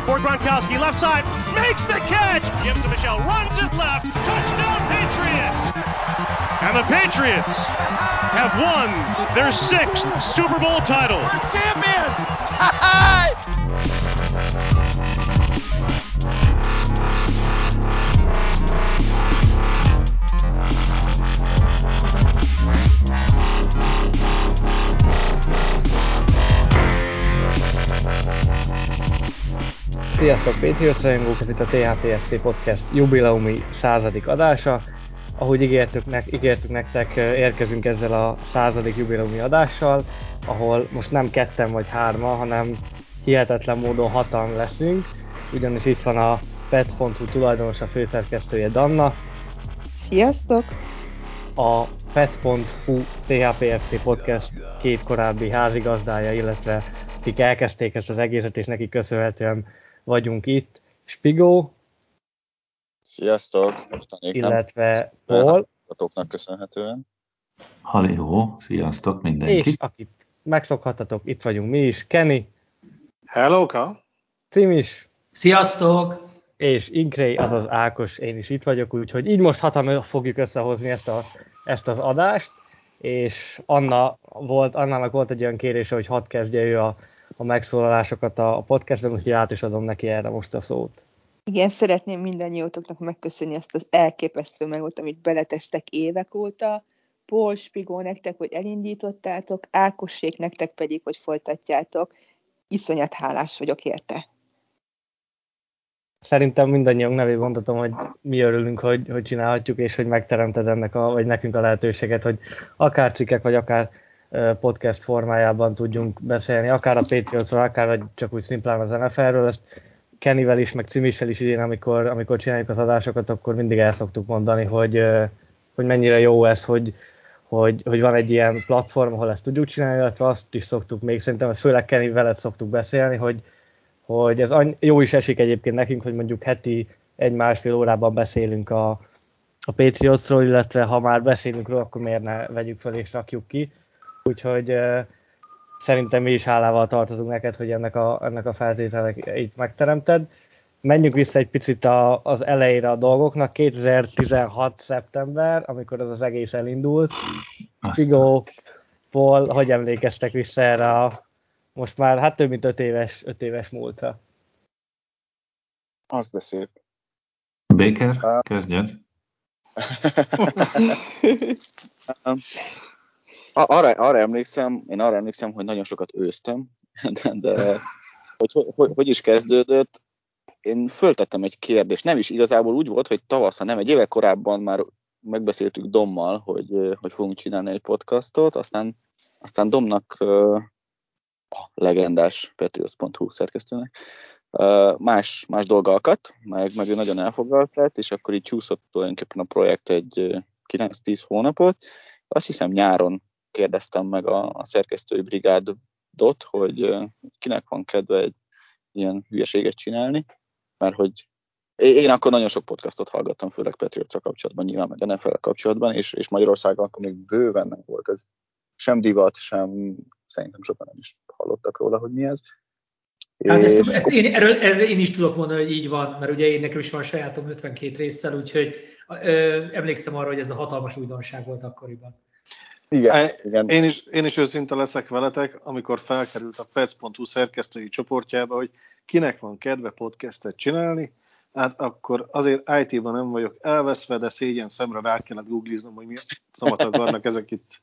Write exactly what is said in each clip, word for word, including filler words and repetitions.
for Gronkowski, left side, makes the catch, gives to Michel, runs it left, touchdown Patriots! And the Patriots have won their sixth Super Bowl title. We're champions! Sziasztok, Patriots rajongók, ez itt a té há pé ef cé Podcast jubileumi századik adása. Ahogy ígértük, ne- ígértük nektek, érkezünk ezzel a századik jubileumi adással, ahol most nem ketten vagy hárman, hanem hihetetlen módon hatan leszünk, ugyanis itt van a pets pont hu tulajdonosa, főszerkesztője Danna. Sziasztok! A pets pont hu té há pé ef cé Podcast két korábbi házigazdája, illetve akik elkezdték ezt az egészet, és neki köszönhetően vagyunk itt, Spigó, sziasztok, illetve Paul, hallgatóknak köszönhetően. Halló, sziasztok mindenki. És akit megszokhattatok, itt vagyunk mi is, Kenny, Hellóka, Cimis, Sziasztok! és Inkray, azaz Ákos, én is itt vagyok, úgyhogy így most hatan fogjuk összehozni ezt, a, ezt az adást, és Anna volt, Annának volt egy olyan kérése, hogy hadd kezdje ő a, a megszólalásokat a, a podcastben, úgyhogy át is adom neki erre most a szót. Igen, szeretném mindannyiótoknak megköszönni azt az elképesztő megot, amit beletesztek évek óta. Paul, Spigó, nektek, hogy elindítottátok, Ákossék, nektek pedig, hogy folytatjátok. Iszonyat hálás vagyok érte. Szerintem mindannyiunk nevében mondhatom, hogy mi örülünk, hogy, hogy csinálhatjuk, és hogy megteremted ennek a, vagy nekünk a lehetőséget, hogy akár cikkek, vagy akár podcast formájában tudjunk beszélni, akár a Patriotsról, akár csak úgy szimplán az en ef el-ről. Ezt Kennyvel is, meg Cimissel is idén, amikor, amikor csináljuk az adásokat, akkor mindig el szoktuk mondani, hogy, hogy mennyire jó ez, hogy, hogy, hogy van egy ilyen platform, ahol ezt tudjuk csinálni, illetve azt is szoktuk még, szerintem ezt főleg Kenny veled szoktuk beszélni, hogy hogy ez jó is esik egyébként nekünk, hogy mondjuk heti egy-másfél órában beszélünk a, a Patriotsról, illetve ha már beszélünk róla, akkor miért ne vegyük fel és rakjuk ki. Úgyhogy uh, szerintem mi is hálával tartozunk neked, hogy ennek a, ennek a feltételeit megteremted. Menjünk vissza egy picit a, az elejére a dolgoknak. kétezer-tizenhat szeptember, amikor ez az egész elindult. Spigó, Paul, hogy emlékeztek vissza erre a most már hát több mint öt éves, öt éves múltra. Az de szép. Baker, uh, kezdjed. arra, arra emlékszem, én arra emlékszem, hogy nagyon sokat őztem, de, de hogy, hogy, hogy is kezdődött, én föltettem egy kérdést. Nem is igazából úgy volt, hogy tavasz, hanem egy évvel korábban már megbeszéltük Dommal, hogy, hogy fogunk csinálni egy podcastot, aztán, aztán Domnak a legendás patriots pont hu szerkesztőnek. Uh, más, más dolga akadt, meg, meg ő nagyon elfoglalt lett, és akkor így csúszott tulajdonképpen a projekt egy kilenc-tíz hónapot. Azt hiszem nyáron kérdeztem meg a, a szerkesztői brigádot, hogy uh, kinek van kedve egy ilyen hülyeséget csinálni, mert hogy én akkor nagyon sok podcastot hallgattam, főleg Patriots-a kapcsolatban, nyilván meg en ef el kapcsolatban, és, és Magyarországon akkor még bőven nem volt ez sem divat, sem szerintem sokan nem is hallottak róla, hogy mi ez. Hát és... ezt, ezt én, erről, erről én is tudok mondani, hogy így van, mert ugye én nekem is van sajátom ötvenkét résszel, úgyhogy ö, emlékszem arra, hogy ez a hatalmas újdonság volt akkoriban. Igen, igen. Én, is, én is őszinte leszek veletek, amikor felkerült a pets pont hu szerkesztői csoportjába, hogy kinek van kedve podcastet csinálni, hát akkor azért í té-ban nem vagyok elveszve, de szégyen szemre rá kellett googliznom, hogy mi szavat akarnak ezek itt.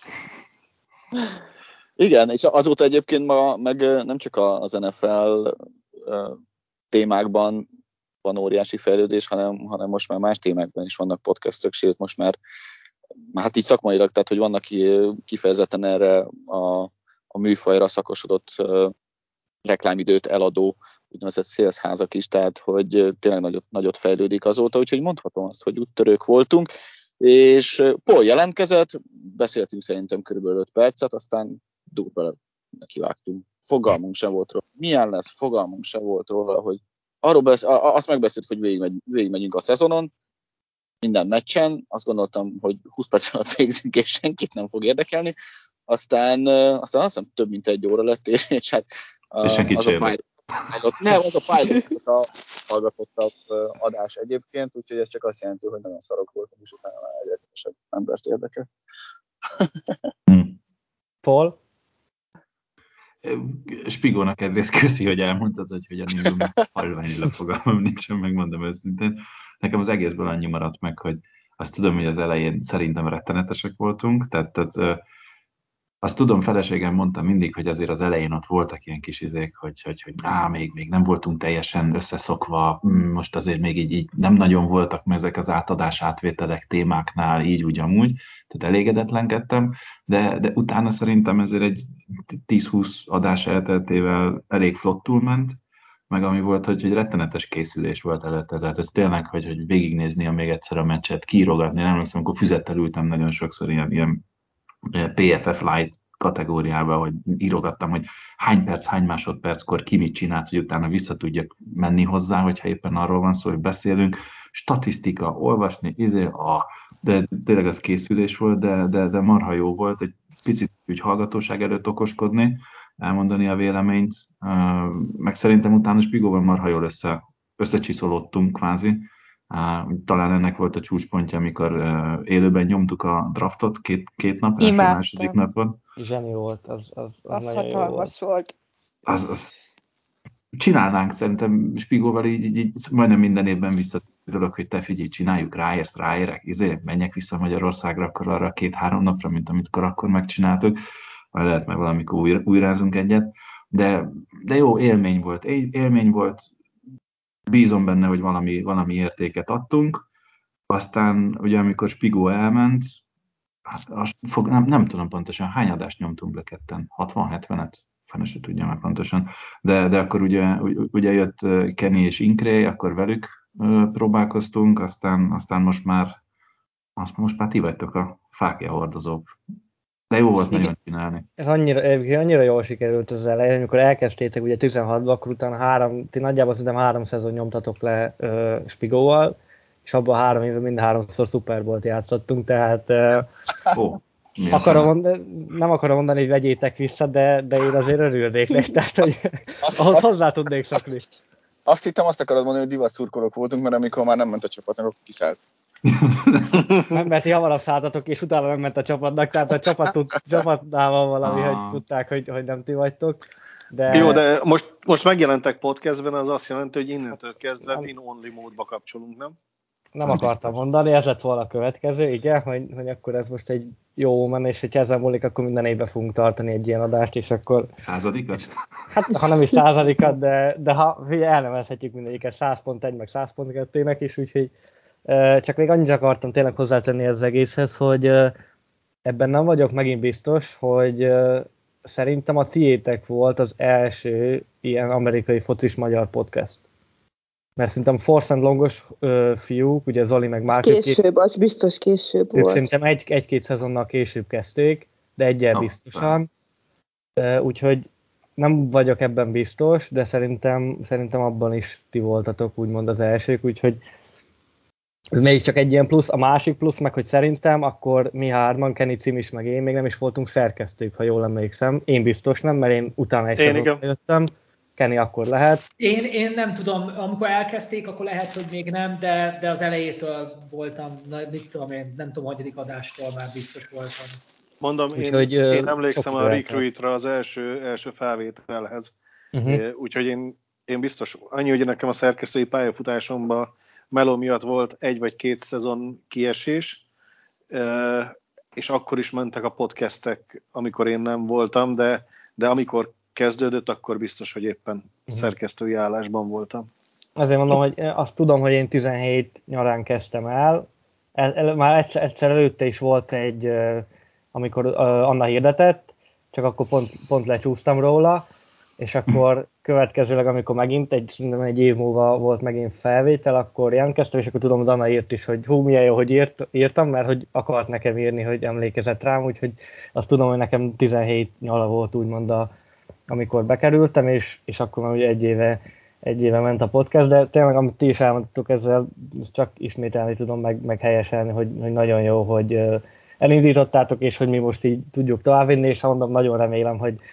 Igen, és azóta egyébként ma meg nem csak az en ef el témákban van óriási fejlődés, hanem, hanem most már más témákban is vannak podcastok, sőt most már hát így szakmailag, tehát hogy vannak kifejezetten erre a, a műfajra szakosodott reklámidőt eladó úgynevezett szélszházak is, tehát hogy tényleg nagyot, nagyot fejlődik azóta, úgyhogy mondhatom azt, hogy úttörők voltunk, és Paul jelentkezett, beszéltünk szerintem körülbelül öt percet, aztán durva nekivágtunk. Fogalmunk sem volt róla. Milyen lesz, fogalmunk sem volt róla, hogy arról besz- azt megbeszéltük, hogy végigmegy, végigmegyünk a szezonon, minden meccsen, azt gondoltam, hogy húsz perc alatt végzünk, és senkit nem fog érdekelni. Aztán, aztán azt hiszem több mint egy óra lett, és, és hát És senki az a pilot, pilot, nem, az a pilot a hallgatottabb adás egyébként, úgyhogy ez csak azt jelenti, hogy nagyon szarok voltam, és utána már egyre kevesebb embert érdekel. Paul? Spigónak egyrészt köszi, hogy elmondtad, hogy hogyan indul, mert halványilag fogalmam nincsen, megmondom őszintén. Nekem az egészből annyi maradt meg, hogy azt tudom, hogy az elején szerintem rettenetesek voltunk, tehát, tehát azt tudom, feleségem mondta mindig, hogy azért az elején ott voltak ilyen kis izék, hogy, hogy, hogy á, még, még nem voltunk teljesen összeszokva, most azért még így, így nem nagyon voltak meg ezek az átadás átvételek témáknál, így úgy amúgy, tehát elégedetlenkedtem, de, de utána szerintem ezért egy tíz-húsz adás elteltével elég flottul ment, meg ami volt, hogy, hogy rettenetes készülés volt előtte, tehát ez tényleg, hogy, hogy végignézni a még egyszer a meccset, kiírogatni, nem emlékszem, amikor füzettel ültem nagyon sokszor ilyen, ilyen pé ef ef Lite kategóriába, hogy írogattam, hogy hány perc, hány másodperckor ki mit csinált, hogy utána vissza tudjak menni hozzá, hogyha éppen arról van szó, hogy beszélünk. Statisztika, olvasni, izé, a, de tényleg ez készülés volt, de, de, de marha jó volt, egy picit úgy hallgatóság előtt okoskodni, elmondani a véleményt, meg szerintem utána Spigóval marha jól össze, összecsiszolódtunk kvázi. Talán ennek volt a csúcspontja, amikor élőben nyomtuk a draftot két, két nap, első második napon. Zseni volt, az, az, az, az nagyon hatalmas jó volt. volt. Az, az... Csinálnánk szerintem Spigóval így, így, így majdnem minden évben visszatérülök, hogy te figyelj, csináljuk, ráérsz, ráérek, izé, menjek vissza Magyarországra, akkor arra két-három napra, mint amikor akkor megcsináltuk, vagy lehet meg valamikor újra, újrázunk egyet, de, de jó, élmény volt, élmény volt, bízom benne, hogy valami, valami értéket adtunk, aztán ugye amikor Spigó elment, hát fog, nem, nem tudom pontosan, hány adást nyomtunk be ketten, hatvan-hetvenet, fene se tudja már pontosan, de, de akkor ugye, ugye jött Kenny és Inkray, akkor velük próbálkoztunk, aztán, aztán most már azt most már ti vagytok a fákja hordozók. De jó volt nagyon csinálni. Ez annyira, annyira jól sikerült az elején, amikor elkezdtétek ugye tizenhatban, akkor utána három, ti nagyjából szerintem három szezon nyomtatok le uh, Spigóval, és abban a három évben mind háromszor Super Bowl-t játszottunk, tehát uh, oh, akarom mondani, nem akarom mondani, hogy vegyétek vissza, de, de én azért örülnék neki, tehát hogy azt, ahhoz azt, hozzá tudnék szokni. Azt, azt hittem, azt akarod mondani, hogy divat szurkolók voltunk, mert amikor már nem ment a csapatnak, akkor kiszállt. Nem, mert ti hamarabb szálltatok, és utána nem ment a csapatnak, tehát a csapat tud, csapatnál van valami, ah. hogy tudták, hogy, hogy nem ti vagytok. De... Jó, de most, most megjelentek podcastben, az azt jelenti, hogy innentől kezdve in-only módba kapcsolunk, nem? Nem akartam mondani, ez lett volna a következő, igen, hogy, hogy akkor ez most egy jó men, és hogyha ezen múlik, akkor minden évben fogunk tartani egy ilyen adást, és akkor... Századikat? Hát, ha nem is századikat, de, de ha elnevezhetjük mindegyiket száz pont egy, meg száz pont kettőnek is, úgyhogy csak még annyit akartam tényleg hozzátenni az egészhez, hogy ebben nem vagyok megint biztos, hogy szerintem a tiétek volt az első ilyen amerikai focis magyar podcast. Mert szerintem Force and Longos fiúk, ugye Zoli meg Márk... Később, két, az biztos később ők volt. Szerintem egy, egy-két szezonnal később kezdték, de egyel biztosan. Úgyhogy nem vagyok ebben biztos, de szerintem, szerintem abban is ti voltatok úgymond az elsők, úgyhogy ez még csak egy ilyen plusz, a másik plusz, meg hogy szerintem akkor mi hárman, Kenny, Cimis, meg én még nem is voltunk szerkesztők, ha jól emlékszem. Én biztos nem, mert én utána egy szezonra jöttem. Kenny akkor lehet. Én, én nem tudom, amikor elkezdték, akkor lehet, hogy még nem, de, de az elejétől voltam, mit tudom én, nem tudom, hanyadik adástól már biztos voltam. Mondom, én, úgyhogy, én emlékszem a Recruitra az első, első felvételhez. Uh-huh. Úgyhogy én, én biztos, annyi, hogy nekem a szerkesztői pályafutásomban Meló miatt volt egy vagy két szezon kiesés, és akkor is mentek a podcastek, amikor én nem voltam, de, de amikor kezdődött, akkor biztos, hogy éppen uh-huh. szerkesztői állásban voltam. Azért mondom, hogy azt tudom, hogy én tizenhét nyarán kezdtem el. El, el, már egyszer, egyszer előtte is volt egy, amikor uh, Anna hirdetett, csak akkor pont, pont lecsúsztam róla, és akkor következőleg, amikor megint egy, egy év múlva volt megint felvétel, akkor jelentkeztem, és akkor tudom, hogy Anna írt is, hogy hú, milyen jó, hogy írt, írtam, mert hogy akart nekem írni, hogy emlékezett rám, úgyhogy azt tudom, hogy nekem tizenhét nyala volt úgymond, a, amikor bekerültem, és, és akkor már ugye egy éve, egy éve ment a podcast, de tényleg, amit ti is elmondtuk, ezzel csak ismételni tudom, meg, meg helyeselni, hogy, hogy nagyon jó, hogy elindítottátok, és hogy mi most így tudjuk továbbvinni, és mondom, nagyon remélem, hogy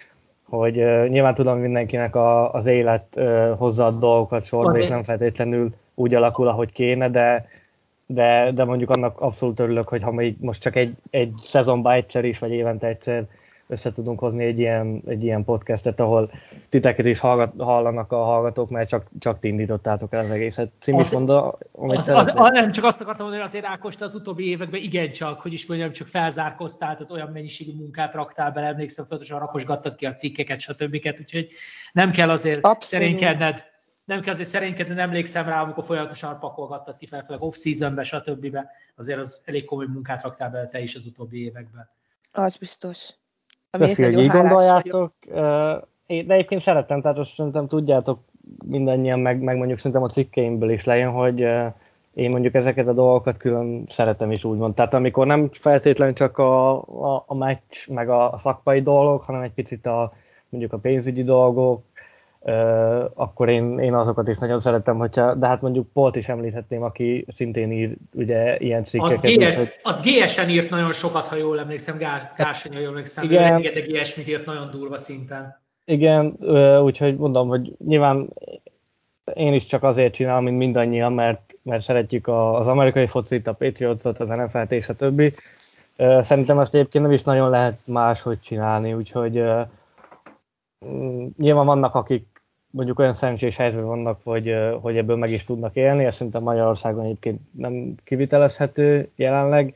hogy uh, nyilván tudom, mindenkinek a, az élet uh, hozzáad dolgokat sorba, Azért. és nem feltétlenül úgy alakul, ahogy kéne, de, de, de mondjuk annak abszolút örülök, hogy ha még most csak egy, egy szezonban egyszer is, vagy évente egyszer össze tudunk hozni egy ilyen, egy ilyen podcastet, ahol titeket is hallgat, hallanak a hallgatók, mert csak, csak ti indítottátok el az egészet. Cím is mondta, amit az, az, az, nem, csak azt akartam mondani, hogy azért Ákos, te az utóbbi években igencsak, hogy is mondjam, csak felzárkoztál, tehát olyan mennyiségű munkát raktál bele, emlékszem, folyamatosan rakosgattad ki a cikkeket, stb. Úgyhogy nem kell azért Abszolút. szerénykedned, nem kell azért szerénykedned, nem emlékszem rá, amikor folyamatosan pakolgattad ki fel, főleg off-seasonbe, stb. Azért az elég komoly munkát raktál bele te is az utóbbi években. Az biztos. Köszi, hogy így gondoljátok. De egyébként szeretem, tehát azt szerintem tudjátok mindannyian, meg, meg mondjuk szerintem a cikkeimből is lejön, hogy én mondjuk ezeket a dolgokat külön szeretem is úgymond. Tehát amikor nem feltétlenül csak a, a, a meccs, meg a szakmai dolgok, hanem egy picit a, mondjuk a pénzügyi dolgok, Uh, akkor én, én azokat is nagyon szeretem, hogyha, de hát mondjuk Polt is említhetném, aki szintén ír ugye ilyen cikkeket. Az, az gé es-en írt nagyon sokat, ha jól emlékszem, Gársony, ha jól emlékszem, igen, ő rengeteg ilyesmit írt nagyon durva szinten. Igen, uh, úgyhogy mondom, hogy nyilván én is csak azért csinálom, mint mindannyian, mert, mert szeretjük a, az amerikai focit, a Patriotsot, az en ef el-t és a többi. Uh, szerintem ezt egyébként nem is nagyon lehet máshogy csinálni, úgyhogy uh, nyilván vannak, akik mondjuk olyan szerencsés helyzetben vannak, hogy, hogy ebből meg is tudnak élni, ez szerintem Magyarországon egyébként nem kivitelezhető jelenleg,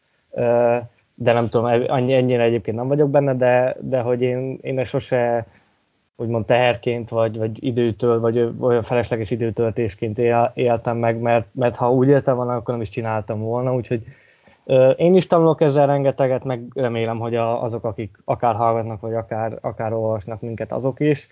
de nem tudom, ennyire egyébként nem vagyok benne, de, de hogy én, én sose úgymond teherként, vagy, vagy időtől, vagy olyan felesleges időtöltésként él, éltem meg, mert, mert ha úgy éltem volna, akkor nem is csináltam volna, úgyhogy én is tanulok ezzel rengeteget, meg remélem, hogy azok, akik akár hallgatnak, vagy akár, akár olvasnak minket, azok is.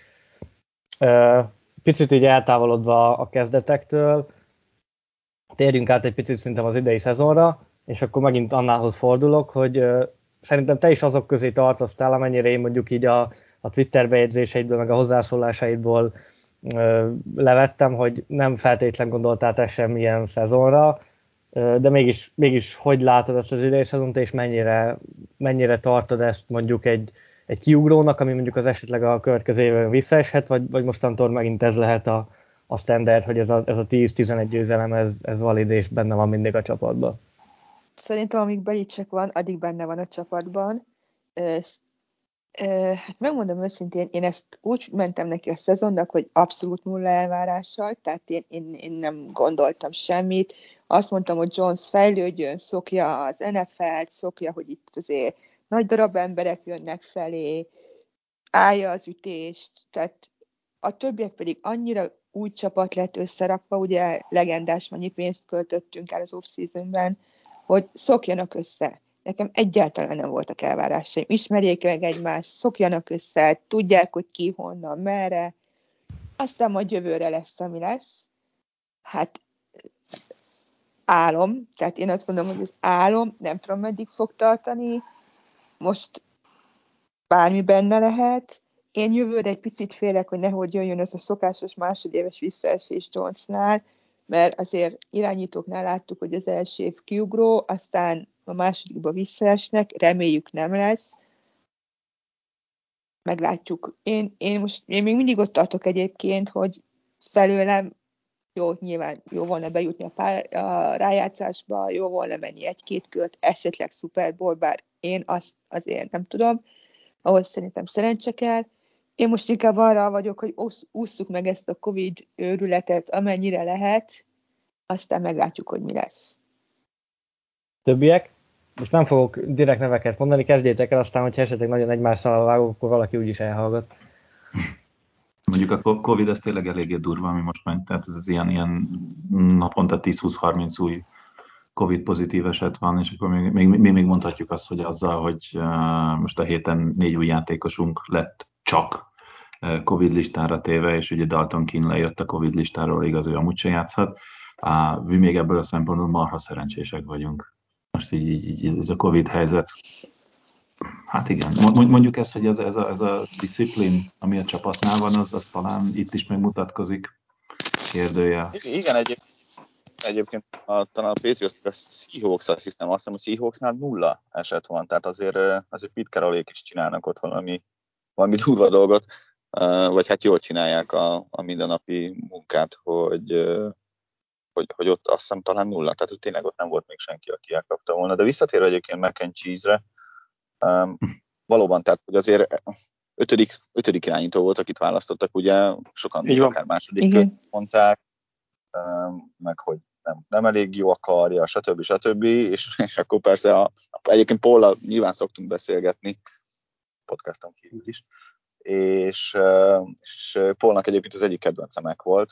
Picit így eltávolodva a kezdetektől, térjünk át egy picit szerintem az idei szezonra, és akkor megint annához fordulok, hogy szerintem te is azok közé tartoztál, amennyire én mondjuk így a, a Twitter bejegyzéseidből, meg a hozzászólásaidból levettem, hogy nem feltétlen gondoltál te semmilyen szezonra, de mégis, mégis hogy látod ezt az idei szezont, és mennyire, mennyire tartod ezt mondjuk egy, egy kiugrónak, ami mondjuk az esetleg a következő évben visszaeshet, vagy, vagy mostantól megint ez lehet a, a standard, hogy ez a, ez a tíz-tizenegy győzelem, ez, ez valid és benne van mindig a csapatban? Szerintem amíg Belichick van, addig benne van a csapatban. Ezt, hát megmondom őszintén, én ezt úgy mentem neki a szezonnak, hogy abszolút nulla elvárással, tehát én, én, én nem gondoltam semmit. Azt mondtam, hogy Jones fejlődjön, szokja az en ef el-t, szokja, hogy itt azért nagy darab emberek jönnek felé, állja az ütést, tehát a többiek pedig annyira új csapat lett összerakva, ugye legendás mennyi pénzt költöttünk el az off-seasonben, hogy szokjanak össze. Nekem egyáltalán nem voltak elvárásaim. Ismerjék meg egymást, szokjanak össze, tudják, hogy ki, honnan, merre. Aztán majd jövőre lesz, ami lesz. Hát álom, tehát én azt mondom, hogy ez álom, nem tudom, meddig fog tartani. Most bármi benne lehet. Én jövőre egy picit félek, hogy nehogy jöjjön ez a szokásos másodéves visszaesés Jonesnál, mert azért irányítóknál láttuk, hogy az első év kiugró, aztán a másodikba visszaesnek, reméljük nem lesz. Meglátjuk. Én, én most én még mindig ott tartok egyébként, hogy felőlem jó, nyilván jó volna bejutni a, pár, a rájátszásba, jó volna menni egy-két kört, esetleg Super Bowl, bár én azt azért nem tudom, ahhoz szerintem szerencse kell. Én most inkább arra vagyok, hogy ússzuk meg ezt a Covid őrületet, amennyire lehet, aztán meglátjuk, hogy mi lesz. Többiek? Most nem fogok direkt neveket mondani, kezdjétek el, aztán, hogyha esetleg nagyon egymással vágok, akkor valaki úgyis elhallgat. Mondjuk a Covid ez tényleg eléggé durva, ami most megy, tehát ez az ilyen, ilyen naponta tíz-húsz-harminc új Covid pozitív eset van, és akkor még, még, még, még mondhatjuk azt, hogy azzal, hogy uh, most a héten négy új játékosunk lett csak uh, Covid listára téve, és ugye Dalton Keene lejött a Covid listáról, igaz, ő amúgy se játszhat. Uh, mi még ebből a szempontból marha szerencsések vagyunk. Most így, így, így ez a Covid helyzet. Hát igen, mondjuk ezt, hogy ez, ez, a, ez a disziplín, ami a csapatnál van, az, az talán itt is megmutatkozik. Kérdője. Igen, egyébként. Egyébként a, talán a Patriots, a Seahawks, azt hiszem, azt hiszem, a Seahawksnál nulla eset van, tehát azért, azért Pete Carroll-ék is csinálnak ott valami valami durva dolgot, vagy hát jól csinálják a, a mindennapi munkát, hogy, hogy, hogy ott azt hiszem talán nulla, tehát hogy tényleg ott nem volt még senki, aki elkapta volna. De visszatérve egyébként mac and cheese-re, um, valóban, tehát hogy azért ötödik, ötödik irányító volt, akit választottak, ugye sokan még akár második között mondták, um, meg hogy nem, nem elég jó a karja, stb. stb. És, és akkor persze a, egyébként Paul-al nyilván szoktunk beszélgetni, podcaston kívül is, és, és Paulnak egyébként az egyik kedvencemek volt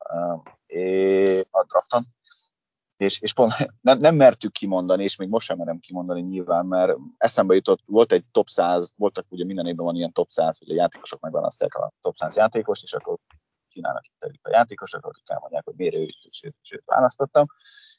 a drafton, és, és pont nem, nem mertük kimondani, és még most sem merem kimondani nyilván, mert eszembe jutott, volt egy top száz, voltak ugye minden évben van ilyen top száz, hogy a játékosok megválasztják a top száz játékost, és akkor csinálnak interjút a játékosok, akik elmondják, hogy miért ő is őt választottam,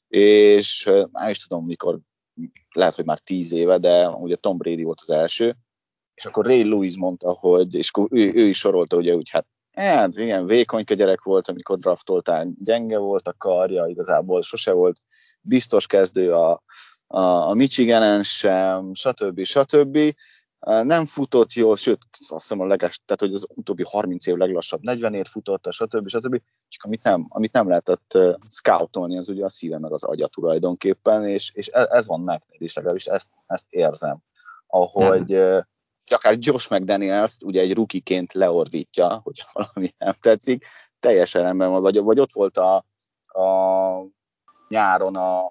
és nem is tudom mikor, lehet, hogy már tíz éve, de ugye Tom Brady volt az első, és akkor Ray Lewis mondta, hogy, és ő, ő is sorolta, ugye úgy, hát hát ilyen vékonyka gyerek volt, amikor draftoltál, gyenge volt a karja, igazából sose volt biztos kezdő a, a, a Michiganen sem, stb. stb. Nem futott jól, sőt, azt hiszem a leges, tehát hogy az utóbbi harminc év leglassabb negyvenért futott, stb. stb. Csak amit nem, amit nem lehetett uh, scoutolni, az ugye a szíve meg az agya tulajdonképpen, és, és ez van meg, és legalábbis ezt, ezt érzem, ahogy uh, akár Josh McDaniels ugye egy rukiként leordítja, hogy valami nem tetszik, teljesen rendben van, vagy, vagy ott volt a, a nyáron a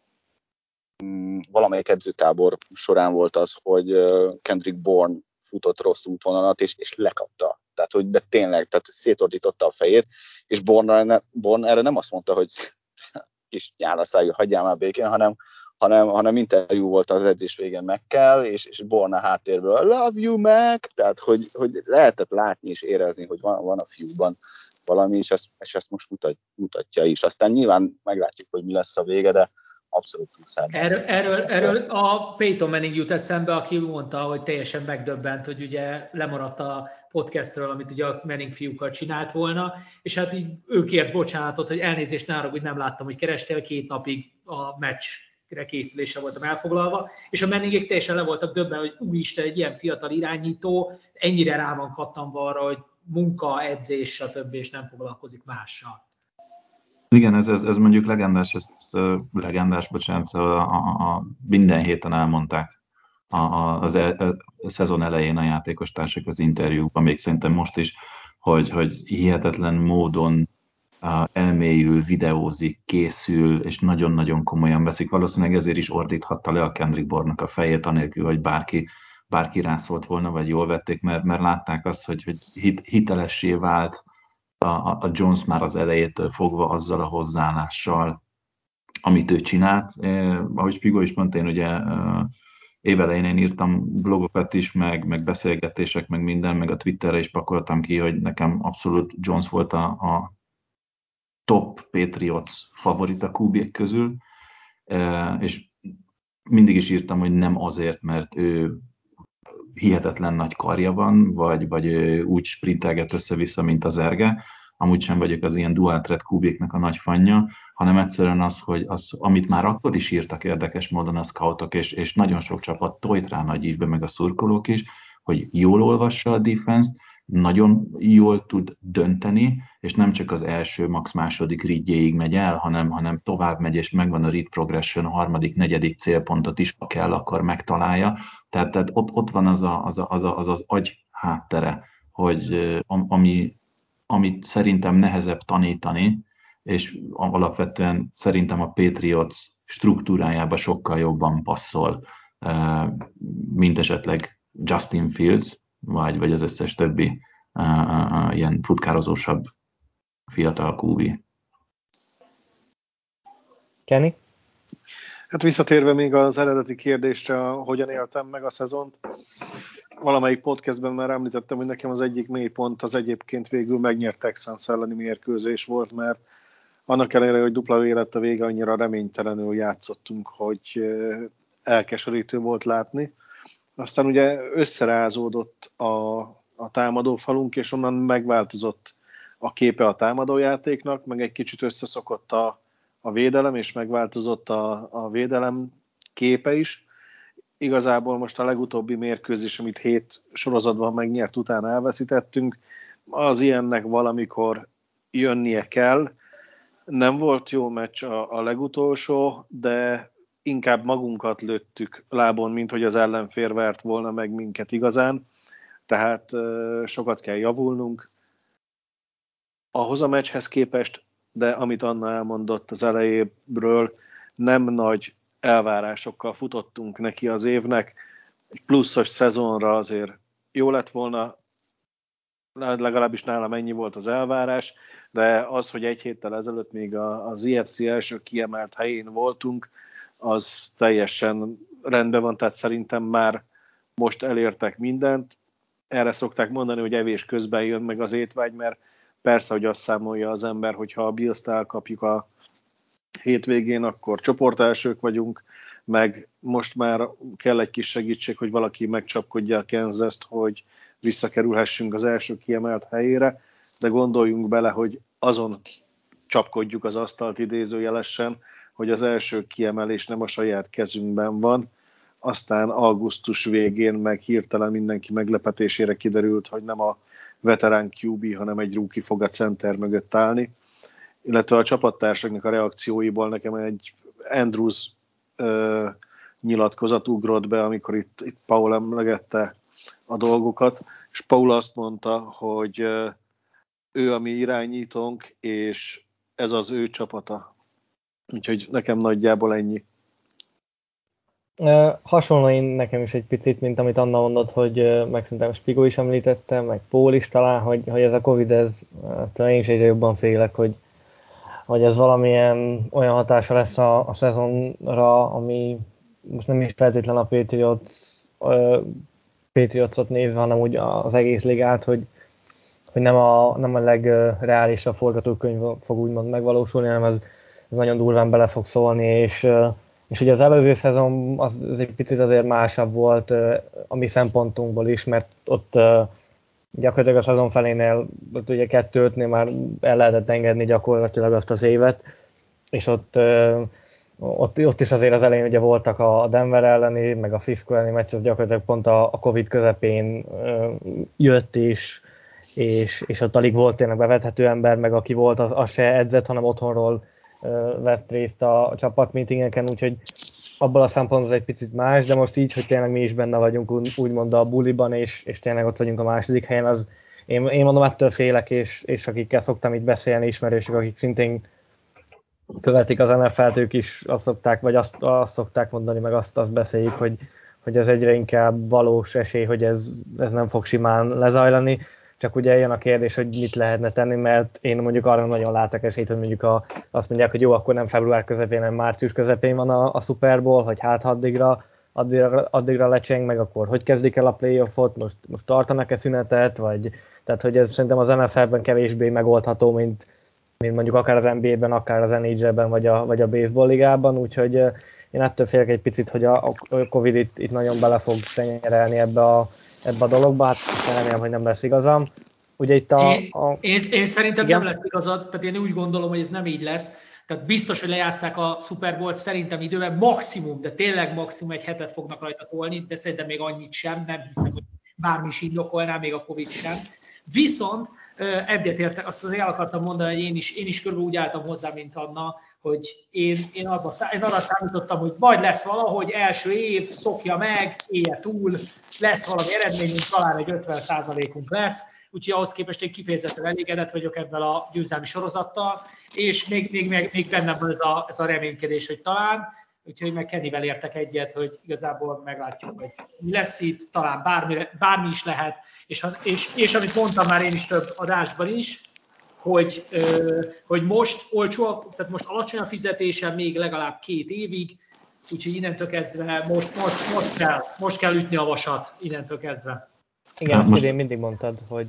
m, valamelyik edzőtábor során volt az, hogy Kendrick Bourne futott rossz útvonalat, és, és lekapta. Tehát, hogy de tényleg, tehát szétordította a fejét, és Bourne, Bourne erre nem azt mondta, hogy kis nyálaszájú, hagyjál már békén, hanem hanem, hanem interjú volt az edzés végén Mac-kel, és, és Bourne a háttérből, love you, Mac, tehát, hogy, hogy lehetett látni és érezni, hogy van, van a fiúban valami, és ezt, és ezt most mutat, mutatja is. Aztán nyilván meglátjuk, hogy mi lesz a vége, de abszolút túlszárnyal. Erről, erről, erről a Peyton Manning jut eszembe, aki mondta, hogy teljesen megdöbbent, hogy ugye lemaradt a podcastről, amit ugye a Manning fiúkkal csinált volna, és hát így ő kért bocsánatot, hogy elnézést, ne arra, hogy nem láttam, hogy kerestél, két napig a meccs készülése voltam elfoglalva, és a Manningék teljesen le voltak döbben, hogy úristen, egy ilyen fiatal irányító, ennyire rá van kattanva arra, hogy munka, edzés, stb. És nem foglalkozik mással. Igen, ez, ez, ez mondjuk legendás, ezt uh, legendás, bocsánat, a, a, a, minden héten elmondták a, a, az el, a, a szezon elején a játékostársak az interjúban, még szerintem most is, hogy, hogy hihetetlen módon uh, elmélyül, videózik, készül, és nagyon-nagyon komolyan veszik. Valószínűleg ezért is ordíthatta le a Kendrick Bourne-nak a fejét, anélkül, hogy bárki, bárki rászólt volna, vagy jól vették, mert, mert látták azt, hogy, hogy hit, hitelessé vált a, a Jones már az elejétől fogva azzal a hozzáállással, amit ő csinált. Eh, ahogy Spigó is mondta, én ugye eh, évelején én írtam blogokat is, meg, meg beszélgetések, meg minden, meg a Twitterre is pakoltam ki, hogy nekem abszolút Jones volt a, a top Patriots favorita kú bék közül, eh, és mindig is írtam, hogy nem azért, mert ő hihetetlen nagy karja van, vagy, vagy úgy sprintelget össze-vissza, mint az Erge, amúgy sem vagyok az ilyen dual threat kú béknek a nagy fanja, hanem egyszerűen az, hogy az, amit már akkor is írtak érdekes módon a scoutok, és, és nagyon sok csapat tojt rá nagy ívbe, meg a szurkolók is, hogy jól olvassa a defense-t, nagyon jól tud dönteni, és nem csak az első, max második readjéig megy el, hanem, hanem tovább megy, és megvan a read progression, a harmadik, negyedik célpontot is, ha kell, akkor megtalálja. Tehát, tehát ott, ott van az, a, az, a, az, a, az az agy háttere, hogy ami, amit szerintem nehezebb tanítani, és alapvetően szerintem a Patriots struktúrájába sokkal jobban passzol, mint esetleg Justin Fields, vagy, vagy az összes többi uh, uh, ilyen futkározósabb fiatal kú bé. Kenny? Hát visszatérve még az eredeti kérdésre, hogyan éltem meg a szezont, valamelyik podcastben már említettem, hogy nekem az egyik mélypont az egyébként végül megnyert Texans elleni mérkőzés volt, mert annak ellenére, hogy dupla vé lett a vége, annyira reménytelenül játszottunk, hogy elkeserítő volt látni. Aztán ugye összerázódott a, a támadófalunk, és onnan megváltozott a képe a támadójátéknak, meg egy kicsit összeszokott a, a védelem, és megváltozott a, a védelem képe is. igazából most a legutóbbi mérkőzés, amit hét sorozatban megnyert után elveszítettünk, az ilyennek valamikor jönnie kell. Nem volt jó meccs a, a legutolsó, de inkább magunkat lőttük lábon, mint hogy az ellenfél vert volna meg minket igazán. Tehát sokat kell javulnunk ahhoz a meccshez képest, de amit Anna elmondott az elejébről, nem nagy elvárásokkal futottunk neki az évnek. Egy pluszos szezonra azért jó lett volna, legalábbis nálam ennyi volt az elvárás, de az, hogy egy héttel ezelőtt még az i ef cé első kiemelt helyén voltunk, az teljesen rendben van, tehát szerintem már most elértek mindent. Erre szokták mondani, hogy evés közben jön meg az étvágy, mert persze, hogy azt számolja az ember, hogyha a Bills-t elkapjuk a hétvégén, akkor csoportelsők vagyunk, meg most már kell egy kis segítség, hogy valaki megcsapkodja a Kansast, hogy visszakerülhessünk az első kiemelt helyére, de gondoljunk bele, hogy azon csapkodjuk az asztalt idézőjelesen, hogy az első kiemelés nem a saját kezünkben van, aztán augusztus végén meg hirtelen mindenki meglepetésére kiderült, hogy nem a veterán kú bé, hanem egy rookie fog a center mögött állni, illetve a csapattársaknak a reakcióiból nekem egy Andrews ö, nyilatkozat ugrott be, amikor itt, itt Paul emlegette a dolgokat, és Paul azt mondta, hogy ö, ő a mi irányítónk, és ez az ő csapata. Úgyhogy nekem nagyjából ennyi. Uh, hasonló én nekem is egy picit, mint amit Anna mondott, hogy uh, meg szerintem Spigó is említette, meg Paul is talán, hogy, hogy ez a Covid, ez, uh, én is egyre jobban félek, hogy, hogy ez valamilyen olyan hatása lesz a, a szezonra, ami most nem is feltétlen a Patriots, uh, Patriotsot nézve, hanem úgy az egész ligát, hogy, hogy nem a, nem a legreálisabb forgatókönyv fog úgymond megvalósulni, hanem ez, ez nagyon durván bele fog szólni, és uh, És ugye az előző szezon az, az egy picit azért másabb volt uh, a mi szempontunkból is, mert ott uh, gyakorlatilag a szezon felénél, ott ugye kettő-ötnél már el lehetett engedni gyakorlatilag azt az évet, és ott, uh, ott, ott is azért az elején ugye voltak a Denver elleni, meg a Frisco elleni meccs, az gyakorlatilag pont a, a Covid közepén uh, jött is, és, és ott alig volt tényleg bevethető ember, meg aki volt, az, az se edzett, hanem otthonról vett részt a csapatmeetingeken, úgyhogy abban a szempontból egy picit más, de most így, hogy tényleg mi is benne vagyunk úgymond a buliban, és, és tényleg ott vagyunk a második helyen, az én, én mondom, ettől félek, és, és akikkel szoktam itt beszélni, ismerősök, akik szintén követik az en ef el-t, ők is azt szokták, vagy azt, azt szokták mondani, meg azt, azt beszéljük, hogy, hogy ez egyre inkább valós esély, hogy ez, ez nem fog simán lezajlani. Csak ugye jön a kérdés, hogy mit lehetne tenni, mert én mondjuk arra nagyon látok esélyt, hogy mondjuk a, azt mondják, hogy jó, akkor nem február közepén, hanem március közepén van a, a Super Bowl, hogy hát addigra, addigra, addigra lecseng meg, akkor hogy kezdik el a playoffot, most, most tartanak-e szünetet, vagy tehát hogy ez szerintem az en ef el-ben kevésbé megoldható, mint, mint mondjuk akár az en bé á-ben, akár az en há el-ben, vagy a, vagy a baseball ligában, úgyhogy én ettől félek egy picit, hogy a, a Covid itt, itt nagyon bele fog tenyerelni ebbe a ebbe a dologba, hát remélem, hogy nem lesz igazam. Ugye itt a, én, a... Én, én szerintem igen? nem lesz igazad, tehát én úgy gondolom, hogy ez nem így lesz. Tehát biztos, hogy lejátsszák a Super Bowl-t szerintem időben maximum, de tényleg maximum egy hetet fognak rajta tolni, de szerintem még annyit sem, nem hiszem, hogy bármi is indokolná, még a Covid sem. Viszont egyetértek, azt azért el akartam mondani, hogy én is, én is körülbelül úgy álltam hozzá, mint Anna, hogy én, én, abba, én arra számítottam, hogy vagy lesz valahogy, első év, szokja meg, élje túl, lesz valami eredményünk, talán egy ötven százalékunk lesz, úgyhogy ahhoz képest én kifejezetten elégedett vagyok ebben a győzelmi sorozattal, és még, még, még, még bennem van ez a, ez a reménykedés, hogy talán, úgyhogy meg Kennyvel értek egyet, hogy igazából meglátjuk, hogy mi lesz itt, talán bármi, bármi is lehet, és, és, és amit mondtam már én is több adásban is, hogy, hogy most olcsó, tehát most alacsony a fizetése még legalább két évig, úgyhogy innentől kezdve most, most, most, kell, most kell ütni a vasat, innentől kezdve. Igen, ezt idén mindig mondtad, hogy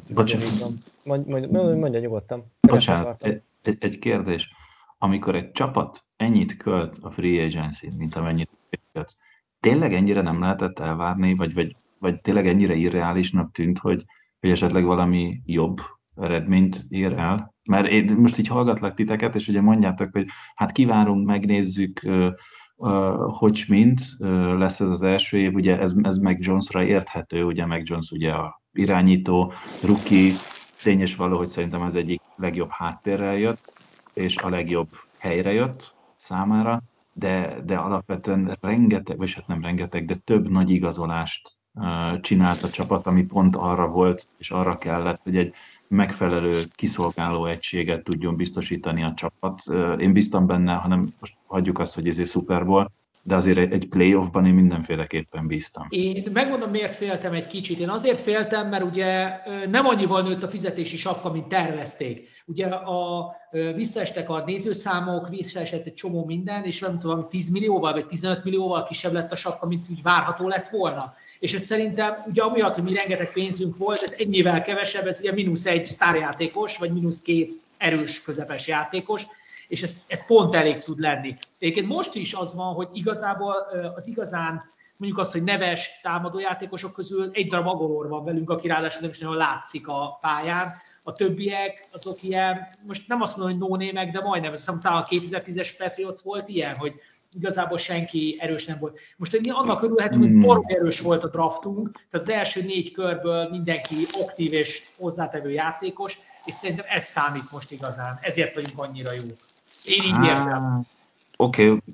mondj, mondj, mondja nyugodtan. Bocsánat, egy, egy, egy kérdés. Amikor egy csapat ennyit költ a free agency-n, mint amennyit költ, tényleg ennyire nem lehetett elvárni, vagy, vagy, vagy tényleg ennyire irreálisnak tűnt, hogy, hogy esetleg valami jobb eredményt ér el? Mert én most így hallgatlak titeket, és ugye mondjátok, hogy hát kivárunk, megnézzük, hogy mint lesz ez az első év, ugye ez, ez Mac Jonesra érthető, ugye Mac Jones ugye a irányító, rookie, tény és való, hogy szerintem az egyik legjobb háttérrel jött, és a legjobb helyre jött számára, de, de alapvetően rengeteg, vagy hát nem rengeteg, de több nagy igazolást uh, csinált a csapat, ami pont arra volt, és arra kellett, hogy egy megfelelő kiszolgáló egységet tudjon biztosítani a csapat. Uh, én bíztam benne, hanem most hagyjuk azt, hogy ez egy Super Bowl, de azért egy, egy playoffban én mindenféleképpen bíztam. Én megmondom, miért féltem egy kicsit. Én azért féltem, mert ugye nem annyival nőtt a fizetési sapka, mint tervezték. Ugye a, visszaestek a nézőszámok, visszaesett egy csomó minden, és nem tudom, tíz millióval vagy tizenöt millióval kisebb lett a sapka, mint úgy várható lett volna. És ez szerintem, ugye amiatt, hogy mi rengeteg pénzünk volt, ez ennyivel kevesebb, ez ugye mínusz egy sztárjátékos, vagy mínusz két erős közepes játékos, és ez, ez pont elég tud lenni. Egyébként most is az van, hogy igazából az igazán, mondjuk azt, hogy neves támadójátékosok közül egy darab Agolor van velünk, aki ráadásul nem is nagyon látszik a pályán. A többiek azok ilyen, most nem azt mondom, hogy no-némek, de majdnem, azt hiszem, talán a kétezer-tízes Patriots volt ilyen, hogy igazából senki erős nem volt. Most annak örülhetünk, hogy baromi erős volt a draftunk, tehát az első négy körből mindenki aktív és hozzátevő játékos, és szerintem ez számít most igazán. Ezért vagyunk annyira jó. Én így érzem. Oké, okay.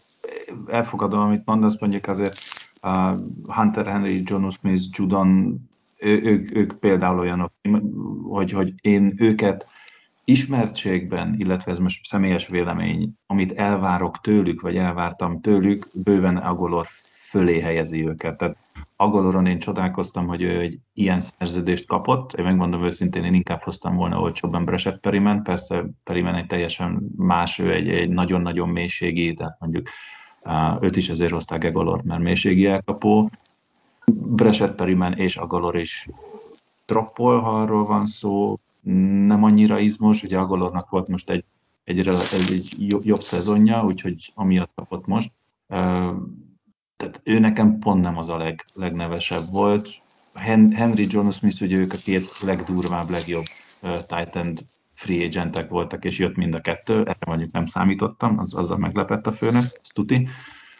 Elfogadom, amit mondasz, mondjuk azért uh, Hunter Henry, Jonnu Smith, Judon, ő, ők, ők például olyanok, hogy, hogy én őket ismertségben, illetve ez most személyes vélemény, amit elvárok tőlük, vagy elvártam tőlük, bőven Agolor fölé helyezi őket. Tehát Agoloron én csodálkoztam, hogy ő egy ilyen szerződést kapott. Én megmondom őszintén, én inkább hoztam volna olcsóbban Breshad Perriman. Persze Perriman egy teljesen más, ő egy, egy nagyon-nagyon mélységi, tehát mondjuk uh, őt is ezért hozták Agolort, mert mélységi elkapó. Breshad Perriman és Agolor is droppol, ha arról van szó, nem annyira izmos, ugye Agolornak volt most egy, egy, egy, egy jobb szezonja, úgyhogy amiatt kapott most. Uh, tehát ő nekem pont nem az a leg, legnevesebb volt. Henry, Jonnu Smith, ugye ők a két legdurvább, legjobb uh, tight end free agentek voltak, és jött mind a kettő, erre mondjuk nem számítottam, az, azzal meglepett a főnök, ez tuti.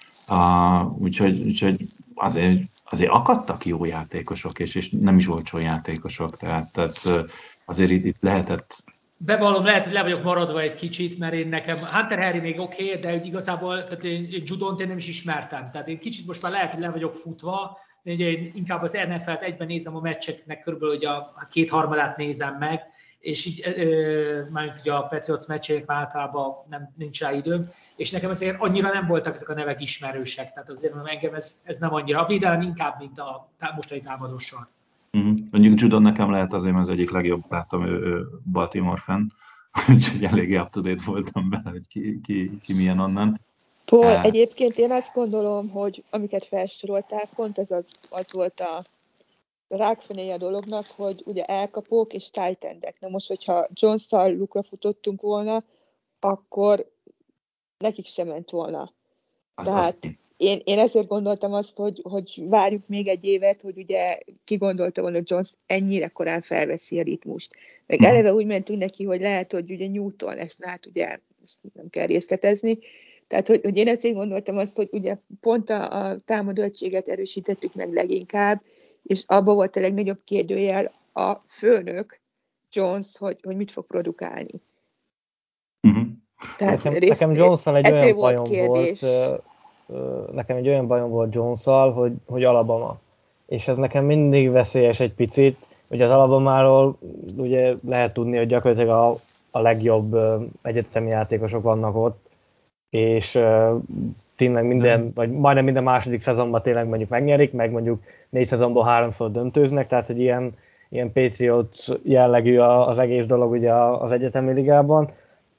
Uh, úgyhogy, úgyhogy azért, azért akadtak jó játékosok, és, és nem is olcsó játékosok, tehát, tehát azért itt, itt lehetett. Bevallom, lehet, hogy le vagyok maradva egy kicsit, mert én nekem Hunter Henry még oké, okay, de igazából tehát én Judont én nem is ismertem. Tehát én kicsit most már lehet, hogy le vagyok futva, de ugye én inkább az en ef el-t egyben nézem a meccseknek, körülbelül ugye a kétharmadát nézem meg, és így, mármint ugye a Patriots meccsének általában nem, nincs rá időm, és nekem azért annyira nem voltak ezek a nevek ismerősek, tehát azért engem ez, ez nem annyira. A védelem inkább, mint a mostani támadósor. Mm-hmm. Mondjuk Judon nekem lehet azért az egyik legjobb látom, ő, ő Baltimore fan, úgyhogy eléggé up-to-date voltam bele, hogy ki, ki, ki milyen onnan. Paul, uh, egyébként én azt gondolom, hogy amiket felsoroltál, pont ez az, az volt a rákfenéje a dolognak, hogy ugye elkapók és tight endek. Na most, hogyha Jones-szal lukra futottunk volna, akkor nekik sem ment volna. Az Tehát az... én, én ezért gondoltam azt, hogy, hogy várjuk még egy évet, hogy ugye ki gondolta volna, hogy Jones ennyire korán felveszi a ritmust. Meg uh-huh. eleve úgy mentünk neki, hogy lehet, hogy ugye Newton lesz, hát ugye ezt nem kell részletezni. Tehát, hogy, hogy én ezért gondoltam azt, hogy ugye pont a, a támadó egységet erősítettük meg leginkább, és abban volt a legnagyobb kérdőjel a főnök, Jones, hogy, hogy mit fog produkálni. Uh-huh. Tehát nekem, rész, nekem Jones-szal egy olyan volt bajom kérdés. volt, nekem egy olyan bajom volt Jones-szal, hogy, hogy Alabama. És ez nekem mindig veszélyes egy picit, hogy az Alabamáról ugye lehet tudni, hogy gyakorlatilag a, a legjobb egyetemi játékosok vannak ott, és uh, tényleg minden, mm. vagy majdnem minden második szezonban tényleg mondjuk megnyerik, meg mondjuk négy szezonból háromszor döntőznek, tehát hogy ilyen, ilyen Patriots jellegű az egész dolog ugye az egyetemi ligában.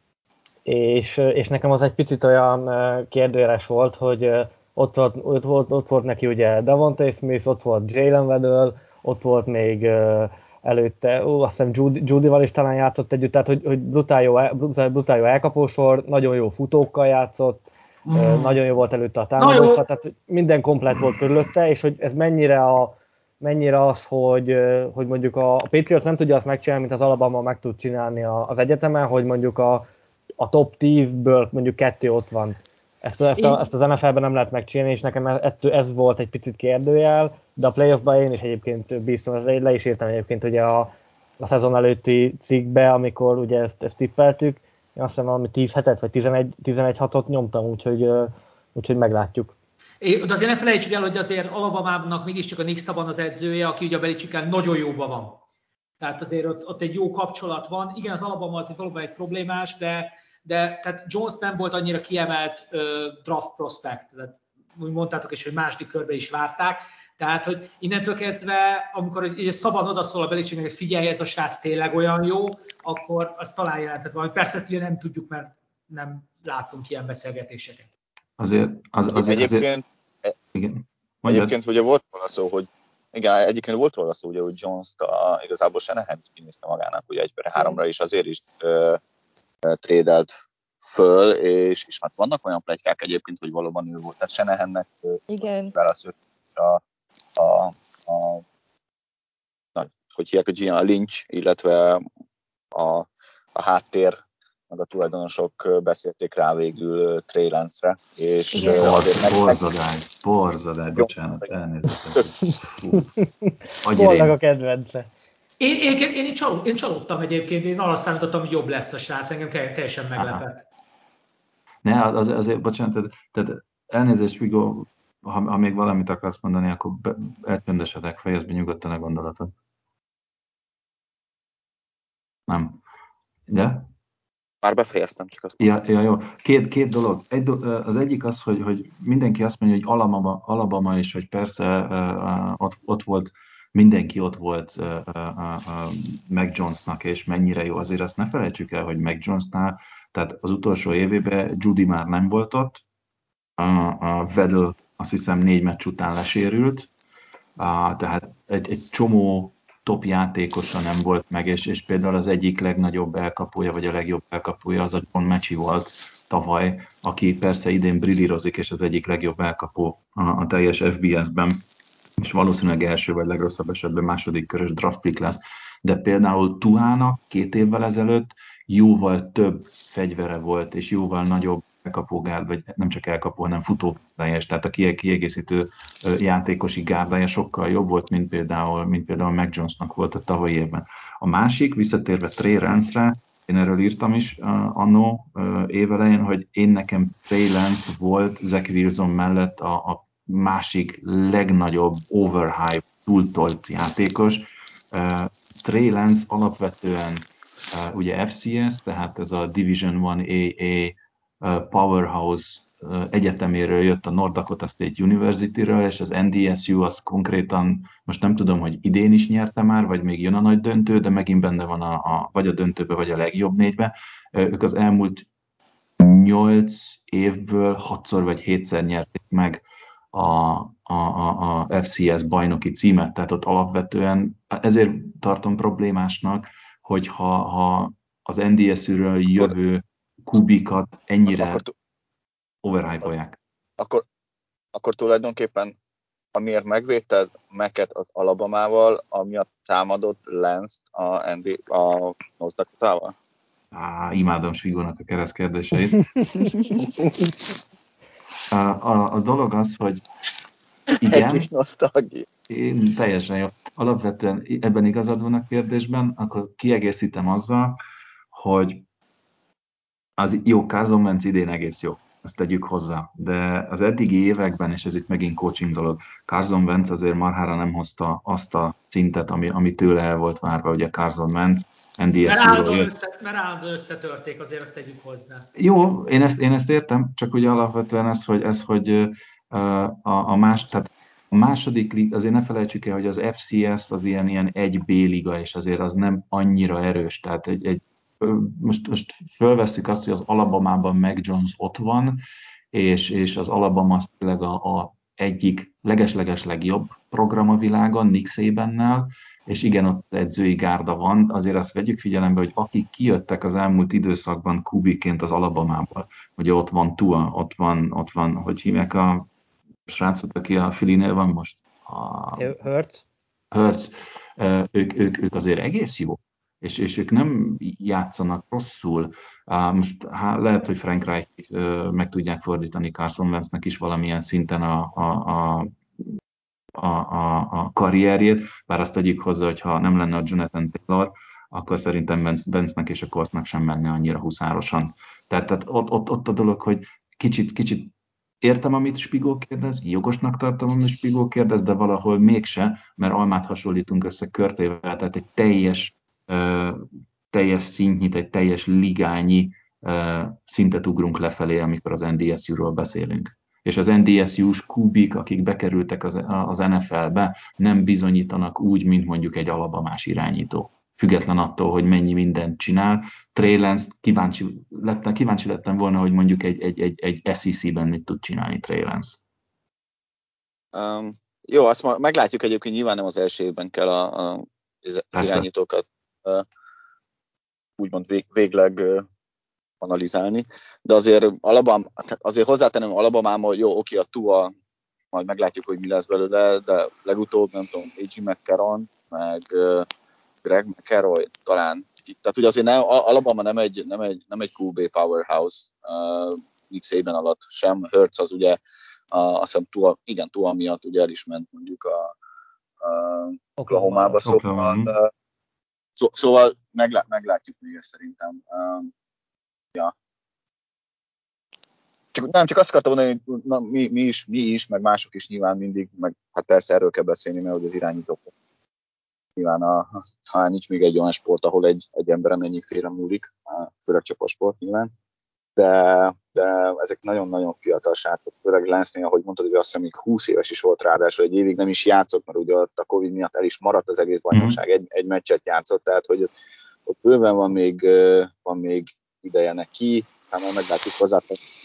És, és nekem az egy picit olyan kérdőjeles volt, hogy ott volt, ott volt, ott volt neki ugye Devontae Smith, ott volt Jalen Waddell, ott volt még előtte, ó, azt hiszem Judy, Judyval is talán játszott együtt, tehát hogy, hogy brutál, jó, brutál, brutál jó elkapósor, nagyon jó futókkal játszott, mm. nagyon jó volt előtte a támadósor, tehát minden komplett volt körülötte, és hogy ez mennyire, a, mennyire az, hogy, hogy mondjuk a, a Patriots nem tudja azt megcsinálni, mint az Alabama meg tud csinálni az egyetemen, hogy mondjuk a a top tízből mondjuk kettő ott van Ezt, ezt, a, ezt az en ef el-ben nem lehet megcsinálni, és nekem ettől ez volt egy picit kérdőjel, de a playoffban én is egyébként bíztam, le is írtam egyébként ugye a, a szezon előtti cikkbe, amikor ugye ezt, ezt tippeltük, én azt hiszem valami tíz hetet vagy tizenegy hatot nyomtam, úgyhogy, úgyhogy meglátjuk. É, de azért ne felejtsük el, hogy azért Alabamának mégiscsak a Nick Saban az edzője, aki ugye a Belichicken nagyon jóban van. Tehát azért ott, ott egy jó kapcsolat van. Igen, az Alabama azért valóban egy problémás, de, de tehát Jones nem volt annyira kiemelt uh, draft prospect. Tehát, úgy mondtátok is, hogy második körbe is várták. Tehát, hogy innentől kezdve, amikor ugye Saban odaszól a Belichicknek, hogy figyelj, ez a srác tényleg olyan jó, akkor az talán jelentett valami. Persze ezt ugye nem tudjuk, mert nem látunk ilyen beszélgetéseket. Azért, az, azért, egyébként, azért, igen. Egyébként ugye volt róla szó, hogy igen, egyébként volt róla szó, ugye, hogy Jones-t a, igazából Shanahan is kinézte magának, ugye egy per háromra is azért is uh, uh, trédelt föl, és, és hát vannak olyan pletykák egyébként, hogy valóban ő volt. Tehát Shanahannek igen. választott a, a, a, a hogy hívják a gé em, a Lynch, illetve a, a háttér, meg a tulajdonosok beszélték rá végül Trey Lance-re. És borzadály, borzadály, bocsánat, elnézést. Bollag a kedvence. Én, én, én, én, csaló, én csalódtam egyébként, én arra számítottam, hogy jobb lesz a srác, engem teljesen meglepett. Ne, az, azért, bocsánat, tehát, tehát elnézést, Vigó, ha, ha még valamit akarsz mondani, akkor elcsöndesedek, fejezd be nyugodtan a gondolatot. Nem. De? Már befejeztem, csak azt ja, ja, jó. Két, két dolog. Egy do, az egyik az, hogy, hogy mindenki azt mondja, hogy Alabama, Alabama is, hogy persze uh, ott, ott volt, mindenki ott volt uh, uh, uh, Mac Jonesnak, és mennyire jó. Azért azt ne felejtsük el, hogy Mac Jonesnál, tehát az utolsó évében Judy már nem volt ott, a, a Weddle azt hiszem négy meccs után lesérült, uh, tehát egy, egy csomó top játékosa nem volt meg, és, és például az egyik legnagyobb elkapója, vagy a legjobb elkapója az a John Mechie volt tavaly, aki persze idén brillírozik, és az egyik legjobb elkapó a, a teljes ef bé es-ben, és valószínűleg első vagy legrosszabb esetben második körös draft pick lesz. De például Tuának két évvel ezelőtt jóval több fegyvere volt, és jóval nagyobb elkapógárd, vagy nem csak elkapó, hanem futógárdája, tehát a kiegészítő játékosi gárdája sokkal jobb volt, mint például, mint például Mac Jonesnak volt a tavalyi évben. A másik, visszatérve Trey Lance-re, én erről írtam is uh, annó uh, évelején, hogy én nekem Trey Lance volt Zach Wilson mellett a, a másik legnagyobb overhype, túltolt játékos. Uh, Trey Lance alapvetően uh, ugye ef cé es, tehát ez a Division egy á uh, Powerhouse uh, egyeteméről jött, a North Dakota State University-ről, és az en dé es u az konkrétan, most nem tudom, hogy idén is nyerte már, vagy még jön a nagy döntő, de megint benne van a, a, vagy a döntőbe, vagy a legjobb négybe. Uh, ők az elmúlt nyolc évből hatszor vagy hétszer nyerték meg a, a, a, a ef cé es bajnoki címet, tehát ott alapvetően ezért tartom problémásnak, hogy ha, ha az en dé es u-ről jövő kubikat ennyire akkor, overhype-olják. Akkor, akkor tulajdonképpen amiért megvédted Mac-et az Alabamával, amiatt támadott Lance-t a, a North Dakotával? Á, imádom Svigónak a keresztkérdéseit. a, a, a dolog az, hogy igen, ez is nosztalgia. Én teljesen jó. Alapvetően ebben igazad van a kérdésben, akkor kiegészítem azzal, hogy az jó, Carson Wentz idén egész jó, ezt tegyük hozzá, de az eddigi években, és ez itt megint coaching dolog, Carson Wentz azért marhára nem hozta azt a szintet, ami, ami tőle el volt várva, ugye Carson Wentz, en dé es u-ról jött. Össze, mert állandóan összetörték, azért azt tegyük hozzá. Jó, én ezt, én ezt értem, csak ugye alapvetően ez, hogy, ez, hogy uh, a, a más, tehát a második, azért ne felejtsük el, hogy az ef cé es az ilyen, ilyen egy bé liga, és azért az nem annyira erős. Tehát egy, egy, most, most fölvesszük azt, hogy az Alabamában Mac Jones ott van, és, és az Alabama az tényleg a, a egyik legesleges legjobb program a világon, Nick Sabannel, és igen, ott edzői gárda van, azért azt vegyük figyelembe, hogy akik kijöttek az elmúlt időszakban kubiként az Alabamából, ugye ott van Tua, ott van, ott van, hogy hívják a srácot, aki a Phillynél van most? A... Hurts. Hurts. Ők, ők, ők azért egész jó. és, és ők nem játszanak rosszul. Most há, lehet, hogy Frank Reich meg tudják fordítani Carson Wentznek is valamilyen szinten a, a, a, a, a, a karrierjét, bár azt tegyük hozzá, hogy ha nem lenne a Jonathan Taylor, akkor szerintem Wentznek és a Coltsnak sem menne annyira huszárosan. Tehát, tehát ott, ott, ott a dolog, hogy kicsit, kicsit értem, amit Spigó kérdez, jogosnak tartom, amit Spigó kérdez, de valahol mégse, mert Almát hasonlítunk össze Körtével, tehát egy teljes, uh, teljes szintnyit, egy teljes ligányi uh, szintet ugrunk lefelé, amikor az en dé es u-ról beszélünk. És az en dé es u-s kubik, akik bekerültek az, az en ef el-be, nem bizonyítanak úgy, mint mondjuk egy alabamás irányító. Független attól, hogy mennyi mindent csinál. Trey Lance, kíváncsi, lettem, kíváncsi lettem volna, hogy mondjuk egy, egy, egy, egy es e cé-ben mit tud csinálni Trey Lance. Um, jó, azt ma meglátjuk egyébként, nyilván nem az első évben kell a, a, az Persze. irányítókat uh, úgymond vég, végleg uh, analizálni, de azért, Alabama, azért hozzátenem Alabamámmal, hogy jó, oké, a Tua, majd meglátjuk, hogy mi lesz belőle, de legutóbb, nem tudom, á gé McCarron, meg uh, Greg McElroy talán. Tehát ugye azért nem, Alabama nem egy, nem egy, nem egy kú bé powerhouse uh, Nick Saban alatt sem. Hurts az ugye, uh, azt hiszem Tua, igen, Tua miatt ugye el is ment mondjuk a, a Oklahoma-ba, szóval, uh, szó, szóval meglá, meglátjuk még ezt szerintem. Uh, ja. Csak, nem, csak azt akartam mondani, hogy na, mi, mi, is, mi is, meg mások is nyilván mindig, meg hát persze erről kell beszélni, mert hogy az irányítók nyilván a, ha nincs még egy olyan sport, ahol egy, egy emberen ennyi félre múlik, főleg csapasport nyilván, de, de ezek nagyon-nagyon fiatal srácok, főleg Lance-nél, ahogy mondtad, hogy azt hiszem még húsz éves is volt, ráadásul egy évig nem is játszott, mert ugye a Covid miatt el is maradt az egész bajnokság, egy, egy meccset játszott, tehát hogy ott, ott bőven van még, van még ideje neki, aztán meglátjuk hozzá,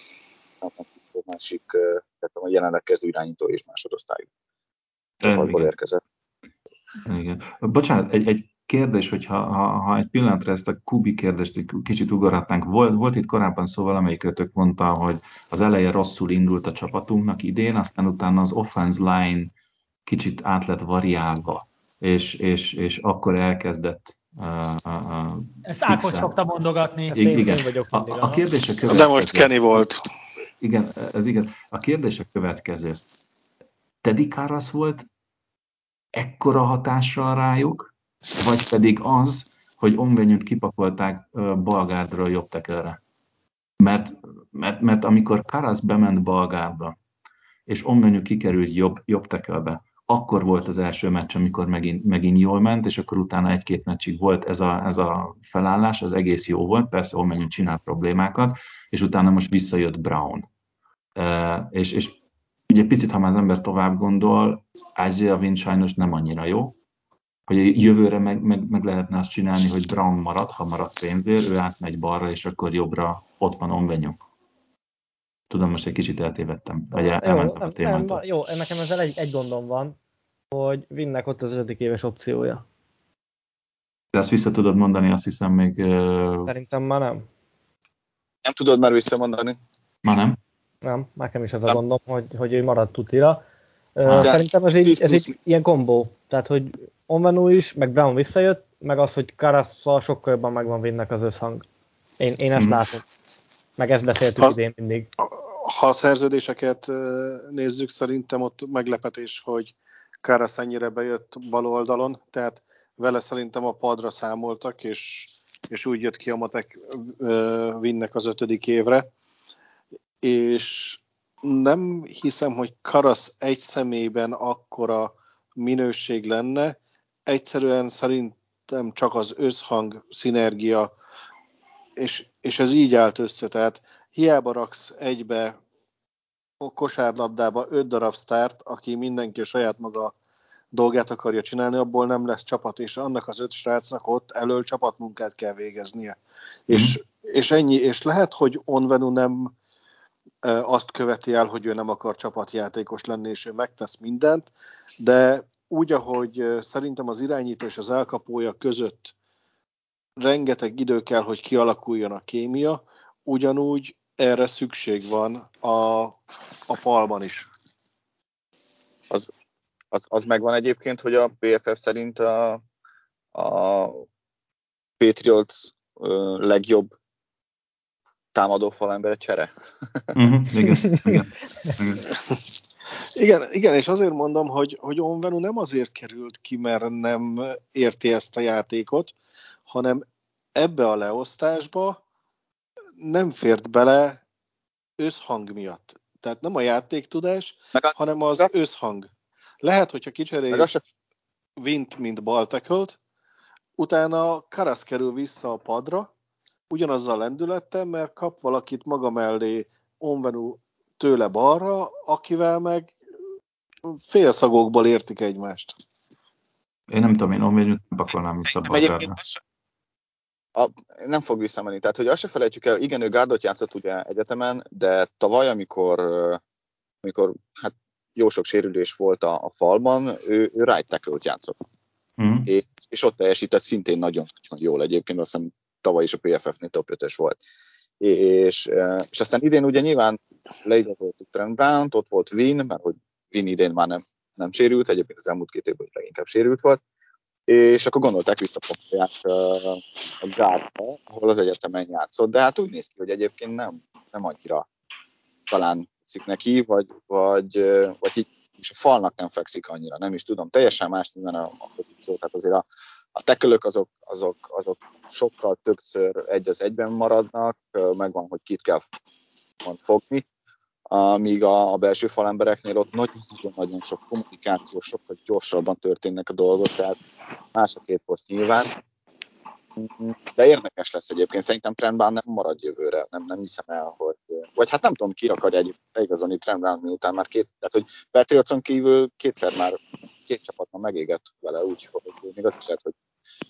a másik, tehát a jelenleg kezdő irányító és másodosztályú csapatból érkezett. Igen. Bocsánat, egy, egy kérdés, hogyha ha, ha egy pillanatra ezt a Kubi kérdést egy kicsit ugorhatnánk. Volt, volt itt korábban szó, valamelyik ötök mondta, hogy az eleje rosszul indult a csapatunknak idén, aztán utána az offense line kicsit át lett variálva, és, és, és akkor elkezdett uh, uh, ezt Ákos szokta mondogatni. I- igen. A, a kérdés a következő. De most Kenny volt. Igen, ez igaz. A kérdés a következő. Teddy Karras volt ekkora hatással rájuk, vagy pedig az, hogy Onvenyűt kipakolták Balgárdról jobb tekelre. Mert, mert, mert amikor Karras bement Balgárdra, és Onvenyű kikerült jobb, jobb tekelbe, akkor volt az első meccs, amikor megint, megint jól ment, és akkor utána egy-két meccsig volt ez a, ez a felállás, az egész jó volt, persze Onvenyű csinál problémákat, és utána most visszajött Brown. Uh, és, és ugye picit, ha már az ember tovább gondol, Isaiah Wynn sajnos nem annyira jó, hogy jövőre meg, meg, meg lehetne azt csinálni, hogy Brown marad, ha marad pénzér, ő átmegy balra, és akkor jobbra ott van Onvenyú. Tudom, most egy kicsit eltévedtem, vagy el, elmentem jó, a témától. Nem, jó, nekem ezzel egy, egy gondom van, hogy Winnnek ott az ötödik éves opciója. De ezt vissza tudod mondani, azt hiszem még... Uh... Szerintem már nem. Nem tudod már visszamondani? Már nem? Nem, nekem is ez a gondom, hogy, hogy ő marad tutira. Ah. Szerintem ez egy, ez egy ilyen kombó. Tehát, hogy Onvenu is, meg Brown visszajött, meg az, hogy Karasszal sokkal jobban megvan Winnnek az összhang. Én, én ezt mm. látom. Meg ezt beszéltük ha, idén mindig. Ha a szerződéseket nézzük, szerintem ott meglepetés, hogy Karasz ennyire bejött bal oldalon, tehát vele szerintem a padra számoltak, és, és úgy jött ki a matek Winnnek az ötödik évre. És nem hiszem, hogy Karasz egy személyben akkora minőség lenne, egyszerűen szerintem csak az összhang, szinergia, és, és ez így állt össze, tehát hiába raksz egybe a kosárlabdába öt darab sztárt, aki mindenki a saját maga dolgát akarja csinálni, abból nem lesz csapat, és annak az öt srácnak ott elől csapatmunkát kell végeznie. Mm. És, és ennyi, és lehet, hogy Onvenu nem azt követi el, hogy ő nem akar csapatjátékos lenni, és ő megtesz mindent, de úgy, ahogy szerintem az irányító és az elkapója között rengeteg idő kell, hogy kialakuljon a kémia, ugyanúgy erre szükség van a, a falban is. Az, az, az megvan egyébként, hogy a pé ef ef szerint a, a Patriots uh, legjobb támadó falember csere. Uh-huh, igen, igen, igen. Igen, igen, és azért mondom, hogy, hogy Onwenu nem azért került ki, mert nem érti ezt a játékot, hanem ebbe a leosztásba nem fért bele összhang miatt. Tehát nem a játéktudás, a, hanem az, az összhang. Lehet, hogyha kicseréljük Vint, mint ball tackle-t, utána Karasz kerül vissza a padra, ugyanazzal lendülettel, mert kap valakit maga mellé Onwenu tőle balra, akivel meg félszagokból értik egymást. Én nem tudom, én Onwenut nem pakolnám vissza balra. A, nem fog visszamenni. Tehát, hogy azt se felejtsük el, igen, ő gárdot játszott ugye egyetemen, de tavaly, amikor, amikor hát jó sok sérülés volt a, a falban, ő, ő right tackle-t játszott. Mm. És, és ott teljesített szintén nagyon, nagyon jól egyébként, azt hiszem tavaly is a pé ef ef-nél top ötös volt. És, és aztán idén ugye nyilván leigazoltuk Trent Brown-t, ott volt Vin, mert hogy Vin idén már nem, nem sérült, egyébként az elmúlt két évben leginkább sérült volt, és akkor gondolták visszapakolják a gárdba, ahol az egyetemen játszott, de hát úgy néz ki, hogy egyébként nem, nem annyira talán fekszik neki, vagy, vagy, vagy így is a falnak nem fekszik annyira, nem is tudom, teljesen más nyilván a, a pozíció, tehát azért a, a tackle-ök azok, azok, azok sokkal többször egy az egyben maradnak, megvan, hogy kit kell fogni, míg a, a belső falembereknél ott nagyon-nagyon sok kommunikáció, sokkal gyorsabban történnek a dolgok, tehát más a két poszt nyilván. De érdekes lesz egyébként, szerintem Trent Brown nem marad jövőre, nem, nem hiszem el, hogy... Vagy hát nem tudom, ki akarja egyébként leigazolni Trent Brown, miután már két... Tehát, hogy Patriotson kívül kétszer már két csapatban megégett vele, úgyhogy még az is lehet, hogy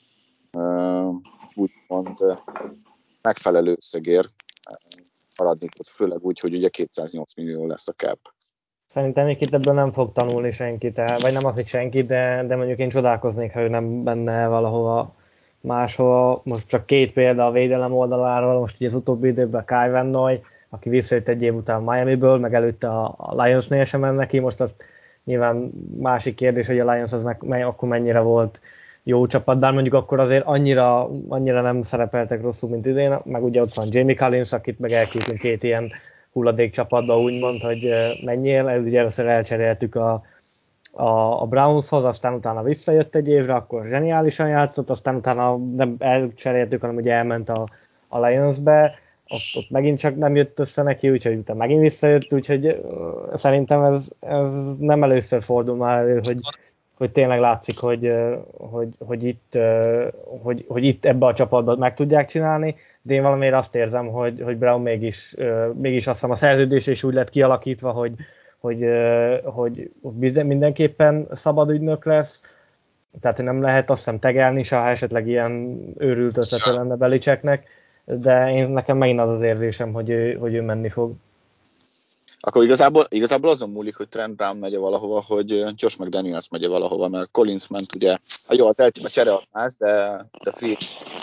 uh, úgymond uh, megfelelő összegér uh, maradni, főleg úgy, hogy ugye kétszáznyolc millió lesz a cap. Szerintem még itt ebből nem fog tanulni senki, tehát, vagy nem az, hogy senki, de, de mondjuk én csodálkoznék, ha ő nem benne valahova máshol. Most csak két példa a védelem oldaláról, most ugye az utóbbi időben Kai Van Noy, aki visszajött egy év után Miamiből, meg előtte a Lionsnél sem ment neki, most az nyilván másik kérdés, hogy a Lions az meg, meg, akkor mennyire volt jó csapat, de mondjuk akkor azért annyira, annyira nem szerepeltek rosszul, mint idén, meg ugye ott van Jamie Collins, akit meg elküldtünk két ilyen hulladék csapatba, úgymond, hogy menjél, ugye először elcseréltük a a, a Brownshoz, aztán utána visszajött egy évre, akkor zseniálisan játszott, aztán utána nem elcseréltük, hanem ugye elment a, a Lionsbe, ott, ott megint csak nem jött össze neki, úgyhogy utána megint visszajött, úgyhogy uh, szerintem ez, ez nem először fordul már elő, hogy, hogy tényleg látszik, hogy, uh, hogy, hogy, itt, uh, hogy, hogy itt ebbe a csapatban meg tudják csinálni, de én valamiért azt érzem, hogy, hogy Brown mégis, uh, mégis azt hiszem a szerződés is úgy lett kialakítva, hogy Hogy, hogy mindenképpen szabad ügynök lesz, tehát hogy nem lehet azt hiszem tegelni, se ha esetleg ilyen őrült ötlete lenne Belichicknek, de én, nekem megint az az érzésem, hogy ő, hogy ő menni fog. Akkor igazából, igazából azon múlik, hogy Trent Brown megye valahova, hogy Josh McDaniels megye valahova, mert Collins ment ugye, hát jó, az eltűnt a csere az más, de, de free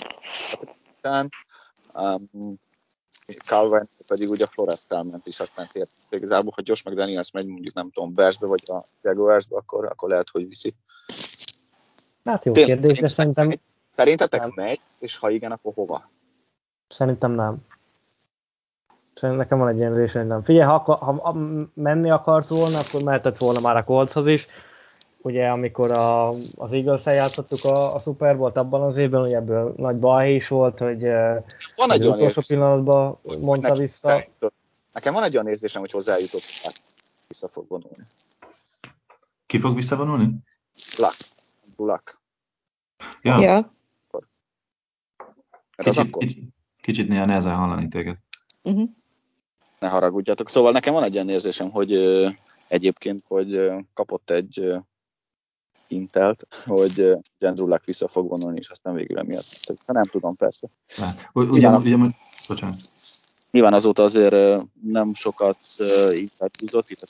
után, um, Calvin pedig ugye Flores-tel ment is, aztán tért. Igazából, ha Josh McDaniels megy mondjuk nem tudom, Bearsbe vagy a Jaguarsbe, akkor, akkor lehet, hogy viszi. Hát jó Tényleg, kérdés, de szerintem... Megy? Szerintetek nem. megy, és ha igen, akkor hova? Szerintem nem. Szerintem nekem van egy ilyen érzés, hogy nem. Figyelj, ha, ha, ha menni akart volna, akkor mehetett volna már a Coltshoz is. Ugye, amikor a, az Eagles-el játszottuk a, a Super Bowl-t abban az évben, ugye ebből nagy balhé is volt, hogy, van hogy az utolsó pillanatban mondta vissza. Nekem van egy olyan érzésem, hogy hozzájutott, vissza fog vonulni. Ki fog visszavonulni? Luck. Luck. Ja. ja. Kicsit, kicsit, kicsit néha nehezen hallani téged. Uh-huh. Ne haragudjatok. Szóval nekem van egy olyan érzésem, hogy uh, egyébként, hogy uh, kapott egy uh, intelt, hogy uh, Andrew Luck vissza fog vonulni, és aztán végül emiatt. Ha nem tudom, persze. Ugyan, ugyan, bocsánat. Nyilván azóta azért uh, nem sokat uh, intelt húzott, itt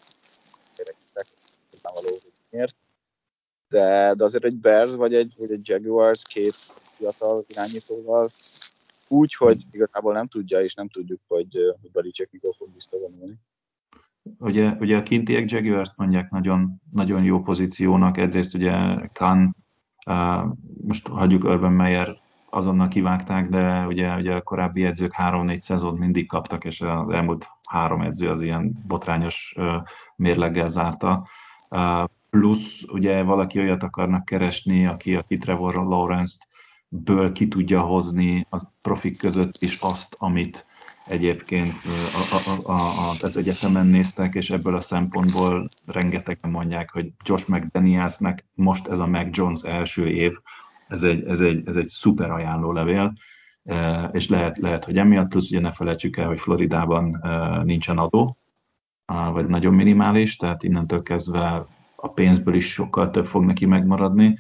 a de, de azért egy Bears vagy egy, vagy egy Jaguars két fiatal irányítóval úgy, hogy igazából nem tudja, és nem tudjuk, hogy, hogy Belichick mikor fog visszavonulni. Ugye, ugye a kintiek Jaguars mondják nagyon, nagyon jó pozíciónak, egyrészt ugye Khan, uh, most hagyjuk Urban Meyer azonnal kivágták, de ugye, ugye a korábbi edzők három-négy szezon mindig kaptak, és az elmúlt három edző az ilyen botrányos mérleggel zárta. Plusz ugye valaki olyat akarnak keresni, aki, aki Trevor Lawrence-ből ki tudja hozni a profik között is azt, amit egyébként a, a, a, az egyetemen néztek, és ebből a szempontból rengetegen mondják, hogy Josh McDanielsnek most ez a Mac Jones első év, ez egy, ez egy, ez egy szuper ajánlólevél, és lehet, lehet, hogy emiatt, plusz ugye ne felejtsük el, hogy Floridában nincsen adó, vagy nagyon minimális, tehát innentől kezdve a pénzből is sokkal több fog neki megmaradni.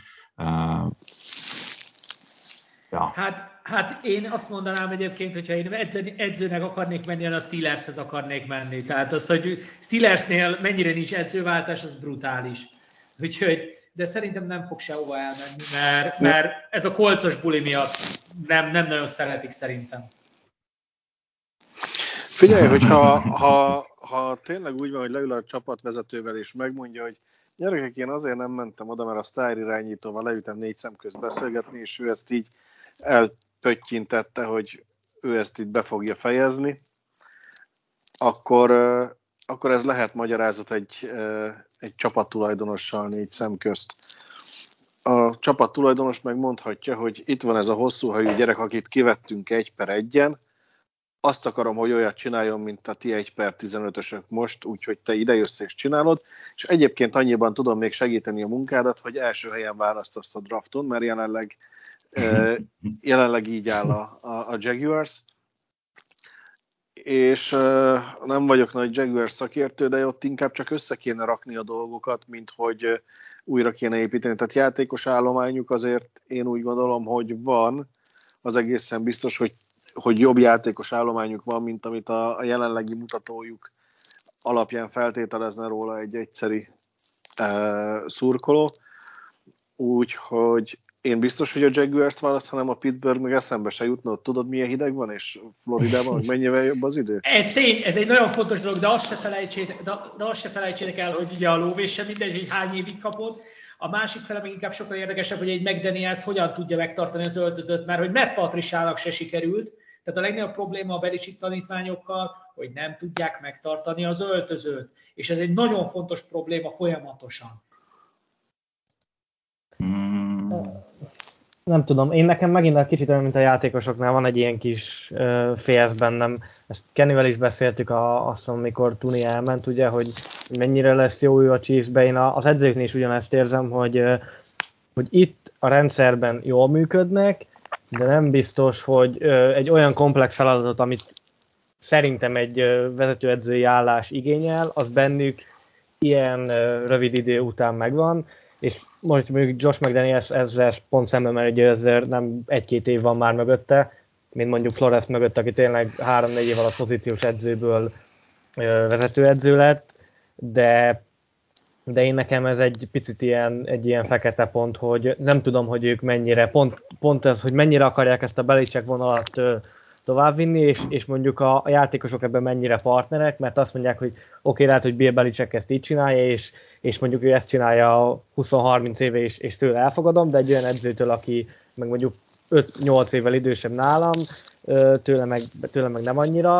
Ja. Hát, hát én azt mondanám egyébként, hogyha én edző, edzőnek akarnék menni, a Steelershez akarnék menni. Tehát az, hogy Steelersnél mennyire nincs edzőváltás, az brutális. Úgyhogy, de szerintem nem fog sehova elmenni, mert, mert ez a kolcos buli miatt nem, nem nagyon szeretik szerintem. Figyelj, hogyha ha, ha tényleg úgy van, hogy leül a csapatvezetővel és megmondja, hogy gyerekek, én azért nem mentem oda, mert a sztár irányítóval leültem négy szem közt beszélgetni, és ő ezt így elpöttyintette, hogy ő ezt itt be fogja fejezni, akkor, akkor ez lehet magyarázat egy, egy csapattulajdonossal négy szem közt. A csapattulajdonos megmondhatja, hogy itt van ez a hosszú hajú gyerek, akit kivettünk egy per egyen, azt akarom, hogy olyat csináljon, mint a ti egy per tizenötösök most, úgyhogy te idejössz és csinálod, és egyébként annyiban tudom még segíteni a munkádat, hogy első helyen választasz a drafton, mert jelenleg, uh, jelenleg így áll a, a, a Jaguars, és uh, nem vagyok nagy Jaguars szakértő, de ott inkább csak össze kéne rakni a dolgokat, mint hogy uh, újra kéne építeni. Tehát játékos állományuk azért én úgy gondolom, hogy van, az egészen biztos, hogy hogy jobb játékos állományuk van, mint amit a, a jelenlegi mutatójuk alapján feltételezne róla egy egyszeri e, szurkoló. Úgyhogy én biztos, hogy a Jaguars-t választanám, a Pittsburgh meg eszembe se jutna, ott tudod milyen hideg van, és Floridában, hogy mennyivel jobb az idő? Ez tény, ez egy nagyon fontos dolog, de azt se felejtsétek, de, de azt se felejtsétek el, hogy ugye a lóvés sem mindegy, hogy hány évig kapott. A másik fele még inkább sokkal érdekesebb, hogy egy McDaniels hogyan tudja megtartani az öltözőt, mert hogy Matt Patriciának se sikerült. Tehát a legnagyobb probléma a Belichick tanítványokkal, hogy nem tudják megtartani az öltözőt. És ez egy nagyon fontos probléma folyamatosan. Nem tudom, én nekem megint egy kicsit olyan, mint a játékosoknál van egy ilyen kis uh, félsz bennem. Ezt Kennyvel is beszéltük a, azt, amikor Tuni elment, ugye, hogy mennyire lesz jó ő a Chiefsbe. Én az edzőknél is ugyanezt érzem, hogy, uh, hogy itt a rendszerben jól működnek, de nem biztos, hogy uh, egy olyan komplex feladatot, amit szerintem egy uh, vezetőedzői állás igényel, az bennük ilyen uh, rövid idő után megvan, és most mondjuk Josh McDaniels ezzel pont szemben, mert ugye ezzel nem egy-két év van már mögötte, mint mondjuk Flores mögött, aki tényleg három-négy év alatt pozíciós edzőből uh, vezetőedző lett, de de én nekem ez egy picit ilyen, egy ilyen fekete pont, hogy nem tudom, hogy ők mennyire, pont, pont ez, hogy mennyire akarják ezt a Belichick vonalat ö, továbbvinni, és, és mondjuk a, a játékosok ebben mennyire partnerek, mert azt mondják, hogy oké, okay, lehet, hogy Bill Belichick ezt így csinálja, és, és mondjuk ő ezt csinálja húsz-harminc éve, és, és tőle elfogadom, de egy olyan edzőtől, aki meg mondjuk öt-nyolc évvel idősebb nálam, tőle meg, tőle meg nem annyira.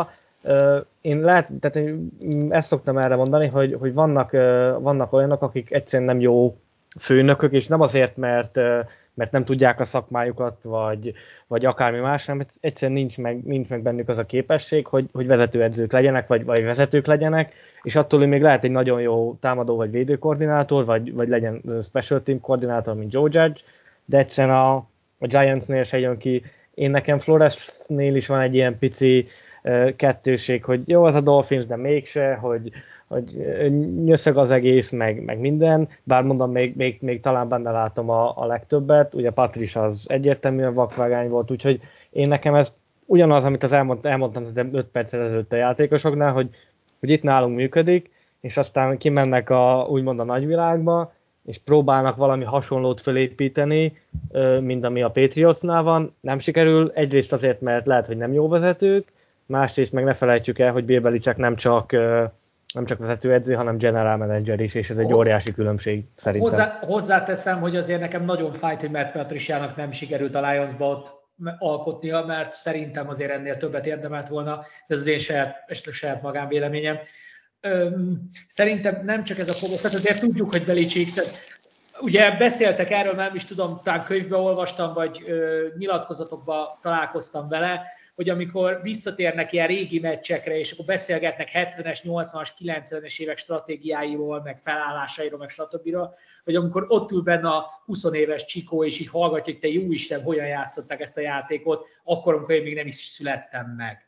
Én lehet, tehát én ezt szoktam erre mondani, hogy, hogy vannak, vannak olyanok, akik egyszerűen nem jó főnökök, és nem azért, mert, mert nem tudják a szakmájukat, vagy, vagy akármi más, hanem egyszerűen nincs meg, nincs meg bennük az a képesség, hogy, hogy vezetőedzők legyenek, vagy, vagy vezetők legyenek, és attól, hogy még lehet egy nagyon jó támadó vagy védőkoordinátor, vagy, vagy legyen special team koordinátor, mint Joe Judge, de egyszerűen a, a Giantsnél se jön ki. Én nekem Floresnél is van egy ilyen pici kettőség, hogy jó az a Dolphins, de mégse, hogy, hogy nyöszög az egész, meg, meg minden, bár mondom, még, még, még talán benne látom a, a legtöbbet, ugye Patrice az egyértelműen vakvágány volt, úgyhogy én nekem ez ugyanaz, amit az elmond, elmondtam de öt perccel ezelőtt a játékosoknál, hogy, hogy itt nálunk működik, és aztán kimennek a, úgymond a nagyvilágba, és próbálnak valami hasonlót felépíteni, mint ami a Patriotsnál van, nem sikerül, egyrészt azért, mert lehet, hogy nem jó vezetők, másrészt meg ne felejtsük el, hogy Bill Belichick nem csak, nem csak vezetőedző, hanem general manager is, és ez egy óriási különbség szerintem. Hozzá, hozzáteszem, hogy azért nekem nagyon fájt, hogy Matt Patriciának nem sikerült a Lionsba ott alkotnia, mert szerintem azért ennél többet érdemelt volna, de ez az én saját, esetleg saját magánvéleményem. Szerintem nem csak ez a fogó, tehát azért tudjuk, hogy Belichick, tehát ugye beszéltek erről, nem is tudom, talán könyvben olvastam, vagy ö, nyilatkozatokban találkoztam vele, hogy amikor visszatérnek ilyen régi meccsekre, és akkor beszélgetnek hetvenes, nyolcvanas, kilencvenes évek stratégiáiról, meg felállásairól, meg stb. Hogy amikor ott ül benne a húsz éves Csikó, és így hallgatja, hogy te jó Isten, hogyan játszották ezt a játékot, akkor, amikor én még nem is születtem meg.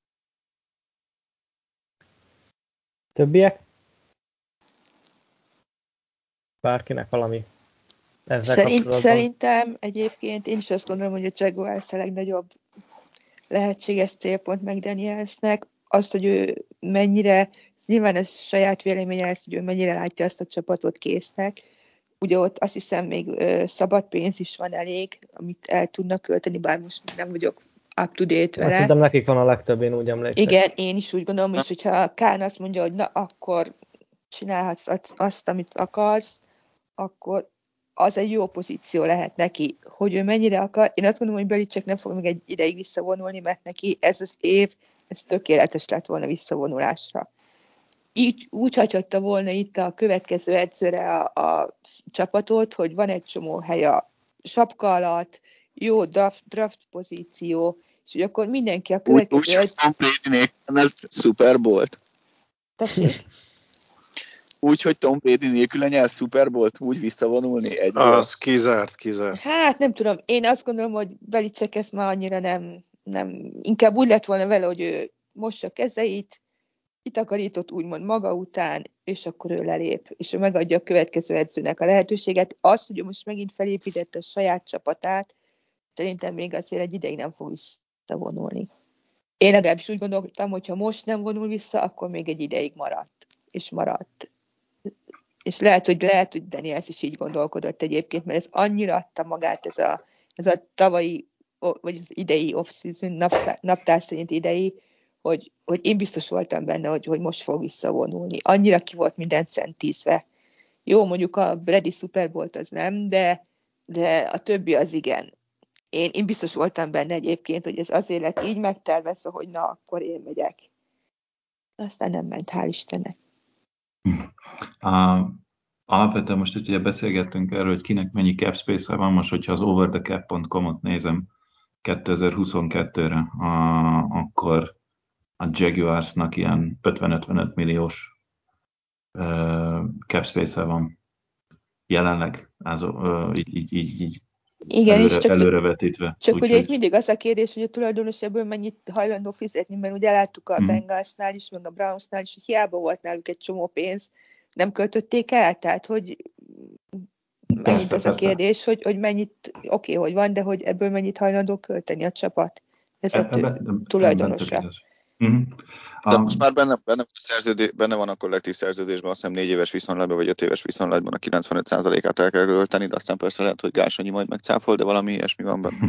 Többiek? Bárkinek valami ezzel Szerint, kapcsolatban? Szerintem egyébként én is azt gondolom, hogy a Jaguars a legnagyobb lehetséges célpont meg Danielsnek. Azt, hogy ő mennyire, nyilván ez saját véleménye lesz, hogy ő mennyire látja azt a csapatot késznek. Ugye ott azt hiszem még ö, szabad pénz is van elég, amit el tudnak költeni, bár most nem vagyok up-to-date vele. Szerintem nekik van a legtöbb, én úgy emlékszem. Igen, én is úgy gondolom, és hogyha Kán azt mondja, hogy na, akkor csinálhatsz azt, amit akarsz, akkor az egy jó pozíció lehet neki, hogy ő mennyire akar. Én azt gondolom, hogy Belichick nem fog még egy ideig visszavonulni, mert neki ez az év, ez tökéletes lett volna visszavonulásra. Így úgy hagyhatta volna itt a következő edzőre a, a csapatot, hogy van egy csomó hely a sapka alatt, jó draft, draft pozíció, és hogy akkor mindenki a következő... Úgy, úgy Tom Brady nélkül Super Bowl-t. Tessék? Úgy, hogy Tom Brady nélkül nyert Super Bowl-t, úgy visszavonulni egyből. Az kizárt, kizárt. Hát nem tudom, én azt gondolom, hogy Belichick ezt már annyira nem, nem, inkább úgy lett volna vele, hogy ő mossa kezeit, kitakarított úgymond maga után, és akkor ő lelép, és ő megadja a következő edzőnek a lehetőséget. Azt, hogy most megint felépítette a saját csapatát, szerintem még azért egy ideig nem fog visszavonulni. Én legalábbis úgy gondoltam, hogy ha most nem vonul vissza, akkor még egy ideig maradt, és maradt. És lehet, hogy, lehet, hogy Daniels is így gondolkodott egyébként, mert ez annyira adta magát, ez a, ez a tavalyi, vagy az idei off-season, naptár, naptár szerint idei, hogy, hogy én biztos voltam benne, hogy, hogy most fog visszavonulni. Annyira ki volt minden centízve. Jó, mondjuk a Brady Super Bowl-t az nem, de, de a többi az igen. Én, én biztos voltam benne egyébként, hogy ez azért lett így megtervezve, hogy na, akkor én megyek. Aztán nem ment, hál' Istennek. Uh, alapvetően most itt ugye beszélgettünk erről, hogy kinek mennyi cap space van, most hogyha az overthecap pont com-ot nézem kétezer-huszonkettőre, uh, akkor a Jaguarsnak ilyen ötven-ötvenöt milliós uh, cap space van jelenleg, az, uh, így, így, így, így igen, előre, és csak, előrevetítve. Csak úgy, ugye hogy... itt mindig az a kérdés, hogy a tulajdonos ebből mennyit hajlandó fizetni, mert ugye láttuk a mm. Bengalsnál is, meg a Brownsnál is, hogy hiába volt náluk egy csomó pénz, nem költötték el, tehát hogy megint persze, az persze. a kérdés, hogy, hogy mennyit, oké, okay, hogy van, de hogy ebből mennyit hajlandó költeni a csapat vezető e, ebben, tulajdonosra. Mm-hmm. De most már benne, benne, van a szerződés, benne van a kollektív szerződésben, azt hiszem négy éves viszonylatban, vagy öt éves viszonylatban a kilencvenöt százalékát el kell költeni, de aztán persze lehet, hogy Gásonyi majd megcáfol, de valami ilyesmi van benne.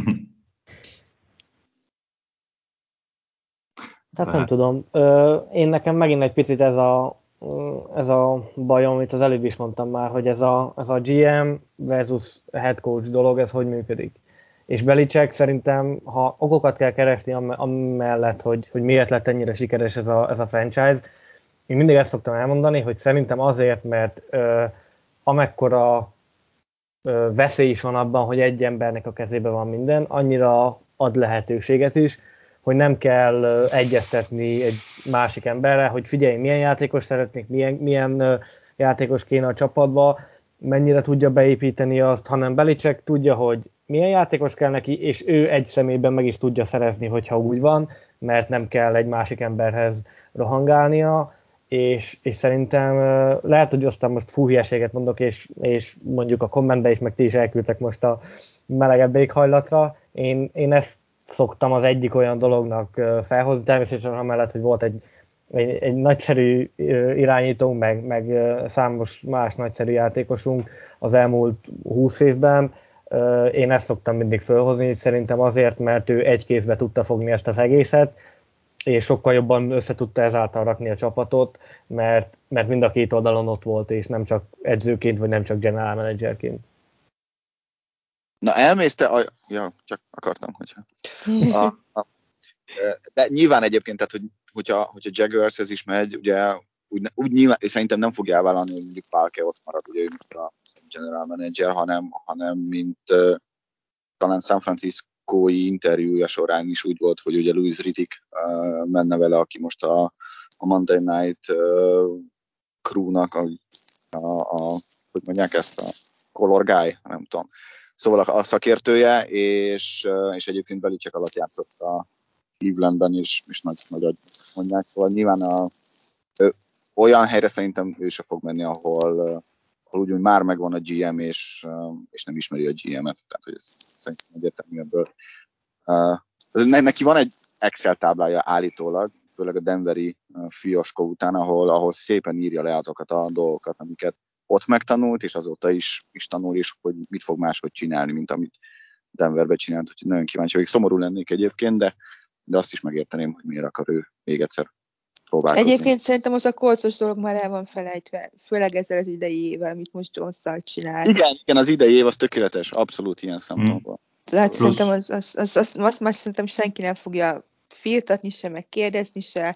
Hát nem tudom. Én nekem megint egy picit ez a, ez a bajom, amit az előbb is mondtam már, hogy ez a, ez a gé em versus head coach dolog, ez hogy működik. És Belichick szerintem, ha okokat kell keresni amellett, hogy, hogy miért lett ennyire sikeres ez a, ez a franchise, én mindig ezt szoktam elmondani, hogy szerintem azért, mert ö, amekkora ö, veszély is van abban, hogy egy embernek a kezében van minden, annyira ad lehetőséget is, hogy nem kell ö, egyeztetni egy másik emberre, hogy figyelj, milyen játékos szeretnék, milyen, milyen ö, játékos kéne a csapatba, mennyire tudja beépíteni azt, hanem Belichick tudja, hogy milyen játékos kell neki, és ő egy személyben meg is tudja szerezni, hogyha úgy van, mert nem kell egy másik emberhez rohangálnia, és, és szerintem lehet, hogy aztán most fú hülyeséget mondok, és, és mondjuk a kommentbe is, meg ti is elküldtek most a melegebb éghajlatra. Én, én ezt szoktam az egyik olyan dolognak felhozni, természetesen amellett, hogy volt egy, egy, egy nagyszerű irányítónk, meg, meg számos más nagyszerű játékosunk az elmúlt húsz évben. Én ezt szoktam mindig felhozni, hogy szerintem azért, mert ő egy kézbe tudta fogni ezt az egészet, és sokkal jobban össze tudta ezáltal rakni a csapatot, mert, mert mind a két oldalon ott volt, és nem csak edzőként, vagy nem csak general managerként. Na elmész te, a... ja, csak akartam, hogyha... A, a, de nyilván egyébként, tehát, hogy, hogyha, hogyha Jaguarshez is megy, ugye úgy, úgy nyilván, és szerintem nem fogja elvállalni, hogy mondjuk Palke ott marad, ugye ő mint a general manager, hanem, hanem mint uh, talán San Francisco-i interjúja során is úgy volt, hogy ugye Louis Riddick uh, menne vele, aki most a, a Monday Night uh, crew-nak a, a, a, hogy mondják ezt, a color guy, nem tudom. Szóval a, a szakértője, és, és egyébként Belichick alatt játszott a Clevelandben is, és nagy, nagy mondják. Szóval nyilván a, ö, olyan helyre szerintem ő se fog menni, ahol, ahol úgy, hogy már megvan a gé em, és, és nem ismeri a gé em-et. Tehát, hogy ez szerintem egyértelmű ebből. Uh, neki van egy Excel táblája állítólag, főleg a denveri fiaskó után, ahol, ahol szépen írja le azokat a dolgokat, amiket ott megtanult, és azóta is, is tanul, és hogy mit fog máshogy csinálni, mint amit Denverbe csinált. Úgyhogy nagyon kíváncsi vagyok. Szomorú lennék egyébként, de, de azt is megérteném, hogy miért akar ő még egyszer próbálkozni. Egyébként szerintem az a kolcos dolog már el van felejtve, főleg ezzel az idei évvel, amit most Jones-szal csinál. Igen, igen, az idei év az tökéletes, abszolút ilyen szempontból. Hmm. Tehát szerintem az, az, az, az, azt már szerintem senki nem fogja firtatni se, meg kérdezni se.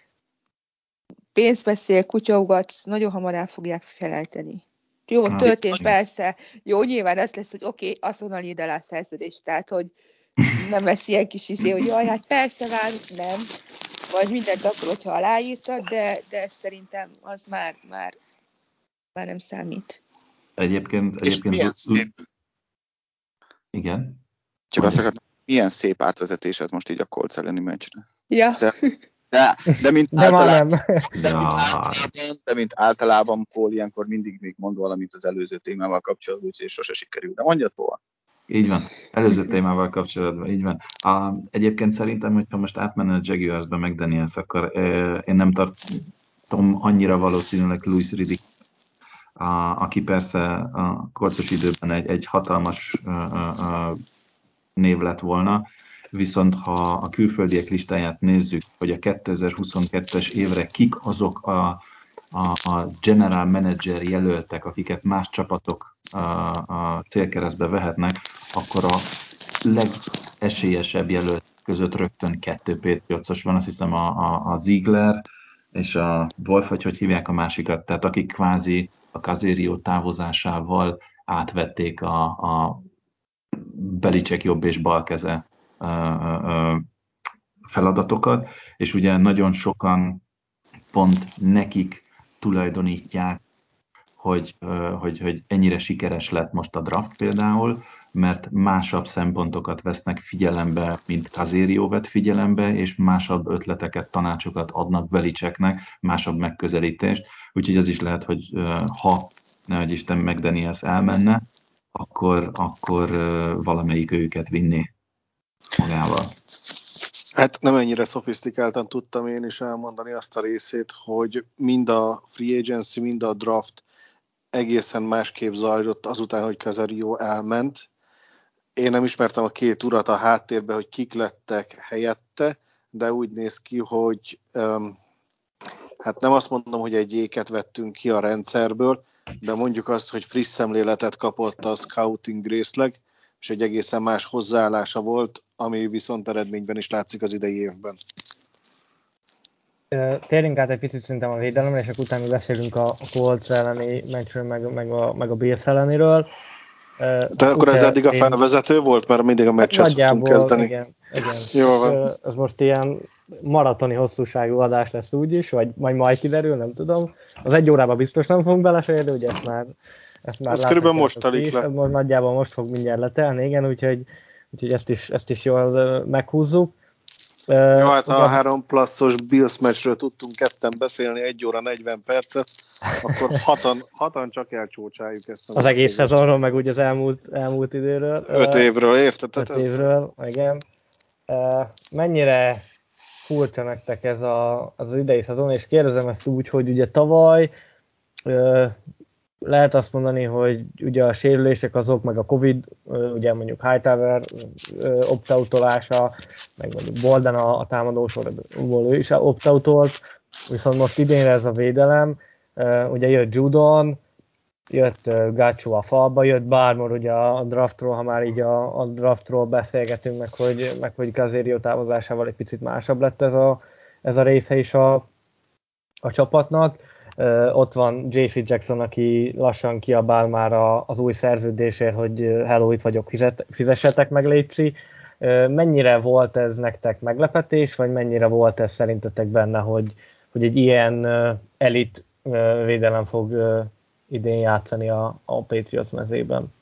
Pénzbeszél, kutyaugat, nagyon hamar el fogják felejteni. Jó, hát, történt persze. Jó, nyilván az lesz, hogy oké, okay, azonnal írd el a szerződést, tehát, hogy nem lesz ilyen kis izé, hogy jaj, hát persze várunk, nem. Vagy mindent akkor, hogyha aláírtad, de, de szerintem az már, már, már nem számít. Egyébként... És egyébként milyen szép. Igen. Csak azt akartam, milyen szép átvezetés ez most így a Colts elleni meccsre. Ja. De, de, de, mint de általában, nem. De, mint általában, de mint általában Paul ilyenkor mindig még mond valamit az előző témával kapcsolatban, úgyhogy sose sikerül. De mondjad, Paul. Így van. Előző témával kapcsolatban, így van. A, egyébként szerintem, hogyha most átmenne a Jaguarsbe meg Daniels, akkor eh, én nem tartom annyira valószínűleg Louis Riddick, a, aki persze a korcos időben egy, egy hatalmas uh, uh, név lett volna, viszont ha a külföldiek listáját nézzük, hogy a kétezer-huszonkettes évre kik azok a, a, a general manager jelöltek, akiket más csapatok a, a célkeresztbe vehetnek, akkor a legesélyesebb jelölt között rögtön kettő Patriotsos van, azt hiszem a, a, a Ziegler és a Wolf, vagy hogy hívják a másikat, tehát akik kvázi a Caserio távozásával átvették a, a Belichick jobb és bal keze feladatokat, és ugye nagyon sokan pont nekik tulajdonítják, hogy, hogy, hogy ennyire sikeres lett most a draft például, mert másabb szempontokat vesznek figyelembe, mint Caserio vett figyelembe, és másabb ötleteket, tanácsokat adnak Belichicknek, másabb megközelítést, úgyhogy az is lehet, hogy ha nehogy Isten McDaniels elmenne, akkor, akkor valamelyik őket vinné magával. Hát nem ennyire szofisztikáltan tudtam én is elmondani azt a részét, hogy mind a free agency, mind a draft egészen másképp zajlott azután, hogy Caserio elment. Én nem ismertem a két urat a háttérbe, hogy kik lettek helyette, de úgy néz ki, hogy um, hát nem azt mondom, hogy egy éket vettünk ki a rendszerből, de mondjuk azt, hogy friss szemléletet kapott a scouting részleg, és egy egészen más hozzáállása volt, ami viszont eredményben is látszik az idei évben. Térjünk át egy picit szerintem a védelemre, és akkor utána beszélünk a Colts elleni meccsről, meg, meg, a, meg a Bills elleniről. De akkor ez eddig a felvezető volt, mert mindig a meccshez szoktunk kezdeni. Igen, igen. Jó van. Ez most ilyen maratoni hosszúságú adás lesz úgyis, vagy majd majd kiderül, nem tudom. Az egy órában biztos nem fogunk beleférni, ugye ezt már ezt már ez körülbelül most telik le. Nagyjából most fog mindjárt letelni, igen, úgyhogy, úgyhogy ezt, is, ezt is jól meghúzzuk. Jó, hát ha a három pluszos Bills meccsről tudtunk ketten beszélni egy óra negyven percet, akkor hatan, hatan csak elcsócsáljuk ezt. Az egész szezonról, meg úgy az elmúlt, elmúlt időről. Öt évről, érted? Öt ez... évről, igen. Mennyire furcsa nektek ez a, az idei szezon, és kérdezem ezt úgy, hogy ugye tavaly lehet azt mondani, hogy ugye a sérülések azok, meg a Covid, ugye mondjuk Hightower opt-outolása, meg mondjuk Bolden a, a támadósorból ő is opt-outolt, viszont most idénre ez a védelem, ugye jött Judon, jött uh, Gácsó a falba, jött Barmore ugye a draftról, ha már így a, a draftról beszélgetünk, meg hogy, meg hogy Caserio távozásával egy picit másabb lett ez a, ez a része is a, a csapatnak. Uh, ott van jé cé Jackson, aki lassan kiabál már a, az új szerződésért, hogy hello, itt vagyok, fizet, fizessetek meg, létszi. Uh, mennyire volt ez nektek meglepetés, vagy mennyire volt ez szerintetek benne, hogy, hogy egy ilyen uh, elit uh, védelem fog uh, idén játszani a, a Patriots mezében?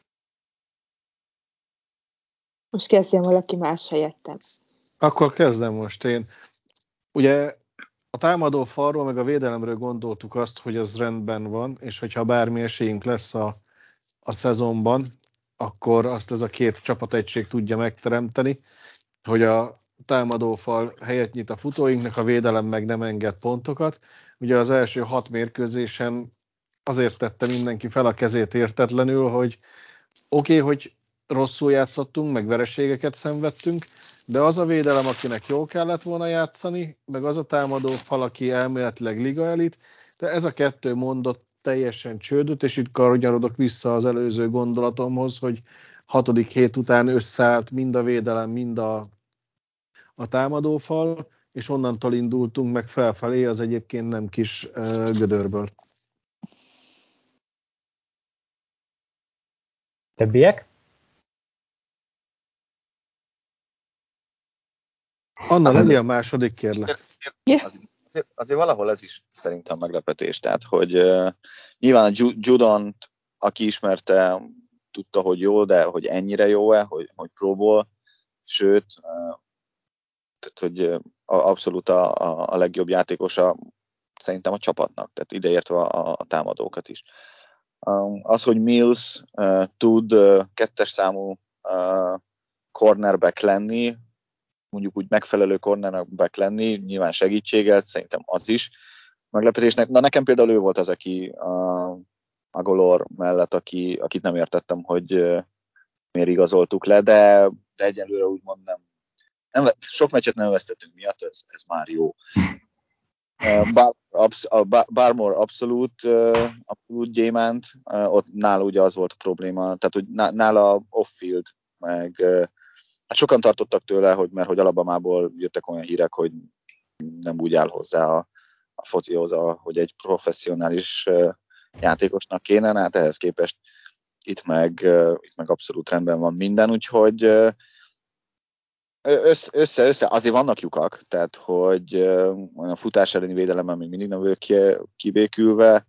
Most kezdjem valaki más helyettem. Akkor kezdem most én. Ugye a támadó falról, meg a védelemről gondoltuk azt, hogy az rendben van, és hogyha bármi esélyünk lesz a, a szezonban, akkor azt ez a két csapategység tudja megteremteni, hogy a támadófal helyet nyit a futóinknak, a védelem meg nem enged pontokat. Ugye az első hat mérkőzésen azért tette mindenki fel a kezét értetlenül, hogy oké, okay, hogy rosszul játszottunk, meg vereségeket szenvedtünk, de az a védelem, akinek jól kellett volna játszani, meg az a támadófal, aki elméletileg liga elit, de ez a kettő mondott teljesen csődöt, és itt kanyarodok vissza az előző gondolatomhoz, hogy hatodik hét után összeállt mind a védelem, mind a, a támadófal, és onnantól indultunk meg felfelé az egyébként nem kis uh, gödörből. Többiek? Anna, legyen a második, kérlek. Yeah. Az, azért, azért valahol ez is szerintem meglepetés. Tehát, hogy uh, nyilván a Judon, aki ismerte, tudta, hogy jó, de hogy ennyire jó-e, hogy, hogy próból, sőt, uh, tehát, hogy uh, abszolút a, a, a legjobb játékosa szerintem a csapatnak, tehát ideértve a, a támadókat is. Um, az, hogy Mills uh, tud uh, kettes számú uh, cornerback lenni, mondjuk úgy megfelelő cornerback lenni, nyilván segítséget, szerintem az is meglepetésnek. Na nekem például ő volt az, aki a Agolor mellett, aki, akit nem értettem, hogy uh, miért igazoltuk le, de, de egyelőre úgymond nem, nem, sok meccset nem vesztettünk miatt, ez, ez már jó. Bar, absz, Barmore abszolút, abszolút gyémánt, ott nála ugye az volt a probléma, tehát hogy nála off-field, meg hát sokan tartottak tőle, hogy, mert hogy Alabamából jöttek olyan hírek, hogy nem úgy áll hozzá a, a focihoz, hogy egy professzionális játékosnak kéne, hát ehhez képest itt meg, itt meg abszolút rendben van minden, úgyhogy Össze, össze, azért vannak lyukak, tehát hogy a futás elleni védelemmel még mindig nem vagyok kibékülve,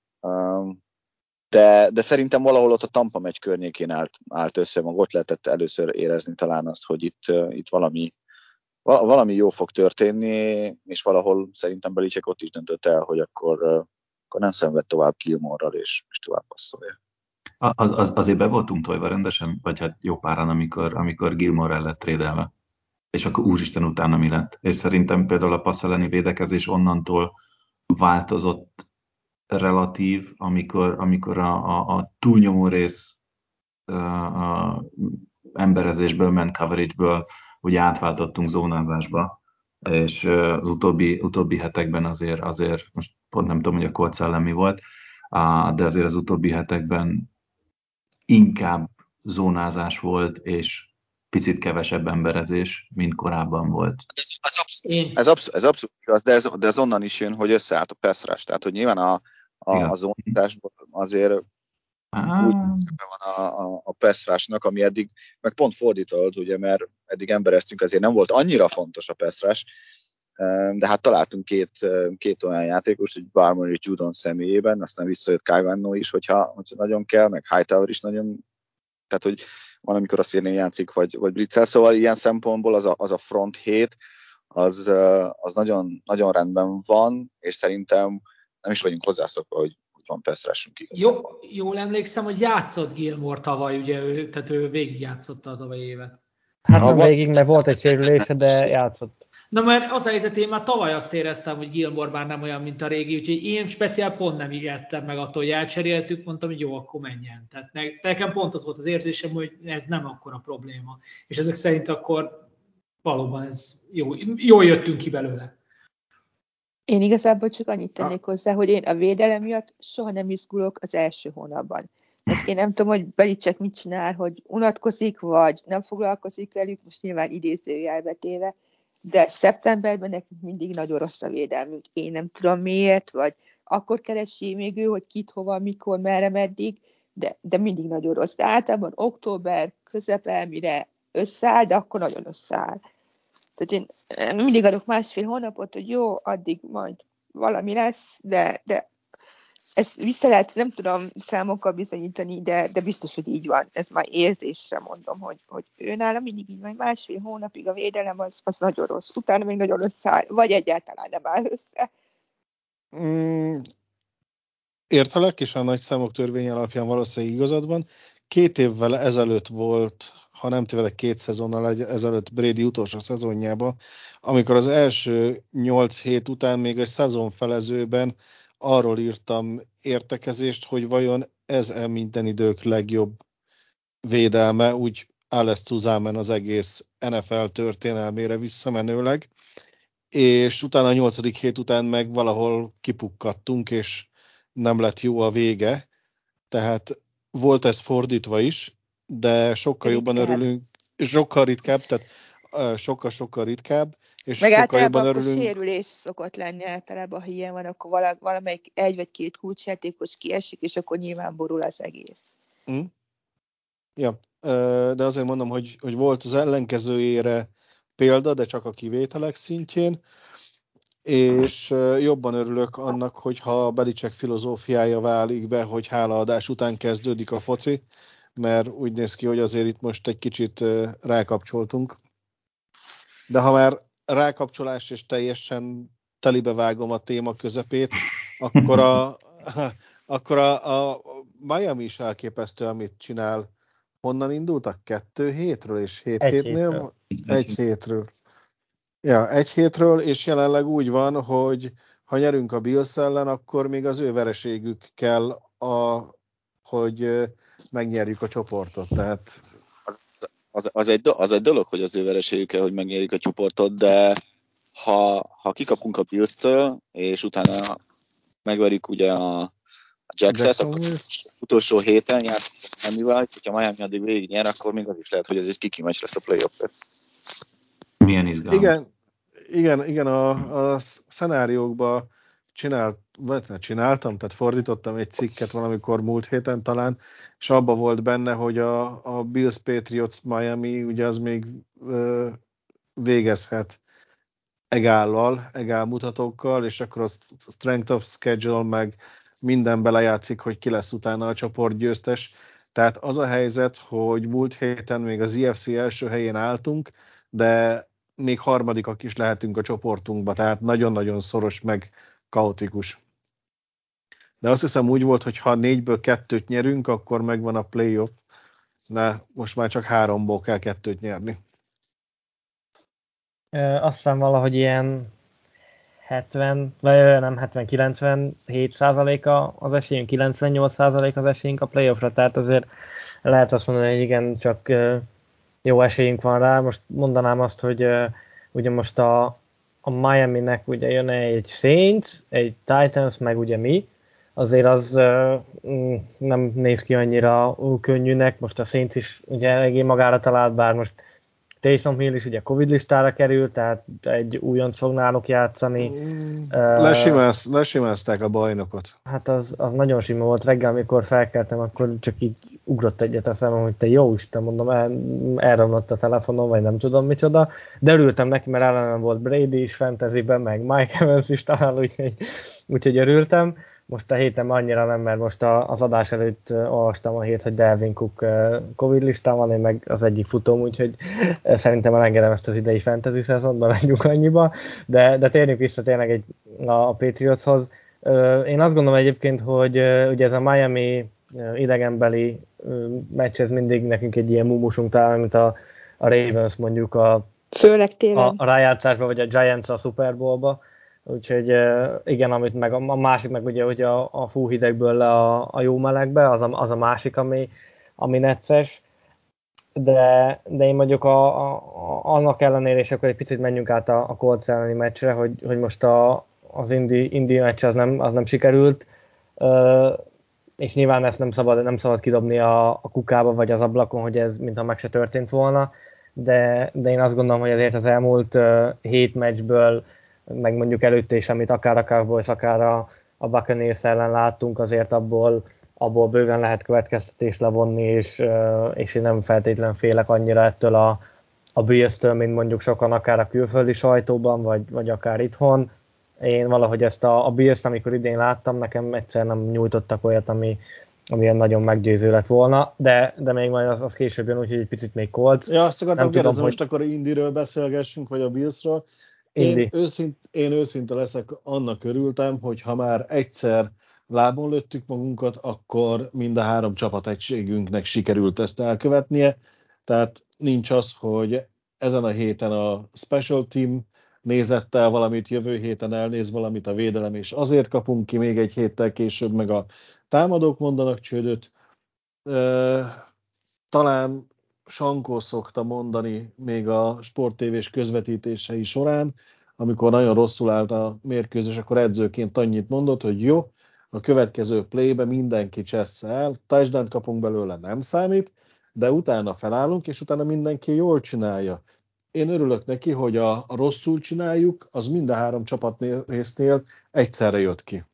de, de szerintem valahol ott a Tampa meccs környékén állt, állt össze, mag ott lehetett először érezni talán azt, hogy itt, itt valami, valami jó fog történni, és valahol szerintem Belichick ott is döntött el, hogy akkor, akkor nem szenved tovább Gilmore-ral, és, és tovább passzolja. Az, az, azért be voltunk tojva rendesen, vagy hát jó páran, amikor, amikor Gilmore el lett trédelve. És akkor úristen utána mi lett. És szerintem például a passz elleni védekezés onnantól változott relatív, amikor, amikor a, a, a túlnyomó rész a, a emberezésből, man coverage-ből ugye átváltottunk zónázásba, és az utóbbi, utóbbi hetekben azért, azért, most pont nem tudom, hogy a Colts ellen mi volt, de azért az utóbbi hetekben inkább zónázás volt, és picit kevesebb emberezés, mint korábban volt. Ez, ez, abszolút, ez, abszolút, ez abszolút igaz, de ez, de ez onnan is jön, hogy összeállt a pass rush. Tehát, hogy nyilván a, a, a zónázásból azért ah. úgy van a, a, a pass rushnak, ami eddig, meg pont fordítva volt, ugye, mert eddig embereztünk, azért nem volt annyira fontos a pass rush, de hát találtunk két, két olyan játékos, hogy Barmore és Judon személyében, aztán visszajött Kyle Van Noy is, hogyha, hogyha nagyon kell, meg Hightower is nagyon, tehát, hogy van, amikor a szélén játszik, vagy, vagy blitzel, szóval ilyen szempontból az a, az a front hét, az, az nagyon, nagyon rendben van, és szerintem nem is vagyunk hozzászokva, hogy, hogy van pass rushunk igazán. Jó, jól emlékszem, hogy játszott Gilmore tavaly, ugye ő, tehát ő végigjátszotta a tavalyi évet. Hát nem végig, mert volt egy sérülése, de játszott. Na mert az a helyzet, én már tavaly azt éreztem, hogy Gilmore már nem olyan, mint a régi, úgyhogy én speciál pont nem ijedtem meg attól, hogy elcseréltük, mondtam, hogy jó, akkor menjen. Tehát nekem pont az volt az érzésem, hogy ez nem akkora probléma. És ezek szerint akkor valóban ez jó, jól jöttünk ki belőle. Én igazából csak annyit tennék hozzá, hogy én a védelem miatt soha nem izgulok az első hónapban. Tehát én nem tudom, hogy Belichick mit csinál, hogy unatkozik, vagy nem foglalkozik velük, most nyilván idézőjelbe téve, de szeptemberben nekünk mindig nagyon rossz a védelmünk. Én nem tudom miért, vagy akkor keresi még ő, hogy kit, hova, mikor, merre, meddig, de, de mindig nagyon rossz. De általában október közepe, mire összeáll, de akkor nagyon összeáll. Tehát én mindig adok másfél hónapot, hogy jó, addig majd valami lesz, de, de ezt vissza lehet, nem tudom számokkal bizonyítani, de, de biztos, hogy így van. Ez már érzésre mondom, hogy, hogy ő nála mindig így van, másfél hónapig a védelem az, az nagyon rossz. Utána még nagyon összeáll, vagy egyáltalán nem áll össze. Mm, értelek, és a nagy számok törvény alapján valószínűleg igazad van. Két évvel ezelőtt volt, ha nem tévedek, két szezonnal ezelőtt Brady utolsó szezonjában, amikor az első nyolc hét után még egy szezonfelezőben arról írtam értekezést, hogy vajon ez-e minden idők legjobb védelme, úgy Alex Tuzámen az egész en ef el történelmére visszamenőleg, és utána a nyolcadik hét után meg valahol kipukkadtunk, és nem lett jó a vége, tehát volt ez fordítva is, de sokkal ritkább. Jobban örülünk, sokkal ritkább, tehát sokkal-sokkal ritkább, és meg sokkal jobban akkor örülünk. Sérülés szokott lenni általában, ha ilyen van, akkor vala, valamelyik egy vagy két kulcsjátékos kiesik, és akkor nyilván borul az egész. Mm. Ja, de azért mondom, hogy, hogy volt az ellenkezőjére példa, de csak a kivételek szintjén, és jobban örülök annak, hogyha a Belichick filozófiája válik be, hogy hálaadás után kezdődik a foci, mert úgy néz ki, hogy azért itt most egy kicsit rákapcsoltunk. De ha már rákapcsolás és teljesen telibe vágom a téma közepét, akkor a, akkor a, a Miami is elképesztő, amit csinál. Honnan indultak? Kettő hétről és hét egy hétnél? hétről. Egy hétről. Ja, egy hétről, és jelenleg úgy van, hogy ha nyerünk a Bills ellen, akkor még az ő vereségük kell, a, hogy megnyerjük a csoportot. Tehát... Az, az, az, egy, az egy dolog, hogy az ő vereségük kell, hogy megnyerjük a csoportot, de ha, ha kikapunk a Bills-től, és utána megverjük ugye a, a Jacks-et, akkor utolsó héten játszunk Miamivel, hogyha Miami addig végig nyer, akkor még az is lehet, hogy ez egy kiki meccs lesz a playoff-et. Milyen izgalmas. Igen, igen, igen a, a szenáriókban csinált, vagy csináltam, tehát fordítottam egy cikket valamikor múlt héten talán, és abban volt benne, hogy a, a Bills Patriots Miami, ugye az még ö, végezhet egállal, egál mutatókkal, és akkor a strength of schedule meg minden belejátszik, hogy ki lesz utána a csoportgyőztes. Tehát az a helyzet, hogy múlt héten még az i ef cé első helyén álltunk, de még harmadikak is lehetünk a csoportunkba, tehát nagyon-nagyon szoros meg kaotikus. De azt hiszem úgy volt, hogy ha négyből kettőt nyerünk, akkor megvan a playoff. De most már csak háromból kell kettőt nyerni. Azt hiszem valahogy ilyen hetven, vagy nem hetven-kilencvenhét százaléka az esélyünk, kilencvennyolc százalék az esélyünk a playoffra, tehát azért lehet azt mondani, hogy igen, csak jó esélyünk van rá. Most mondanám azt, hogy ugye most a, a Miami-nek ugye jön egy Saints, egy Titans, meg ugye mi, azért az nem néz ki annyira könnyűnek, most a Saints is ugye eléggé magára talált, bár most Taysom Hill is ugye Covid listára került, tehát egy újonc fog náluk játszani. Lesimász, lesimázták a bajnokot. Hát az, az nagyon sima volt. Reggel, amikor felkeltem, akkor csak így ugrott egyet a szemem, hogy te jó Isten, mondom, el, elromlott a telefonom, vagy nem tudom micsoda. De örültem neki, mert ellenem volt Brady is fantasyben, meg Mike Evans is talán, úgyhogy, úgyhogy örültem. Most a héten annyira nem, mert most az adás előtt olvastam a hét, hogy Dalvin Cook Covid listán van, én meg az egyik futóm, úgyhogy szerintem elengedem ezt az idei fantasy szezonban, menjünk annyiba, de, de térjünk vissza tényleg egy, a Patriotshoz. Én azt gondolom egyébként, hogy ugye ez a Miami idegenbeli meccs, ez mindig nekünk egy ilyen mumusunk talán, mint a, a Ravens mondjuk a, Főleg télen. a, a rájátszásba, vagy a Giants a Super Bowl-ba. Úgyhogy igen, amit meg a másik meg ugye, hogy a, a fú hidegből le a, a jó melegbe, az a, az a másik, ami, ami necces. De, de én mondjuk a, a, annak ellenére, és akkor egy picit menjünk át a, a Colts elleni meccsre, hogy, hogy most a, az indi, indi meccs az nem, az nem sikerült, és nyilván ezt nem szabad, nem szabad kidobni a, a kukába vagy az ablakon, hogy ez mintha meg se történt volna, de, de én azt gondolom, hogy azért az elmúlt hét meccsből, meg mondjuk előtte is, amit akár a Cowboys, akár a, a Buccaneers ellen láttunk, azért abból, abból bőven lehet következtetést levonni, és, és én nem feltétlen félek annyira ettől a, a Bills-től, mint mondjuk sokan akár a külföldi sajtóban, vagy, vagy akár itthon. Én valahogy ezt a, a Bills-t, amikor idén láttam, nekem egyszer nem nyújtottak olyat, ami, ami ilyen nagyon meggyőző lett volna, de, de még majd az, az később jön, úgyhogy egy picit még Colts. Ja, azt akartam nem kérdezni, tudom, most hogy... akkor Indyről beszélgessünk, vagy a Billsről. Indy. Én, őszint, én őszinte leszek, annak örültem, hogy ha már egyszer lábon lőttük magunkat, akkor mind a három csapategységünknek sikerült ezt elkövetnie. Tehát nincs az, hogy ezen a héten a special team nézett el valamit, jövő héten elnéz valamit a védelem, és azért kapunk ki még egy héttel később, meg a támadók mondanak csődöt. Talán Sankó szokta mondani még a Sport té vés közvetítései során, amikor nagyon rosszul állt a mérkőzés, akkor edzőként annyit mondott, hogy jó, a következő playbe mindenki csessze el, touchdown kapunk belőle, nem számít, de utána felállunk, és utána mindenki jól csinálja. Én örülök neki, hogy a, a rosszul csináljuk, az mind a három csapat résznél egyszerre jött ki.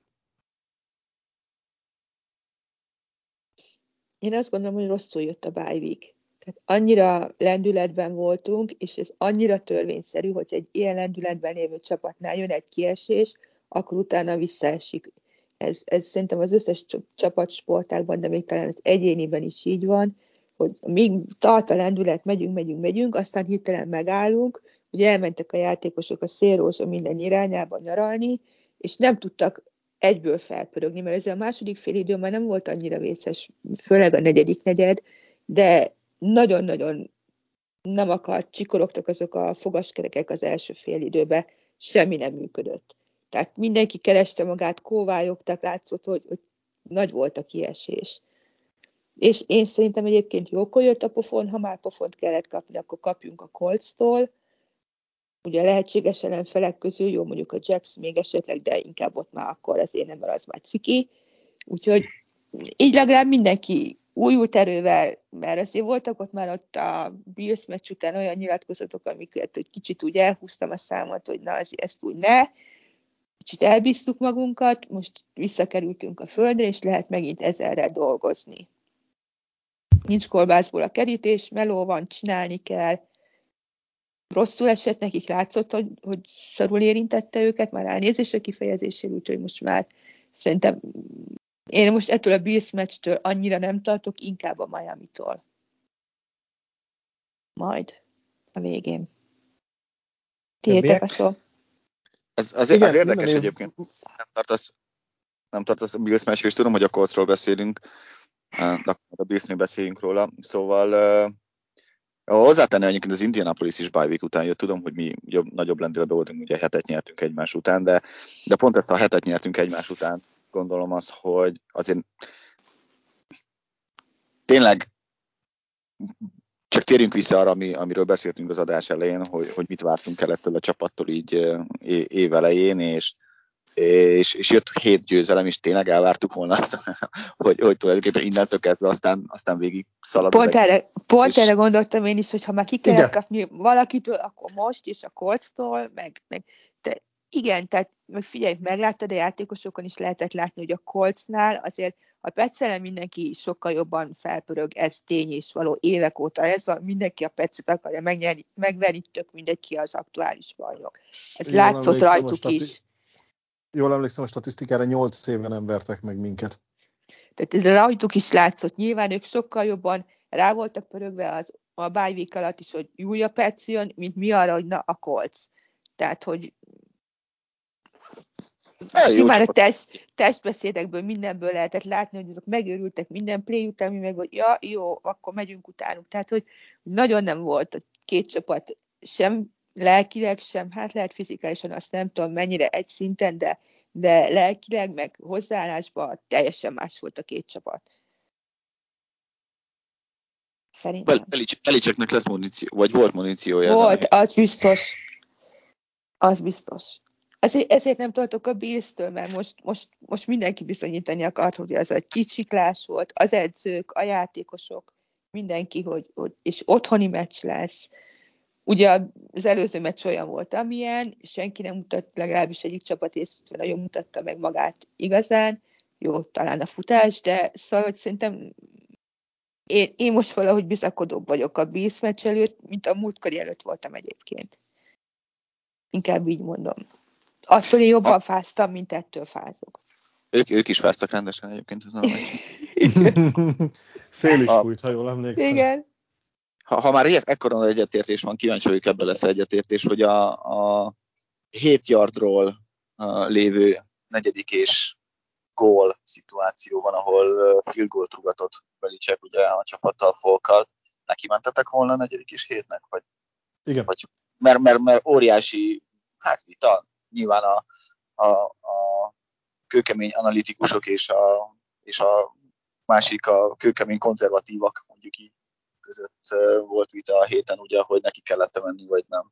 Én azt gondolom, hogy rosszul jött a bye week. Tehát annyira lendületben voltunk, és ez annyira törvényszerű, hogy egy ilyen lendületben lévő csapatnál jön egy kiesés, akkor utána visszaesik. Ez, ez szerintem az összes csapatsportákban, de még talán az egyéniben is így van, hogy míg tart a lendület, megyünk, megyünk, megyünk, aztán hirtelen megállunk, ugye elmentek a játékosok a szélrózsa minden irányába nyaralni, és nem tudtak egyből felpörögni, mert ez a második fél idő már nem volt annyira vészes, főleg a negyedik negyed, de nagyon-nagyon nem akart, csikorogtak azok a fogaskerekek az első fél időben, semmi nem működött. Tehát mindenki kereste magát, kóvályogtak, látszott, hogy, hogy nagy volt a kiesés. És én szerintem egyébként jókor jött a pofon, ha már pofont kellett kapni, akkor kapjunk a Colts-tól. Ugye lehetséges ellenfelek közül, jó, mondjuk a Jacks még esetleg, de inkább ott már akkor azért nem, mert az már ciki. Úgyhogy így legalább mindenki újult erővel, mert azért voltak ott már ott a Bills meccs után olyan nyilatkozatok, amiket hogy kicsit úgy elhúztam a számot, hogy na, ezt úgy ne. Kicsit elbíztuk magunkat, most visszakerültünk a földre, és lehet megint ezerrel dolgozni. Nincs kolbászból a kerítés, meló van, csinálni kell. Rosszul esett, nekik látszott, hogy, hogy szarul érintette őket, már elnézésre kifejezésével, úgyhogy most már szerintem én most ettől a Bills meccstől annyira nem tartok, inkább a Miamitól. Majd a végén. Tiétek a szó. Ez, az, Igen, az érdekes egyébként. Nem tartasz, nem tartasz a Bills meccsről, és tudom, hogy a Coltsról beszélünk, de a Billsnél beszéljünk róla. Szóval hozzátenni egyébként az Indianapolis is bye week után jött, tudom, hogy mi jobb, nagyobb lendületben voltunk, ugye hetet nyertünk egymás után, de, de pont ezt a hetet nyertünk egymás után, gondolom az, hogy azért tényleg csak térjünk vissza arra, ami, amiről beszéltünk az adás elején, hogy, hogy mit vártunk el ettől a csapattól így év elején, és, és, és jött hét győzelem, és tényleg elvártuk volna azt, hogy, hogy tulajdonképpen innentől kezdve aztán, aztán végig szalad. Pont, erre, pont és... erre gondoltam én is, hogy ha már ki kellett kapni valakitől, akkor most, és a Colts-tól, meg, meg te, igen, tehát figyelj, megláttad a játékosokon is lehetett látni, hogy a Coltsnál azért a Petszelen mindenki sokkal jobban felpörög, ez tény és való, évek óta ez van, mindenki a Petszet akarja megnyerni, megvenni, tök mindegy ki az aktuális bajnok. Ez jól látszott rajtuk stati- is. Jól emlékszem, a statisztikára nyolc éve nem vertek meg minket. Tehát ez rajtuk is látszott. Nyilván ők sokkal jobban rá voltak pörögve az, a bye week alatt is, hogy új a Petsz jön, mint mi arra, hogy na a Colts. Tehát, hogy El, simán a test, testbeszédekből, mindenből lehetett látni, hogy azok megőrültek minden play után, mi meg, hogy ja, jó, akkor megyünk utánuk. Tehát, hogy nagyon nem volt a két csapat sem lelkileg, sem, hát lehet fizikálisan, azt nem tudom mennyire egy szinten, de, de lelkileg, meg hozzáállásban teljesen más volt a két csapat. Szerintem. Belicseknek lesz muníció, vagy volt muníciója. Volt, az biztos. Az biztos. Azért, ezért nem tartok a Bills-től, mert most, most, most mindenki bizonyítani akart, hogy az egy kicsiklás volt, az edzők, a játékosok, mindenki, hogy, hogy és otthoni meccs lesz. Ugye az előző meccs olyan volt, amilyen, senki nem mutat, legalábbis egyik csapat észre nagyon mutatta meg magát igazán. Jó, talán a futás, de szóval, hogy szerintem én, én most valahogy bizakodóbb vagyok a Bills meccs előtt, mint a múltkori előtt voltam egyébként. Inkább így mondom. Attól én jobban a... fáztam, mint ettől fázok. Ők, ők is fáztak rendesen egyébként ezen a meccsen. Szél is fújt, ha jól emlékszem. Igen. Ha, ha már ekkora egyetértés van, kíváncsi vagyok, ebben lesz egyetértés, hogy a, a hét yardról uh, lévő negyedik és gól szituáció van, ahol field goalt rugatott Belichick ugye a csapattal, Folkkal. Neki mentetek volna a negyedik és hétnek? Vagy, igen. Vagy, mert, mert, mert óriási hát vita. Nyilván a, a, a kőkemény analitikusok és a, és a másik a kőkemény konzervatívak, mondjuk így, között volt vita a héten, ugye, hogy neki kellett menni, vagy nem.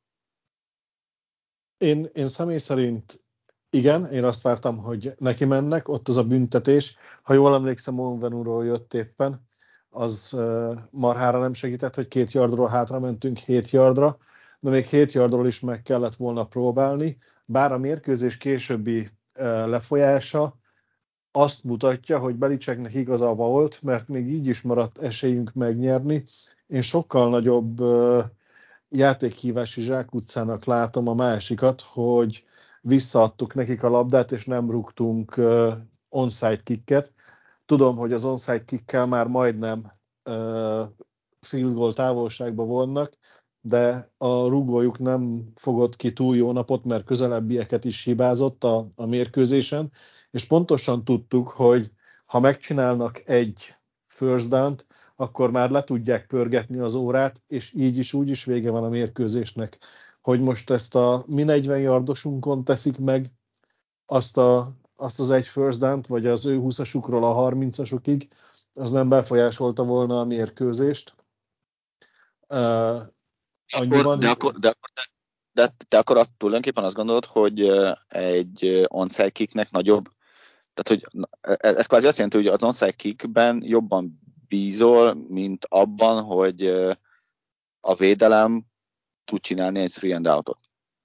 Én, én személy szerint igen, én azt vártam, hogy neki mennek, ott az a büntetés, ha jól emlékszem, Onvenuról jött éppen, az uh, marhára nem segített, hogy két yardról hátra mentünk hét yardra, de még hét yardról is meg kellett volna próbálni, bár a mérkőzés későbbi uh, lefolyása azt mutatja, hogy Belichicknek igaza volt, mert még így is maradt esélyünk megnyerni. Én sokkal nagyobb uh, játékhívási zsákutcának látom a másikat, hogy visszaadtuk nekik a labdát, és nem rúgtunk uh, onside kicket. Tudom, hogy az onside kickkel már majdnem uh, field goal távolságban vannak, de a rúgójuk nem fogott ki túl jó napot, mert közelebbieket is hibázott a, a mérkőzésen, és pontosan tudtuk, hogy ha megcsinálnak egy first down-t, akkor már le tudják pörgetni az órát, és így is úgy is vége van a mérkőzésnek. Hogy most ezt a mi negyven yardosunkon teszik meg azt, a, azt az egy first down-t, vagy az ő húszasukról a harmincasokig, az nem befolyásolta volna a mérkőzést. Uh, Akkor, de, akkor, de, de, de, de akkor tulajdonképpen azt gondolod, hogy egy onside kicknek nagyobb, tehát hogy ez kvázi azt jelenti, hogy az onside kickben jobban bízol, mint abban, hogy a védelem tud csinálni egy three and out-ot.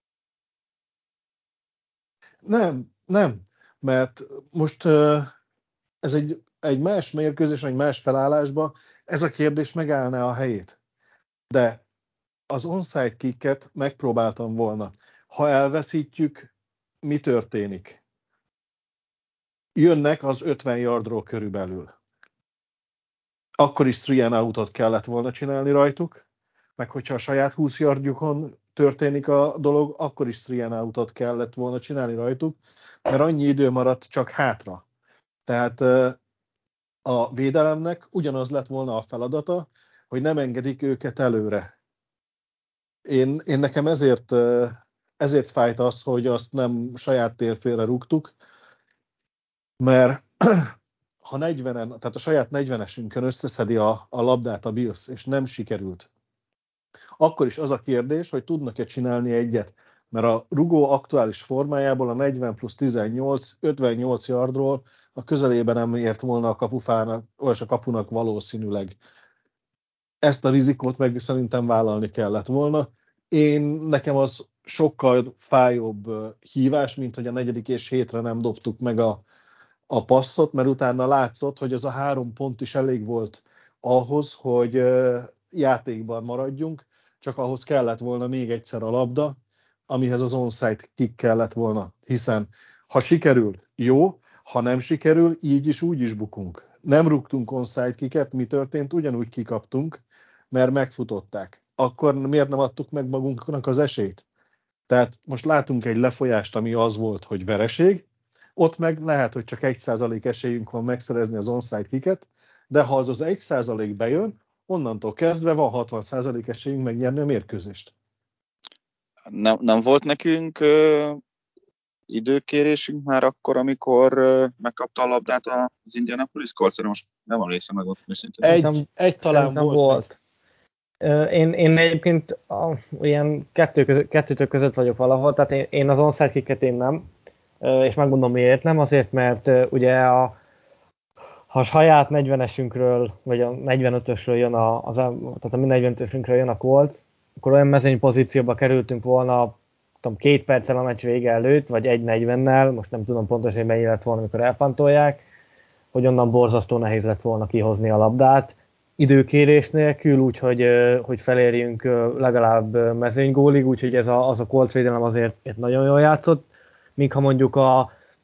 Nem, nem, mert most ez egy, egy más mérkőzés, egy más felállásban ez a kérdés megállná a helyét. De az onside kicket megpróbáltam volna. Ha elveszítjük, mi történik? Jönnek az ötven yardról körülbelül. Akkor is three and out-ot kellett volna csinálni rajtuk, meg hogyha a saját húsz yardjukon történik a dolog, akkor is three and out-ot kellett volna csinálni rajtuk, mert annyi idő maradt csak hátra. Tehát a védelemnek ugyanaz lett volna a feladata, hogy nem engedik őket előre. Én, én nekem ezért, ezért fájt az, hogy azt nem saját térfélre rúgtuk, mert ha negyvenen, tehát a saját negyvenesünkön összeszedi a, a labdát a Bills, és nem sikerült, akkor is az a kérdés, hogy tudnak-e csinálni egyet, mert a rugó aktuális formájából a negyven plusz tizennyolc, ötvennyolc yardról a közelében nem ért volna a kapufának, vagy a kapunak valószínűleg. Ezt a rizikót meg szerintem vállalni kellett volna. Én, nekem az sokkal fájóbb hívás, mint hogy a negyedik és hétre nem dobtuk meg a, a passzot, mert utána látszott, hogy az a három pont is elég volt ahhoz, hogy játékban maradjunk, csak ahhoz kellett volna még egyszer a labda, amihez az onside kick kellett volna. Hiszen ha sikerül, jó, ha nem sikerül, így is úgy is bukunk. Nem rúgtunk onside kicket, mi történt? Ugyanúgy kikaptunk, mert megfutották. Akkor miért nem adtuk meg magunknak az esélyt? Tehát most látunk egy lefolyást, ami az volt, hogy vereség, ott meg lehet, hogy csak egy százalék esélyünk van megszerezni az onside kicket, de ha az az egy százalék bejön, onnantól kezdve van hatvan százalék esélyünk megnyerni a mérkőzést. Nem, nem volt nekünk ö, időkérésünk már akkor, amikor ö, megkapta a labdát az Indianapolis Colts? Most nem emlékszem meg ott őszintén. Egy, egy talán volt. volt. Én, én egyébként a, ilyen kettő között, kettőtök között vagyok valahol, tehát én, én az onside kicket én nem, és megmondom miért nem, azért mert ugye a, ha a saját negyvenesünkről, vagy a negyvenötösről jön a, az, tehát a mi negyvenötösünkről jön a Colts, akkor olyan mezőny pozícióba kerültünk volna, tudom, két perccel a meccs vége előtt, vagy egy negyvennel, most nem tudom pontosan, hogy mennyi lett volna, amikor elpantolják, hogy onnan borzasztó nehéz lett volna kihozni a labdát, időkérés nélkül, úgyhogy hogy felérjünk legalább mezőnygólig, úgyhogy ez a, az a Colts védelem azért nagyon jól játszott, míg ha mondjuk a,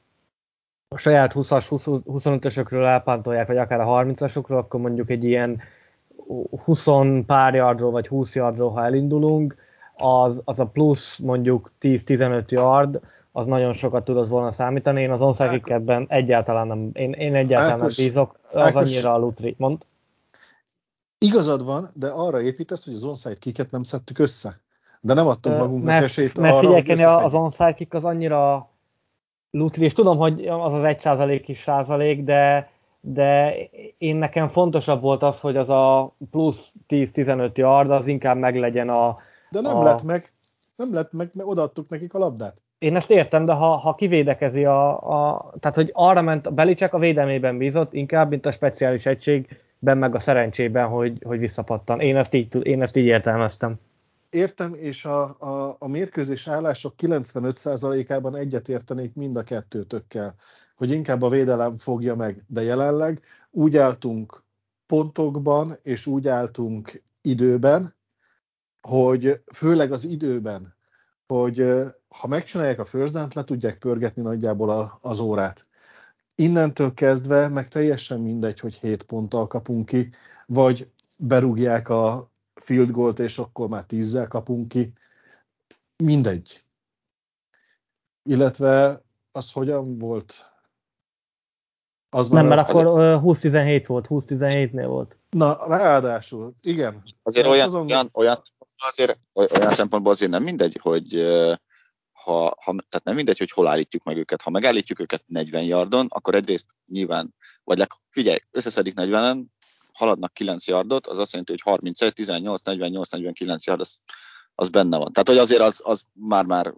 a saját húszas, huszonötösökről elpántolják, vagy akár a harmincasokról, akkor mondjuk egy ilyen húsz pár yardról, vagy húsz yardról, ha elindulunk, az, az a plusz mondjuk tíz-tizenöt yard, az nagyon sokat tudott volna számítani. Én az onside kicketben egyáltalán nem, én, én egyáltalán Ákos, nem bízok, az Ákos, annyira a lutri. Mond? Igazad van, de arra építesz, hogy az onside kicket nem szedtük össze. De nem adtunk magunknak mert, esélyt mert arra, figyelj, hogy az onside kick az annyira lutri, és tudom, hogy az az egy százalék is százalék, de, de én nekem fontosabb volt az, hogy az a plusz tíz-tizenöt yard, az inkább meglegyen a... De nem a... lett meg, nem lett meg, mert odaadtuk nekik a labdát. Én ezt értem, de ha, ha kivédekezi a, a... Tehát, hogy arra ment, a Belichick a védelmében bízott, inkább, mint a speciális egységben, meg a szerencsében, hogy, hogy visszapattan. Én ezt így, én ezt így értelmeztem. Értem, és a, a, a mérkőzés állások kilencvenöt százalékában egyetértenék mind a kettőtökkel, hogy inkább a védelem fogja meg, de jelenleg úgy álltunk pontokban, és úgy álltunk időben, hogy főleg az időben, hogy ha megcsinálják a first down-t, le tudják pörgetni nagyjából a, az órát. Innentől kezdve meg teljesen mindegy, hogy hét ponttal kapunk ki, vagy berúgják a field goalt, és akkor már tízzel kapunk ki. Mindegy. Illetve az hogyan volt? Az nem, mert akkor azért... húsz tizenhét volt, húsz tizenhétnél volt. Na, ráadásul, igen. Azért olyan, azon... olyan, olyan, azért, olyan szempontból azért nem mindegy, hogy ha, ha, tehát nem mindegy, hogy hol állítjuk meg őket. Ha megállítjuk őket negyven yardon, akkor egyrészt nyilván, vagy leg, figyelj, összeszedik negyvenen, haladnak kilenc yardot, az azt jelenti, hogy harmincegy, tizennyolc, negyvennyolc, negyvenkilenc yard, az, az benne van. Tehát, hogy azért az, az már-már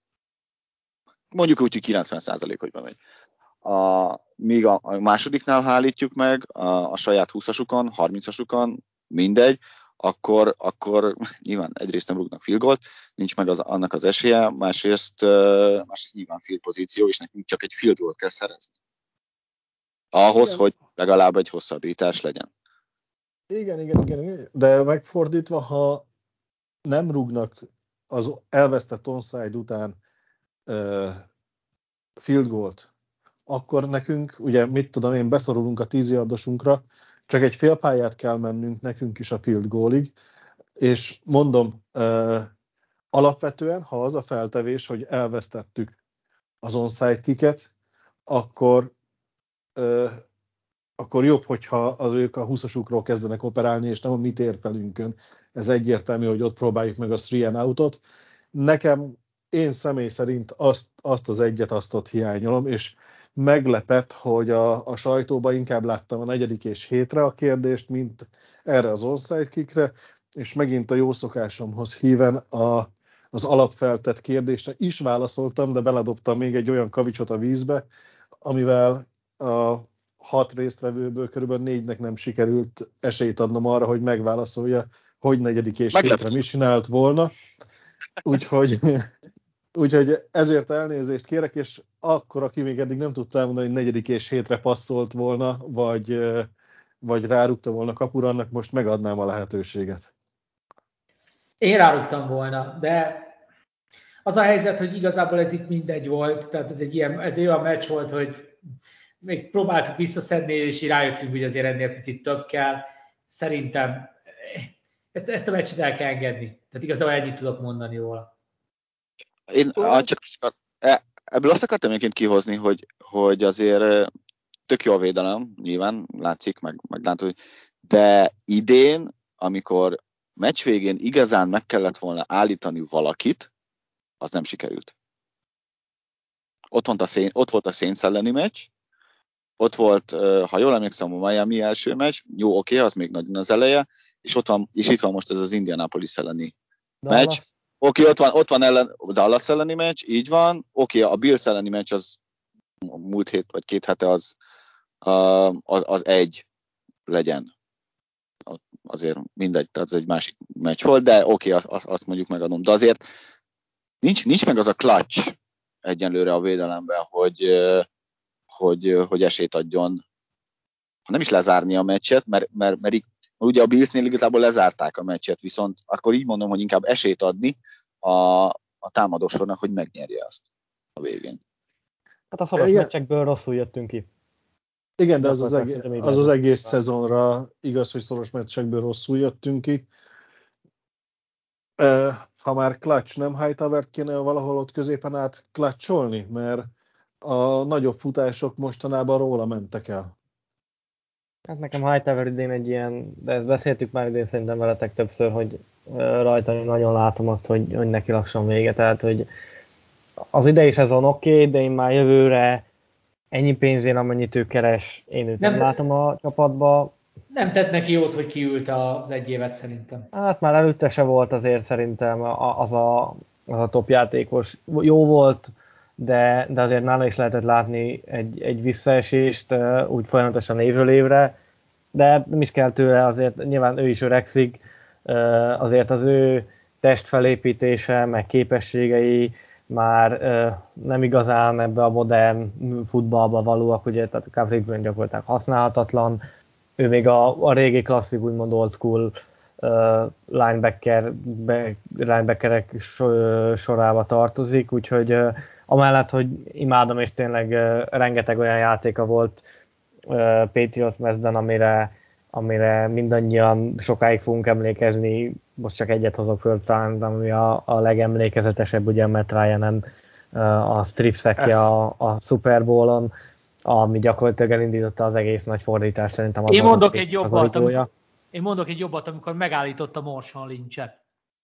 mondjuk úgy, hogy kilencven százalék, hogy bemegy. A, míg a, a másodiknál, ha állítjuk meg a, a saját húszasukon, harmincasukon, mindegy, akkor, akkor nyilván egyrészt nem rúgnak field goalt, nincs meg az, annak az esélye, másrészt, másrészt nyilván field pozíció, és nekünk csak egy field goalt kell szerezni. Ahhoz, igen, hogy legalább egy hosszabbítás legyen. Igen, igen, igen, igen. De megfordítva, ha nem rúgnak az elvesztett onside után uh, field goalt, akkor nekünk, ugye mit tudom én, beszorulunk a tíz yardosunkra, csak egy fél pályát kell mennünk nekünk is a field goalig, és mondom, uh, alapvetően, ha az a feltevés, hogy elvesztettük az onside kicket, akkor uh, akkor jobb, hogyha az ők a húszasukról kezdenek operálni, és nem a mi térfelünkön. Ez egyértelmű, hogy ott próbáljuk meg a three and out-ot. Nekem, én személy szerint azt, azt az egyet, azt ott hiányolom, és meglepett, hogy a, a sajtóban inkább láttam a negyedik és hétre a kérdést, mint erre az onside kickre, és megint a jó szokásomhoz híven a, az alapfeltett kérdésre is válaszoltam, de beledobtam még egy olyan kavicsot a vízbe, amivel a hat résztvevőből körülbelül négynek nem sikerült esélyt adnom arra, hogy megválaszolja, hogy negyedik és hétre mi csinált volna. Úgyhogy, úgyhogy ezért elnézést kérek, és akkor, aki még eddig nem tudta elmondani, hogy negyedik és hétre passzolt volna, vagy, vagy rárúgta volna kapura, annak most megadnám a lehetőséget. Én rárúgtam volna, de az a helyzet, hogy igazából ez itt mindegy volt, tehát ez egy ilyen, ez olyan meccs volt, hogy még próbáltuk visszaszedni, és rájöttünk, hogy azért ennél picit több kell. Szerintem ezt, ezt a meccset el kell engedni. Tehát igazából ennyit tudok mondani róla. Én csak ebből azt akartam egyébként kihozni, hogy, hogy azért tök jó a védelem, nyilván látszik, meg, meg látod, de idén, amikor meccs végén igazán meg kellett volna állítani valakit, az nem sikerült. Ott volt a, szén, ott volt a Saints elleni meccs, ott volt, ha jól emlékszem, a Miami első meccs, jó, oké, az még nagyon az eleje, és, ott van, és itt van most ez az Indianapolis elleni Dallas. meccs. Oké, okay, ott van, ott van ellen, Dallas elleni meccs, így van. Oké, okay, a Bills elleni meccs az múlt hét vagy két hete az, az, az egy legyen. Azért mindegy, tehát ez egy másik meccs volt, de oké, okay, azt, azt mondjuk megadom. De azért nincs, nincs meg az a clutch egyenlőre a védelemben, hogy, hogy, hogy esélyt adjon, nem is lezárni a meccset, mert, mert, mert ugye a Billsnél igazából lezárták a meccset, viszont akkor így mondom, hogy inkább esélyt adni a, a támadósornak, hogy megnyerje azt a végén. Hát a szoros meccsekből rosszul jöttünk ki. Igen, de az az, egész, az az egész szezonra igaz, hogy szoros meccsekből rosszul jöttünk ki. Ha már clutch, nem Hightowert kéne valahol ott középen át clutcholni, mert a nagyobb futások mostanában róla mentek el. Hát nekem Hightower idén egy ilyen, de ezt beszéltük már idén szerintem veletek többször, hogy rajta nagyon látom azt, hogy, hogy neki lassan vége. Tehát, hogy az idei szezon oké, okay, de én már jövőre ennyi pénzén, amennyit ő keres, én őt nem, nem látom a csapatba. Nem tett neki jót, hogy kiült az egy évet szerintem. Hát már előtte se volt azért szerintem az a, az a top játékos. Jó volt, de, de azért nála is lehetett látni egy, egy visszaesést úgy folyamatosan évről évre, de nem is kell tőle, azért nyilván ő is öregszik, azért az ő testfelépítése, meg képességei már nem igazán ebbe a modern futballba valóak, ugye, tehát a coverage-ben gyakorlatilag használhatatlan. Ő még a, a régi klasszik, úgymond old school uh, linebacker, be, linebackerek so, sorába tartozik, úgyhogy uh, amellett, hogy imádom, és tényleg uh, rengeteg olyan játéka volt uh, Patriots mezben, amire, amire mindannyian sokáig fogunk emlékezni. Most csak egyet hozok föl, ami a, a legemlékezetesebb, ugye Matt Ryanen uh, a strip sackje a, a Super Bowl-on, ami gyakorlatilag elindította az egész nagy fordítás szerintem. Az én, az mondok az egy jobbat, amikor, én mondok egy jobbat, amikor megállította Marshawn Lynchet.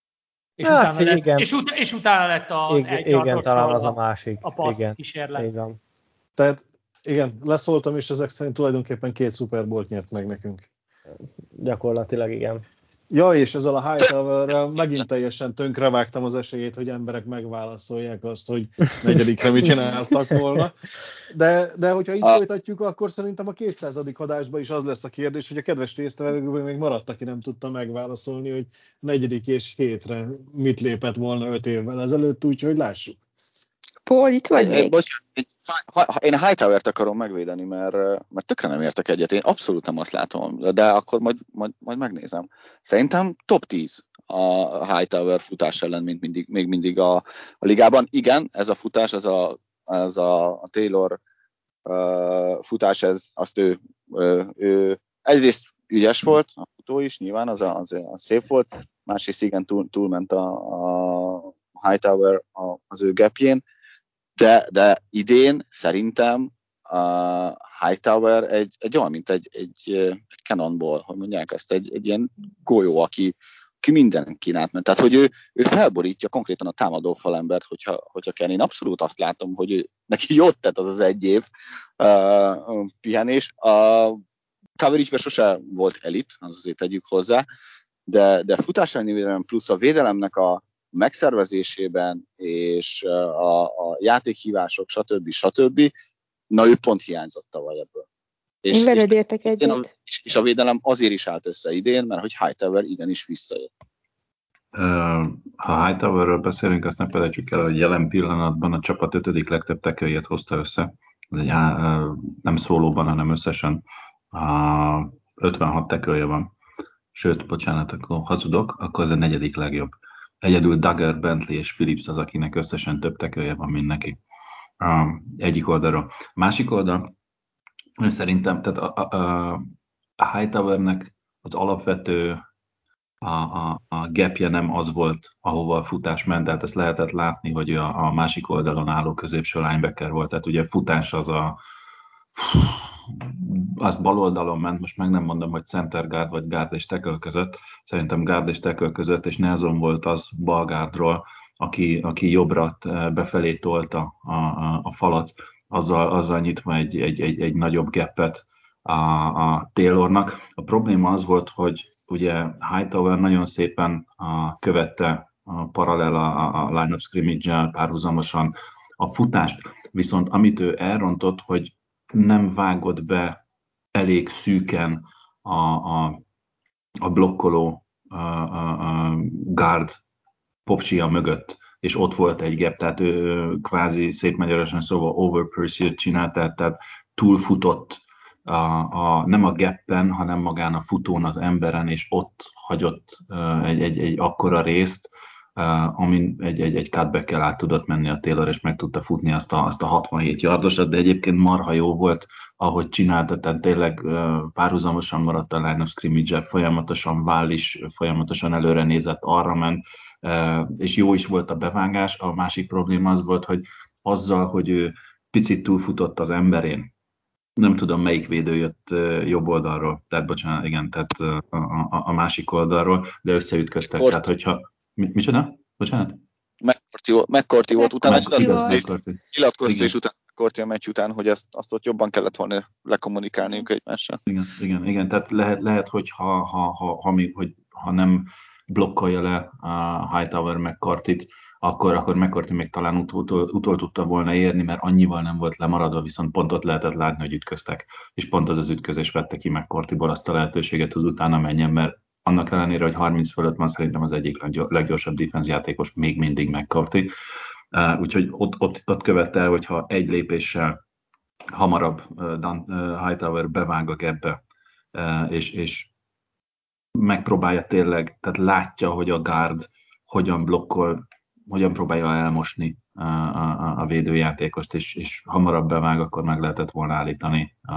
És, hát, utána lett, igen. és, ut- és utána lett az igen, egy igen, talán az a másik. A passz igen, kísérlet. Igen. Tehát igen, leszóltam, és ezek szerint tulajdonképpen két Super Bowl-t nyert meg nekünk. Gyakorlatilag igen. Ja, és ezzel a Hightowerrel megint teljesen tönkrevágtam az esélyét, hogy emberek megválaszolják azt, hogy negyedikre mit csináltak volna. De, de hogyha így folytatjuk, akkor szerintem a kétszázadik adásban is az lesz a kérdés, hogy a kedves résztvevőkből még maradt, aki nem tudta megválaszolni, hogy negyedik és hétre mit lépett volna öt évvel ezelőtt, úgyhogy lássuk. Paul, itt vagy még? Bocs, ha, ha, én a Hightower-t akarom megvédeni, mert, mert tökre nem értek egyet. Én abszolút nem azt látom, de akkor majd, majd, majd megnézem. Szerintem top tíz a Hightower futás ellen, mint mindig, még mindig a, a ligában. Igen, ez a futás, ez a, ez a, a Taylor uh, futás, ez, azt ő, ő, ő egyrészt ügyes volt, a futó is nyilván, az, a, az, az szép volt, másrészt igen túl, túlment a, a Hightower az ő gapjén. De, de idén szerintem a Hightower egy, egy olyan, mint egy, egy, egy cannonball, hogy mondják ezt, egy, egy ilyen golyó, aki, aki minden kínált. Tehát, hogy ő, ő felborítja konkrétan a támadó falembert, hogyha, hogyha kell. Én abszolút azt látom, hogy ő, neki jót tett az az egy év uh, pihenés. A coverage-ben sose volt elit, az azért tegyük hozzá, de, de futásányi védelem plusz a védelemnek a megszervezésében és a, a játékhívások, stb. stb. Na, ő pont hiányzott tavaly ebből. És, Én veled értek egyet. A, és, és a védelem azért is állt össze idén, mert hogy Hightower igenis visszajött. Ha Hightowerről beszélünk, azt ne felejtsük el, hogy jelen pillanatban a csapat ötödik legtöbb teköljét hozta össze. Ez egy, nem szólóban, hanem összesen ötvenhat tekölje van. Sőt, bocsánat, akkor hazudok, akkor ez a negyedik legjobb. Egyedül Duggar, Bentley és Phillips az, akinek összesen több tekölje van, mint neki. Um, egyik oldalról. Másik oldal, szerintem, tehát a, a, a Hightowernek az alapvető a, a, a gapje nem az volt, ahova a futás ment, tehát ezt lehetett látni, hogy a, a másik oldalon álló középső linebacker volt, tehát ugye futás az a az bal oldalon ment, most meg nem mondom, hogy center guard vagy guard és tackle között, szerintem guard és tackle között, és Nelson volt az bal guardról, aki, aki jobbra befelé tolta a, a, a falat, azzal, azzal nyitva egy, egy, egy, egy nagyobb gappet a, a Taylornak. A probléma az volt, hogy, ugye Hightower nagyon szépen a, követte a paralel a, a line of scrimmage-el párhuzamosan a futást, viszont amit ő elrontott, hogy nem vágott be elég szűken a, a, a blokkoló a, a, a guard popsia mögött, és ott volt egy gap, tehát ő kvázi szép magyarosan szóval over pursuit csinált, tehát, tehát túlfutott a, a, nem a gappen, hanem magán a futón az emberen, és ott hagyott uh, egy, egy, egy akkora részt, uh, amin egy, egy, egy cutback-kel át tudott menni a Taylor, és meg tudta futni azt a, azt a hatvanhét yardosat, de egyébként marha jó volt, ahogy csinálta, tehát tényleg uh, párhuzamosan maradt a line of scrimmage-el, folyamatosan váll is, folyamatosan előre nézett, arra ment, uh, és jó is volt a bevágás. A másik probléma az volt, hogy azzal, hogy ő picit túlfutott az emberén, nem tudom, melyik védő jött uh, jobb oldalról, tehát bocsánat, igen, tehát uh, a, a, a másik oldalról, de összeütköztek, Kort. Tehát hogyha... Mi, micsoda? Bocsánat? McCourty, McCourty volt, utána nyilatkozta, és utána McCourty a meccs után, hogy azt, azt ott jobban kellett volna lekommunikálniuk egymással. Igen, igen, igen, tehát lehet, lehet hogy, ha, ha, ha, ha, még, hogy ha nem blokkolja le a Hightower McCourtyt, akkor, akkor McCourty még talán ut- utol, utol tudta volna érni, mert annyival nem volt lemaradva, viszont pont ott lehetett látni, hogy ütköztek, és pont az az ütközés vette ki McCourtyból azt a lehetőséget, hogy utána menjen, mert annak ellenére, hogy harminc fölött van, szerintem az egyik leggyorsabb defense játékos még mindig McCourty. Uh, úgyhogy ott, ott, ott követte el, hogyha egy lépéssel hamarabb uh, Dan, uh, Hightower bevág a gapbe, uh, és, és megpróbálja tényleg, tehát látja, hogy a guard hogyan blokkol, hogyan próbálja elmosni a, a, a védőjátékost, és, és hamarabb bevág, akkor meg lehetett volna állítani a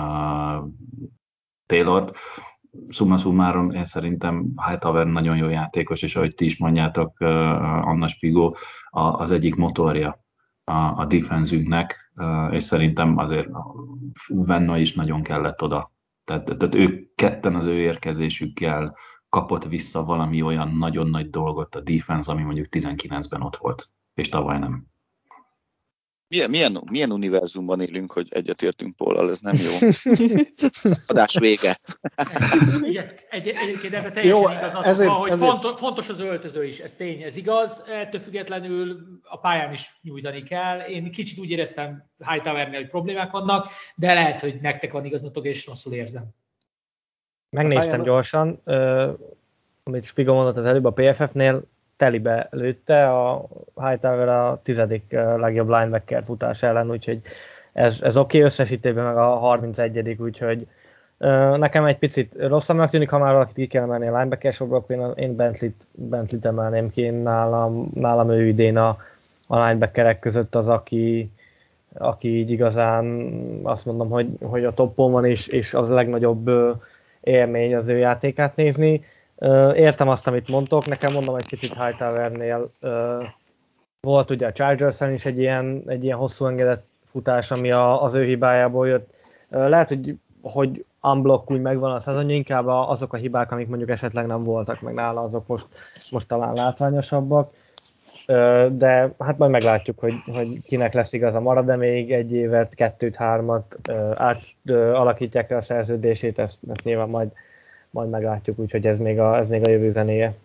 Taylort. Summa summarum, én szerintem Hightower nagyon jó játékos, és ahogy ti is mondjátok, Anna Spigó az egyik motorja a, a defenzünknek, és szerintem azért Venna is nagyon kellett oda. Tehát, tehát ők ketten az ő érkezésükkel kapott vissza valami olyan nagyon nagy dolgot a defense, ami mondjuk tizenkilencben ott volt, és tavaly nem. Milyen, milyen, milyen univerzumban élünk, hogy egyetértünk Póllal, ez nem jó. Adás vége. Igen, egy, egyébként ebben teljesen jó, igazat ezért, van, hogy ezért... fontos, fontos az öltöző is, ez tény, ez igaz, ettől függetlenül a pályán is nyújtani kell. Én kicsit úgy éreztem Hightowernél, hogy problémák vannak, de lehet, hogy nektek van igazatok, és rosszul érzem. Megnéztem pályán... gyorsan, uh, amit Spigo mondott az előbb a pé ef ef-nél, telibe lőtte a Hightower a tizedik legjobb linebacker futás ellen, úgyhogy ez, ez oké, okay, összesítében meg a harmincegyedik, úgyhogy uh, nekem egy picit rosszabbnak tűnik, ha már valakit ki kell emelni a linebacker sorba, akkor én, én Bentley-t, Bentley-t emelném ki, nálam, nálam ő idén a, a linebackerek között az, aki, aki így igazán azt mondom, hogy, hogy a toppon van, és, és az a legnagyobb uh, élmény az ő játékát nézni. Uh, értem azt, amit mondtok, nekem mondom egy picit Hightowernél uh, volt ugye a Chargers-en is egy ilyen, egy ilyen hosszú engedett futás, ami a, az ő hibájából jött. Uh, lehet, hogy, hogy unblock úgy megvan a szezon, inkább azok a hibák, amik mondjuk esetleg nem voltak meg nála, azok most, most talán látványosabbak. Uh, de hát majd meglátjuk, hogy, hogy kinek lesz igaza, marad, de még egy évet, kettőt, hármat uh, át uh, alakítják le a szerződését, ezt, ezt nyilván majd majd meglátjuk, úgyhogy ez még a, ez még a jövő zenéje.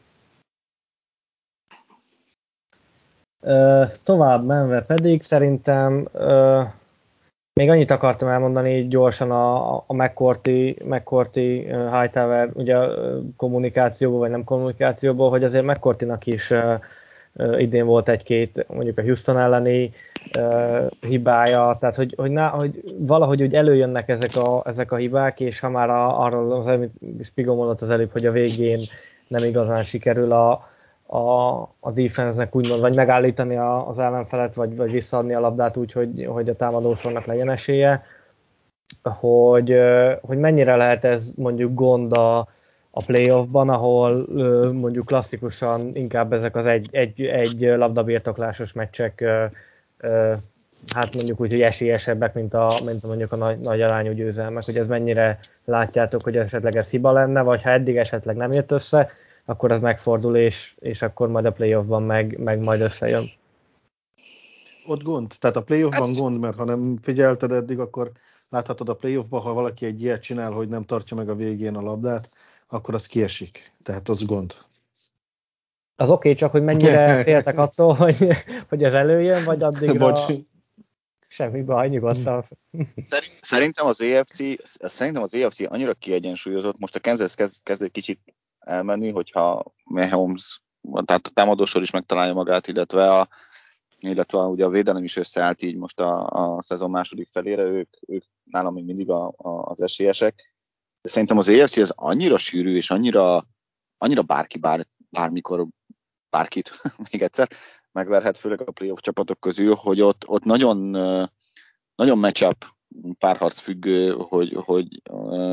Uh, tovább menve pedig szerintem uh, még annyit akartam elmondani gyorsan a, a McCourty, McCourty uh, Hightower ugye uh, kommunikációból, vagy nem kommunikációból, hogy azért McCourtynak is uh, uh, idén volt egy-két mondjuk a Houston elleni uh, hibája, tehát hogy, hogy, na, hogy valahogy úgy előjönnek ezek a, ezek a hibák, és ha már a, arról az, amit Spigo mondott az előbb, hogy a végén nem igazán sikerül a, a, a defense-nek úgymond, vagy megállítani a, az ellenfelet, vagy, vagy visszaadni a labdát úgy, hogy, hogy a támadósornak legyen esélye, hogy, hogy mennyire lehet ez mondjuk gond a, a playoffban, ahol mondjuk klasszikusan inkább ezek az egy, egy, egy labdabirtoklásos meccsek hát mondjuk úgy, hogy esélyesebbek, mint, a, mint mondjuk a nagy, nagy arányú győzelmek, hogy ez mennyire látjátok, hogy esetleg ez hiba lenne, vagy ha eddig esetleg nem jött össze, akkor ez megfordul, és, és akkor majd a playoffban meg, meg majd összejön. Ott gond. Tehát a playoffban gond, mert ha nem figyelted eddig, akkor láthatod a playoffban, ha valaki egy ilyet csinál, hogy nem tartja meg a végén a labdát, akkor az kiesik. Tehát az gond. Az oké, okay, csak hogy mennyire féltek attól, hogy, hogy ez előjön, vagy addigra semmi baj, nyugodtan. Szerintem az á ef cé, szerintem az á ef cé annyira kiegyensúlyozott, most a Kansas kezd, kezd egy kicsit elmenni, hogyha Mahomes, tehát a támadósor is megtalálja magát, illetve a, illetve a, ugye a védelem is összeállt így most a, a szezon második felére, ők, ők nálam még mindig a, a, az esélyesek. De szerintem az á ef cé az annyira sűrű, és annyira, annyira bárki bár, bármikor bárkit, még egyszer, megverhet, főleg a playoff csapatok közül, hogy ott, ott nagyon, nagyon matchup párharc függő, hogy, hogy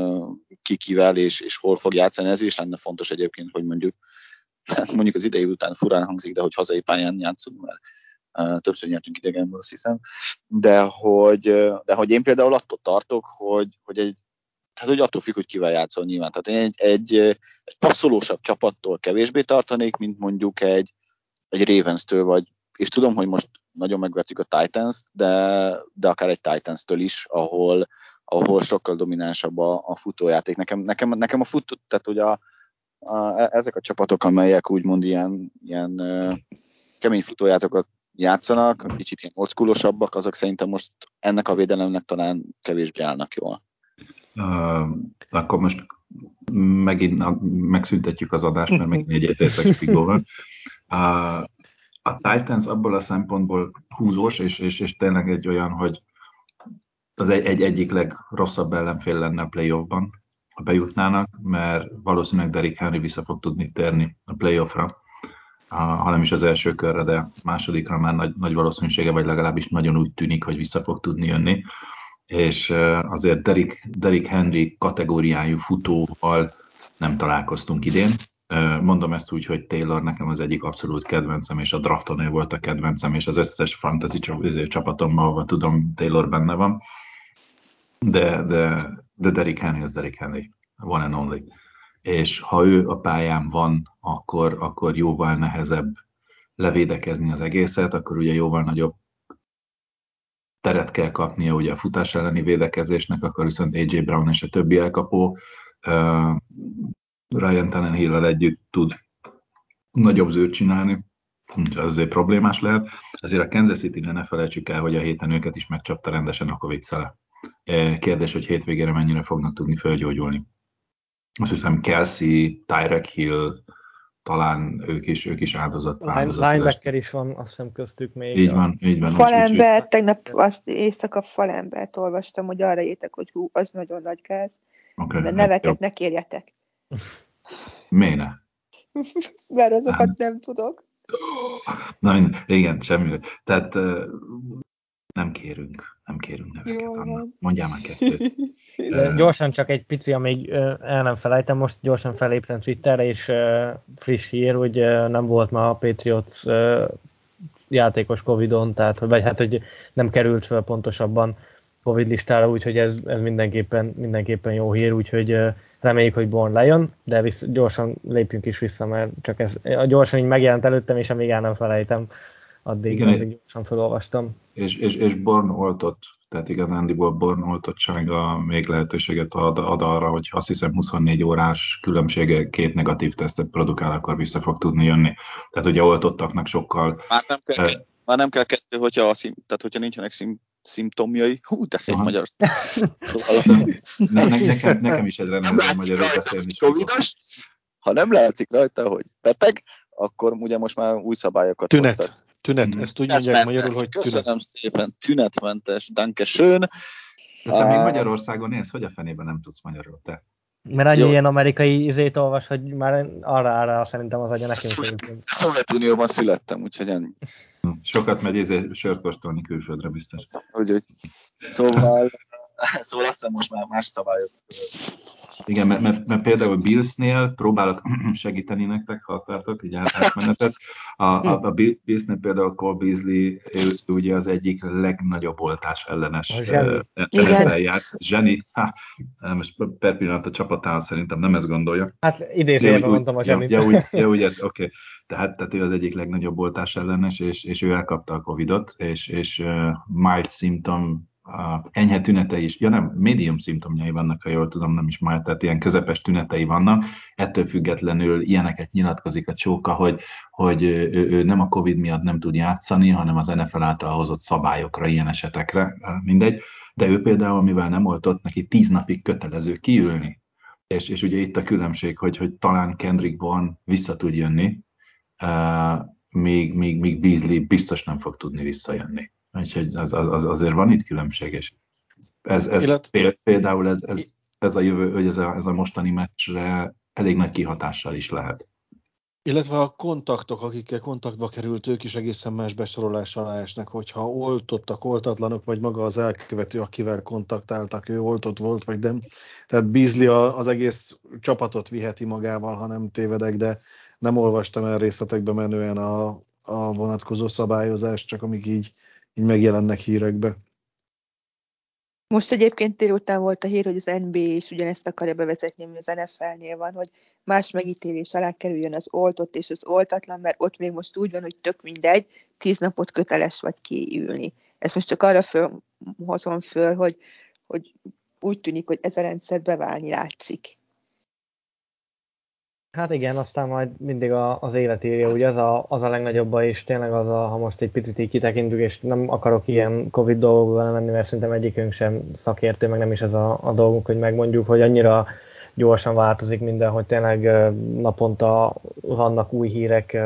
ki kivel és, és hol fog játszani. Ez is lenne fontos egyébként, hogy mondjuk, mondjuk az idei után furán hangzik, de hogy hazai pályán játszunk, mert többször nyertünk idegenből, azt hiszem. De hogy, de hogy én például attól tartok, hogy, hogy egy hát, hogy attól függ, hogy kivel játszol nyilván. Tehát én egy, egy, egy passzolósabb csapattól kevésbé tartanék, mint mondjuk egy, egy Ravens-től, vagy, és tudom, hogy most nagyon megvettük a Titans-t, de, de akár egy Titans-től is, ahol, ahol sokkal dominánsabb a, a futójáték. Nekem, nekem, nekem a futó, tehát hogy a, a, ezek a csapatok, amelyek úgymond ilyen, ilyen uh, kemény futójátokat játszanak, kicsit ilyen oldschoolosabbak, azok szerintem most ennek a védelemnek talán kevésbé állnak jól. Uh, akkor most megint megszüntetjük az adást, mert megint egyetértek Spigóval. Uh, a Titans abból a szempontból húzós, és, és, és tényleg egy olyan, hogy az egy, egy egyik legrosszabb ellenfél lenne a playoffban, ha bejutnának, mert valószínűleg Derrick Henry vissza fog tudni térni a playoffra, uh, hanem is az első körre, de másodikra már nagy, nagy valószínűsége, vagy legalábbis nagyon úgy tűnik, hogy vissza fog tudni jönni. És azért Derrick, Derrick Henry kategóriájú futóval nem találkoztunk idén. Mondom ezt úgy, hogy Taylor nekem az egyik abszolút kedvencem, és a drafton ő volt a kedvencem, és az összes fantasy csapatomban, ahol tudom, Taylor benne van. De, de, de Derrick Henry az Derrick Henry, one and only. És ha ő a pályán van, akkor, akkor jóval nehezebb levédekezni az egészet, akkor ugye jóval nagyobb teret kell kapnia ugye a futás elleni védekezésnek, akkor viszont á jé Brown és a többi elkapó uh, Ryan Tannehill-vel együtt tud nagyobb zőt csinálni, úgyhogy azért problémás lehet. Azért a Kansas City-ne ne felejtsük el, hogy a héten őket is megcsapta rendesen a Covid-szele. Kérdés, hogy hétvégére mennyire fognak tudni fölgyógyulni. Azt hiszem Kelsey, Tyreek Hill, talán ők is, ők is áldozat. Linebacker is van, azt hiszem köztük még. Így van, így van. Falember, úgy, tegnap azt éjszaka Falembert olvastam, hogy arra jöttek, hogy hú, az nagyon nagy gáz. Okay, de neveket hát ne kérjetek. Miért ne? Mert azokat nem, nem tudok. Na, igen, semmi. Tehát nem kérünk, nem kérünk neveket. Anna. Mondjál már kettőt. De gyorsan csak egy pici, amíg el nem felejtem, most gyorsan feléptem Twitterre, és friss hír, hogy nem volt ma a Patriots játékos Covidon, tehát, vagy hát, hogy nem került fel pontosabban Covid listára, úgyhogy ez, ez mindenképpen, mindenképpen jó hír, úgyhogy reméljük, hogy Bourne lejön, de vissz, gyorsan lépjünk is vissza, mert csak ez gyorsan így megjelent előttem, és amíg el nem felejtem, addig, igen, addig gyorsan felolvastam. És, és, és Bourne oltott, tehát igazándiból Bourne oltottsága még lehetőséget ad, ad arra, hogy azt hiszem huszonnégy órás különbsége két negatív tesztet produkál, akkor vissza fog tudni jönni. Tehát ugye oltottaknak sokkal... Már nem kell, uh, már nem kell kettő, hogyha, a szim, tehát hogyha nincsenek szim, szimptomjai. Hú, de szép magyar. ne, ne, nekem, nekem is egy rendben magyarul beszélni. Covidos, ha nem látszik rajta, hogy beteg, akkor ugye most már új szabályokat Tünet. hoztak. Tünet, mm. ezt úgy mondják magyarul, hogy tünet. Köszönöm szépen, tünetmentes, danke schön. De te uh, még Magyarországon élsz, hogy a fenében nem tudsz magyarul, te? Mert annyi jó. Ilyen amerikai izét olvas, hogy már arra-arra szerintem az agya nekünk egyébként. A Szovjetunióban születtem, úgyhogy ennyi. Sokat megy izé sört kóstolni külföldre biztos. Úgy, úgy. Szóval, szóval azt hiszem most már más szabályok. Igen, mert, mert, mert például Billsnél próbálok segíteni nektek, ha akartok, így átmenetet. A, a, a Billsnél például Cole Beasley, ő ugye az egyik legnagyobb oltás ellenes ellenfeljár. Zseni. Ha, most per pillanat a csapatán szerintem nem ezt gondolja. Hát idézőjelben mondtam a Zsenit. Ja, úgy, ja, úgy, oké. Okay. Tehát, tehát ő az egyik legnagyobb oltás ellenes, és, és ő elkapta a Covidot, és, és uh, mild symptom a enyhe tünetei is, ja nem, médium szimptomjai vannak, ha jól tudom, nem is már, tehát ilyen közepes tünetei vannak, ettől függetlenül ilyeneket nyilatkozik a Csóka, hogy, hogy ő, ő nem a Covid miatt nem tud játszani, hanem az en ef el által hozott szabályokra, ilyen esetekre, mindegy, de ő például, mivel nem oltott, neki tíz napig kötelező kiülni. És, és ugye itt a különbség, hogy, hogy talán Kendrick Bourne vissza tud jönni, uh, míg, míg, míg Beasley biztos nem fog tudni visszajönni. Úgyhogy az, az, az azért van itt különbség, és ez, ez Illet... például ez, ez, ez a jövő, hogy ez a, ez a mostani meccsre elég nagy kihatással is lehet. Illetve a kontaktok, akikkel kontaktba került, ők is egészen más besorolás alá esnek, hogyha oltottak, oltatlanok, vagy maga az elkövető, akivel kontaktáltak, ő oltott volt, vagy nem. Tehát Beasley az egész csapatot viheti magával, ha nem tévedek, de nem olvastam el részletekbe menően a, a vonatkozó szabályozást, csak amik így, így megjelennek hírekbe. Most egyébként délután volt a hír, hogy az en bé á is ugyanezt akarja bevezetni, ami az en ef el-nél van, hogy más megítélés alá kerüljön az oltott és az oltatlan, mert ott még most úgy van, hogy tök mindegy, tíz napot köteles vagy kiülni. Ezt most csak arra föl, hozom föl, hogy, hogy úgy tűnik, hogy ez a rendszer beválni látszik. Hát igen, aztán majd mindig a, az élet írja, ugye az a, az a legnagyobb baj, és tényleg az a, ha most egy picit így kitekintünk, és nem akarok ilyen Covid dolgokba menni, mert szerintem egyikünk sem szakértő, meg nem is ez a, a dolgunk, hogy megmondjuk, hogy annyira gyorsan változik minden, hogy tényleg naponta vannak új hírek,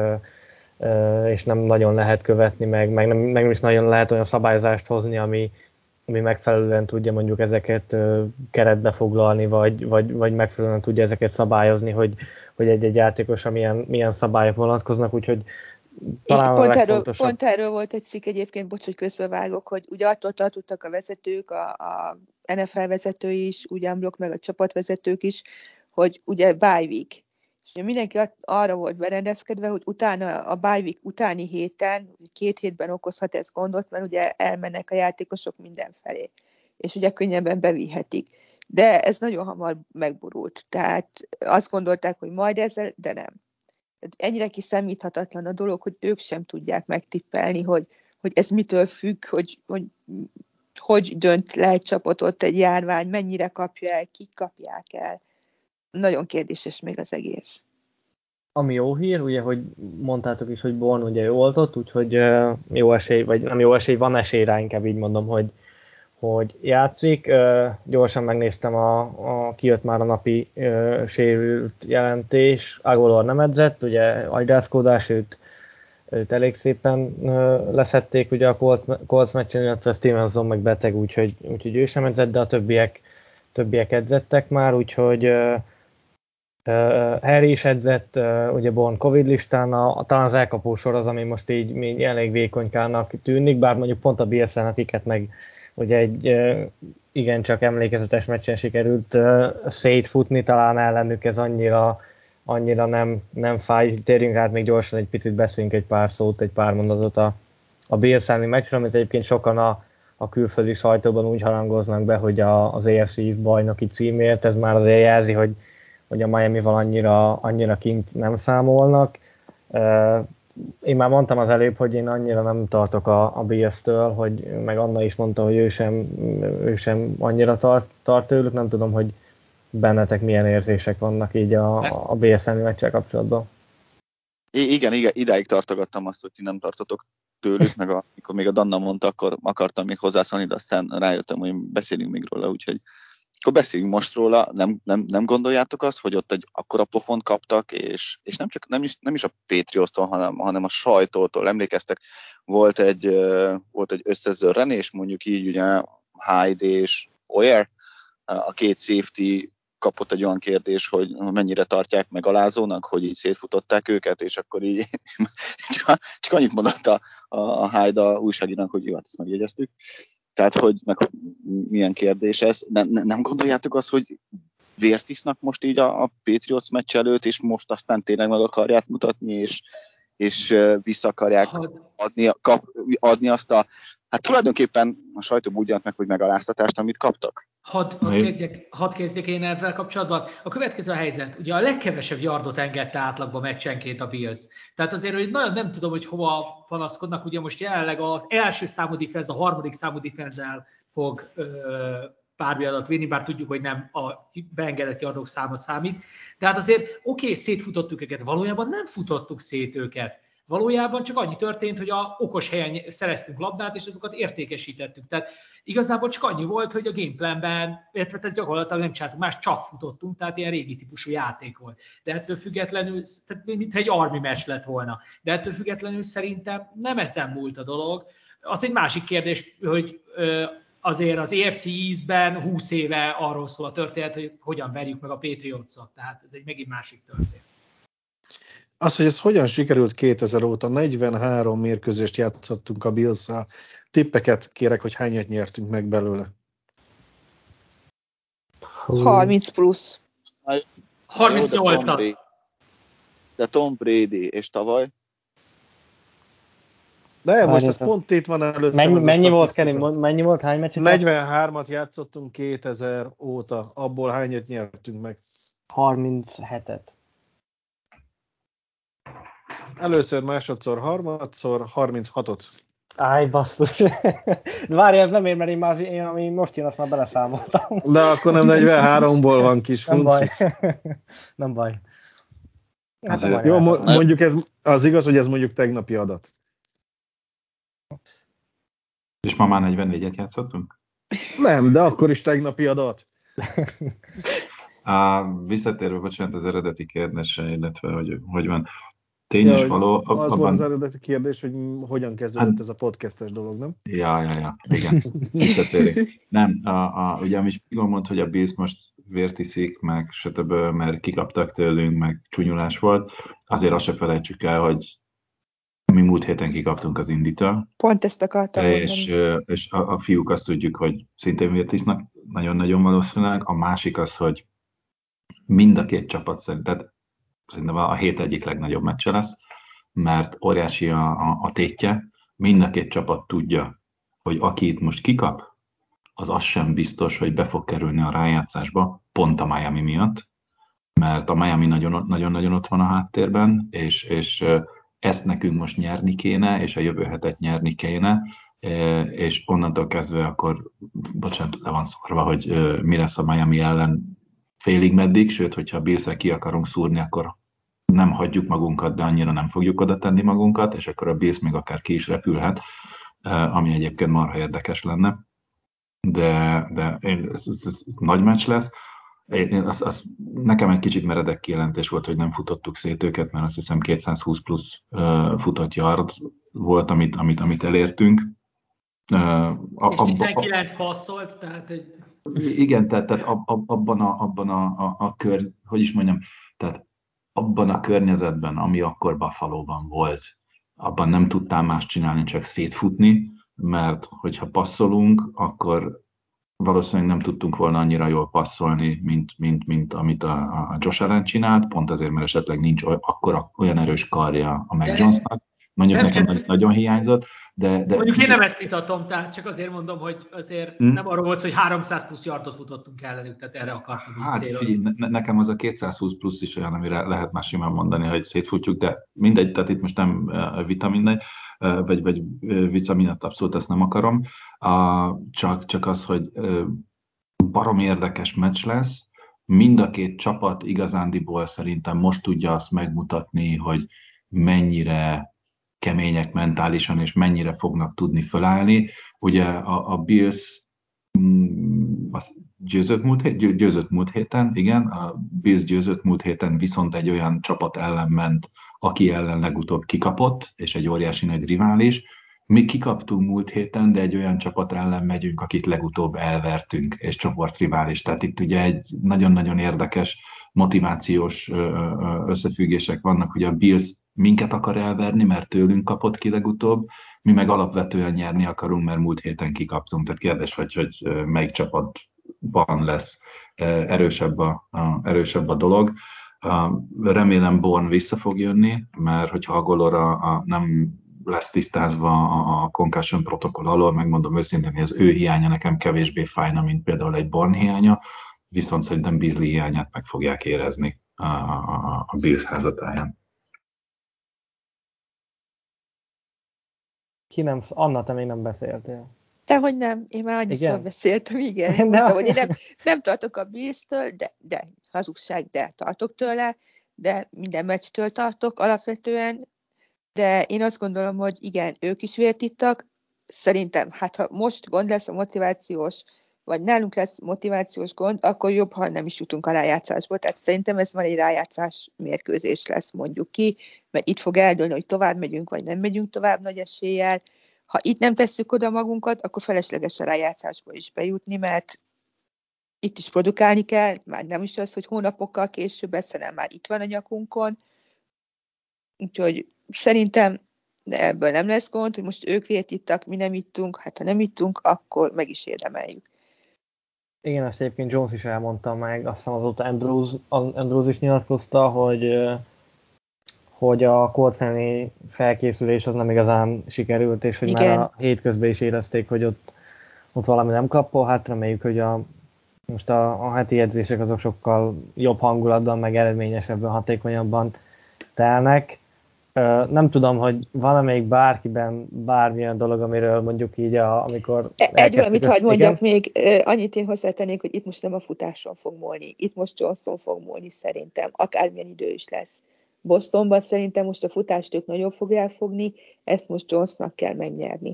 és nem nagyon lehet követni, meg, meg, nem, meg nem is nagyon lehet olyan szabályozást hozni, ami, ami megfelelően tudja mondjuk ezeket keretbe foglalni, vagy, vagy, vagy megfelelően tudja ezeket szabályozni, hogy, hogy egy-egy játékosra milyen, milyen szabályok vonatkoznak, úgyhogy talán pont, a legfontosabb... erről, pont erről volt egy cikk egyébként, bocs, hogy közbevágok, hogy ugye attól tartottak a vezetők, a, a en ef el vezetői is, ugye unblock meg a csapatvezetők is, hogy ugye bye week. És ugye mindenki arra volt berendezkedve, hogy utána a bye week utáni héten, két hétben okozhat ez gondot, mert ugye elmennek a játékosok mindenfelé, és ugye könnyebben bevihetik. De ez nagyon hamar megborult. Tehát azt gondolták, hogy majd ezzel, de nem. Ennyire kiszámíthatatlan a dolog, hogy ők sem tudják megtippelni, hogy, hogy ez mitől függ, hogy, hogy hogy dönt le egy csapatot egy járvány, mennyire kapja el, kik kapják el. Nagyon kérdéses még az egész. Ami jó hír, ugye, hogy mondtátok is, hogy Bourne ugye ő oltott, úgyhogy jó esély, vagy nem jó esély, van esély rá, inkább így mondom, hogy, hogy játszik. Uh, gyorsan megnéztem, a, a, kijött már a napi uh, sérült jelentés. Agolor nem edzett, ugye agyrászkódás, őt, őt elég szépen uh, leszették ugye a Colts meccsen, illetve Stevenson meg beteg, úgyhogy, úgyhogy ő sem edzett, de a többiek, többiek edzettek már, úgyhogy uh, uh, Harry is edzett, uh, ugye Bourne Covid listán, a, talán az elkapó sor az, ami most így, így elég vékonykának tűnik, bár mondjuk pont a Bills-en, akiket meg ugye egy uh, igencsak emlékezetes meccsen sikerült uh, szétfutni, talán ellenük ez annyira, annyira nem, nem fáj. Térjünk át még gyorsan egy picit, beszéljünk egy pár szót, egy pár mondatot a, a Bills elleni meccsről, amit egyébként sokan a, a külföldi sajtóban úgy harangoznak be, hogy a, az á ef cé bajnoki címért, ez már azért jelzi, hogy, hogy a Miamival annyira, annyira kint nem számolnak. Uh, Én már mondtam az előbb, hogy én annyira nem tartok a, a Bills-től, hogy meg Anna is mondta, hogy ő sem, ő sem annyira tart, tart tőlük, nem tudom, hogy bennetek milyen érzések vannak így a, a Bills-elleni meccsel kapcsolatban. I- igen, igen, idáig tartogattam azt, hogy ti nem tartotok tőlük, meg amikor még a Danna mondta, akkor akartam még hozzászólni, de aztán rájöttem, hogy beszélünk még róla, úgyhogy akkor beszéljünk most róla. Nem, nem, nem gondoljátok azt, hogy ott egy akkora pofont kaptak, és, és nem csak nem is, nem is a Patriots-tól, hanem, hanem a sajtótól. Emlékeztek, volt egy, volt egy összezörrenés, mondjuk így ugye Hyde és Hoyer, a két safety kapott egy olyan kérdés, hogy mennyire tartják megalázónak, hogy így szétfutották őket, és akkor így csak, csak annyit mondott a, a Hyde a újságírónak, hogy jó, hát ezt megjegyeztük. Tehát, hogy meg milyen kérdés ez. Nem, nem gondoljátok azt, hogy vért isznak most így a, a Patriots meccs előtt, és most aztán tényleg meg akarják mutatni, és, és vissza akarják adni, kap, adni azt a, hát tulajdonképpen a sajtóban úgy jelent meg, hogy megaláztatást, amit kaptak. Hadd had kezdjek, had kezdjek én ezzel kapcsolatban. A következő a helyzet. Ugye a legkevesebb yardot engedte átlagban meccsenként a Bills. Tehát azért, hogy nagyon nem tudom, hogy hova panaszkodnak. Ugye most jelenleg az első számú defense, a harmadik számú defense-el fog párbiadat vinni, bár tudjuk, hogy nem a beengedett yardok száma számít. De hát azért oké, okay, szétfutottuk őket, valójában nem futottuk szét őket. Valójában csak annyi történt, hogy a okos helyen szereztünk labdát, és azokat értékesítettük. Tehát igazából csak annyi volt, hogy a gameplanben, illetve gyakorlatilag nem csináltunk más, csak futottunk, tehát ilyen régi típusú játék volt. De ettől függetlenül, tehát mintha egy army meccs lett volna. De ettől függetlenül szerintem nem ezen múlt a dolog. Az egy másik kérdés, hogy azért az á ef cé East-ben húsz éve arról szól a történet, hogy hogyan verjük meg a Patriots-ot. Tehát ez egy megint másik történet. Az, hogy ez hogyan sikerült kétezer óta, negyvenhárom mérkőzést játszottunk a Bills-szal. Tippeket kérek, hogy hányat nyertünk meg belőle. harminc plusz. harmincnyolcat. De, de Tom Brady és tavaly? De most ez pont itt van előttem. Mennyi, mennyi volt, Kenny? Mennyi volt? Hány meccset? negyvenhármat játszottunk kétezer óta. Abból hányat nyertünk meg? harminchetet. Először, másodszor, harmadszor, harminchatot. Áj, basszus. De várj, ez nem ér, mert én, már, én ami most jön, azt már beleszámoltam. De akkor nem negyvenháromból van kis Nem hunci. baj. Nem baj. Hát nem jó, mondjuk ez, az igaz, hogy ez mondjuk tegnapi adat. És ma már negyvennégyet játszottunk? Nem, de akkor is tegnapi adat. Á, visszatérve, bocsánat, az eredeti kérdésre, illetve hogy, hogy van. Tény és ja, való. Az abban... volt az eredeti kérdés, hogy hogyan kezdődött hát, ez a podcastes dolog, nem? Ja, ja, ja, igen. Visszatérünk. Nem, a, a, ugye ami Spigol mondta, hogy a Bills most vért iszik, meg stb., mert kikaptak tőlünk, meg csúnyulás volt. Azért azt se felejtsük el, hogy mi múlt héten kikaptunk az Inditől. Pont ezt akartam és, mondani. És a, a fiúk azt tudjuk, hogy szintén vért isznak, nagyon-nagyon valószínűleg. A másik az, hogy mind a két csapat szerint, tehát szerintem a hét egyik legnagyobb meccse lesz, mert óriási a, a, a tétje. Mind a két csapat tudja, hogy aki itt most kikap, az az sem biztos, hogy be fog kerülni a rájátszásba, pont a Miami miatt, mert a Miami nagyon-nagyon ott van a háttérben, és, és ezt nekünk most nyerni kéne, és a jövő hetet nyerni kéne, és onnantól kezdve akkor, bocsánat, le van szórva, hogy mi lesz a Miami ellen félig meddig, sőt, hogyha a Bills-re ki akarunk szúrni, akkor nem hagyjuk magunkat, de annyira nem fogjuk oda tenni magunkat, és akkor a Bills még akár ki is repülhet, ami egyébként marha érdekes lenne. De, de ez, ez, ez nagy meccs lesz. Én, az, az, nekem egy kicsit meredek kijelentés volt, hogy nem futottuk szét őket, mert azt hiszem kétszázhúsz plusz uh, futott yard volt, amit, amit, amit elértünk. Uh, a, és tizenkilenc passzolt, tehát egy... Igen, tehát, tehát ab, ab, abban, a, abban a, a, a kör, hogy is mondjam, tehát abban a környezetben, ami akkor Buffalo-ban volt, abban nem tudtál más csinálni, csak szétfutni, mert hogyha passzolunk, akkor valószínűleg nem tudtunk volna annyira jól passzolni, mint, mint, mint amit a, a Josh Allen csinált, pont azért, mert esetleg nincs akkora, olyan erős karja a Mac Jonesnak. Mondjuk nekem csak... nagyon hiányzott, de... de Mondjuk én nem ezt vitatom, tehát csak azért mondom, hogy azért hmm? nem arról volt, hogy háromszáz plusz yardot futottunk ellenük, tehát erre akartam így hát, célozni. Figyelj, ne, nekem az a kétszázhúsz plusz is olyan, amire lehet már simán mondani, hogy szétfutjuk, de mindegy, tehát itt most nem vita mindegy, vagy, vagy vicca miatt abszolút ezt nem akarom, csak, csak az, hogy barom érdekes meccs lesz, mind a két csapat igazándiból szerintem most tudja azt megmutatni, hogy mennyire kemények mentálisan, és mennyire fognak tudni fölállni. Ugye a, a Bills az győzött múlt, hét, győzött múlt héten, igen, a Bills győzött múlt héten, viszont egy olyan csapat ellen ment, aki ellen legutóbb kikapott, és egy óriási nagy rivális. Mi kikaptunk múlt héten, de egy olyan csapat ellen megyünk, akit legutóbb elvertünk, és csoportrivális. Tehát itt ugye egy nagyon-nagyon érdekes motivációs összefüggések vannak, hogy a Bills minket akar elverni, mert tőlünk kapott ki legutóbb, mi meg alapvetően nyerni akarunk, mert múlt héten kikaptunk. Tehát kérdés, hogy, hogy melyik csapatban lesz erősebb a, a, erősebb a dolog. Remélem Bourne vissza fog jönni, mert hogyha a Golora a, nem lesz tisztázva a concussion protokoll alól, megmondom őszintén, hogy az ő hiánya nekem kevésbé fájna, mint például egy Bourne hiánya, viszont szerintem Beasley hiányát meg fogják érezni a, a, a Bills házatáján. Ki nem, Anna, te még nem beszéltél. Dehogy nem, én már annyiszor Igen? beszéltem, igen. Én mondtam, hogy én nem, nem tartok a Bills-től, de, de hazugság, de tartok tőle, de minden meccstől tartok alapvetően, de én azt gondolom, hogy igen, ők is vért ittak. Szerintem, hát ha most gond lesz a motivációs, vagy nálunk lesz motivációs gond, akkor jobb, ha nem is jutunk a rájátszásból. Tehát szerintem ez már egy rájátszás mérkőzés lesz, mondjuk ki, mert itt fog eldőlni, hogy tovább megyünk, vagy nem megyünk tovább nagy eséllyel. Ha itt nem tesszük oda magunkat, akkor felesleges a rájátszásba is bejutni, mert itt is produkálni kell, már nem is az, hogy hónapokkal később, egyszerűen már itt van a nyakunkon. Úgyhogy szerintem ebből nem lesz gond, hogy most ők vért ittak, mi nem ittunk, hát ha nem ittunk, akkor meg is érdemeljük. Igen, ezt egyébként Jones is elmondta meg, azt hiszem azóta Andrews, Andrews is nyilatkozta, hogy, hogy a Colts elleni felkészülés az nem igazán sikerült, és hogy igen. Már a hétközben is érezték, hogy ott, ott valami nem klappol, hát reméljük, hogy a, most a, a heti edzések azok sokkal jobb hangulatban, meg eredményesebben, hatékonyabban telnek. Nem tudom, hogy valamelyik bárkiben bármilyen dolog, amiről mondjuk így, a, amikor... Egy valamit hadd mondjak még, annyit én hozzátennék, hogy itt most nem a futáson fog múlni, itt most Johnson fog múlni szerintem, akármilyen idő is lesz. Bostonban szerintem most a futást ők nagyon fogják fogni, ezt most Jonesnak kell megnyerni.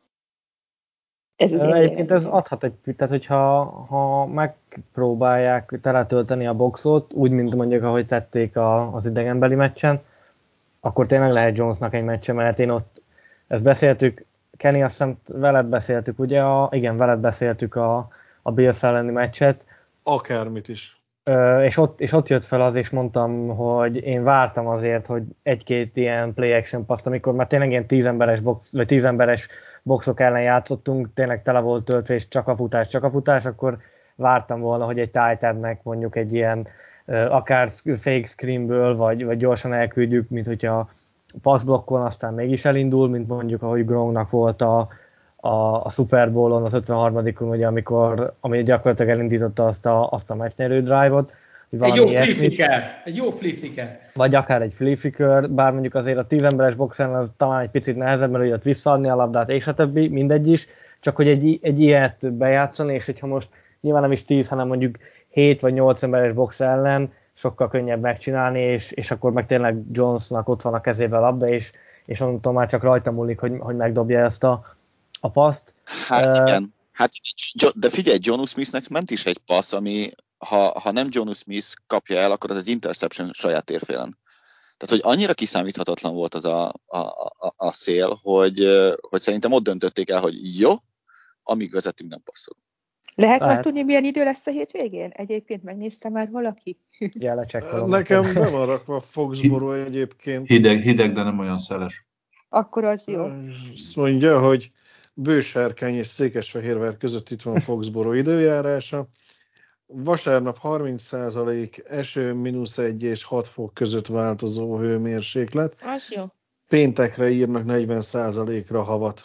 Ez az Egyébként ez adhat egy, tehát hogyha ha megpróbálják teletölteni a boxot, úgy, mint mondjuk, ahogy tették a, az idegenbeli meccsen, akkor tényleg lehet Jonesnak egy meccse, mert én ott, ezt beszéltük, Kenny, azt hiszem veled beszéltük, ugye? A, igen, veled beszéltük a, a Bills elleni meccset. Akármit is. Ö, és, ott, és ott jött fel az, és mondtam, hogy én vártam azért, hogy egy-két ilyen play action paszt, amikor már tényleg ilyen tízemberes box, vagy tízemberes boxok ellen játszottunk, tényleg tele volt töltve, és csak a futás, csak a futás, akkor vártam volna, hogy egy tight endnek mondjuk egy ilyen akár fake screenből, vagy, vagy gyorsan elküldjük, mint hogyha passzblokkon aztán mégis elindul, mint mondjuk ahogy Gronknak volt a, a, a Super Bowl-on az ötvenharmadikon, ugye, amikor, ami gyakorlatilag elindította azt a, azt a meccsnyerő drive-ot. Egy jó flip-flicker, egy jó flip-flicker. Vagy akár egy flip-flicker, bár mondjuk azért a tízemberes boxen talán egy picit nehezebb, mert ugye ott visszaadni a labdát, és a többi, mindegy is, csak hogy egy, egy ilyet bejátszani, és hogyha most nyilván nem is tíz, hanem mondjuk hét vagy nyolc emberes box ellen sokkal könnyebb megcsinálni, és, és akkor meg tényleg Jonesnak ott van a kezében a labda, és, és onnantól már csak rajta múlik, hogy, hogy megdobja ezt a, a paszt. Hát uh, igen, hát, de figyelj, Jonnu Smithnek ment is egy passz, ami ha, ha nem Jonnu Smith kapja el, akkor az egy interception saját térfélen. Tehát, hogy annyira kiszámíthatatlan volt az a, a, a, a szél, hogy, hogy szerintem ott döntötték el, hogy jó, amíg vezetünk, nem passzol. Lehet már tudni, milyen idő lesz a hétvégén? Egyébként megnézte már valaki? Ja, lecsekkolom. Nekem be van rakva Foxborough egyébként. Hideg, hideg, de nem olyan szeles. Akkor az jó. Azt mondja, hogy Bősárkány és Székesfehérvár között itt van Foxborough időjárása. Vasárnap harminc százalék eső, mínusz egy és hat fok között változó hőmérséklet. Az jó. Péntekre írnak negyven százalékra havat.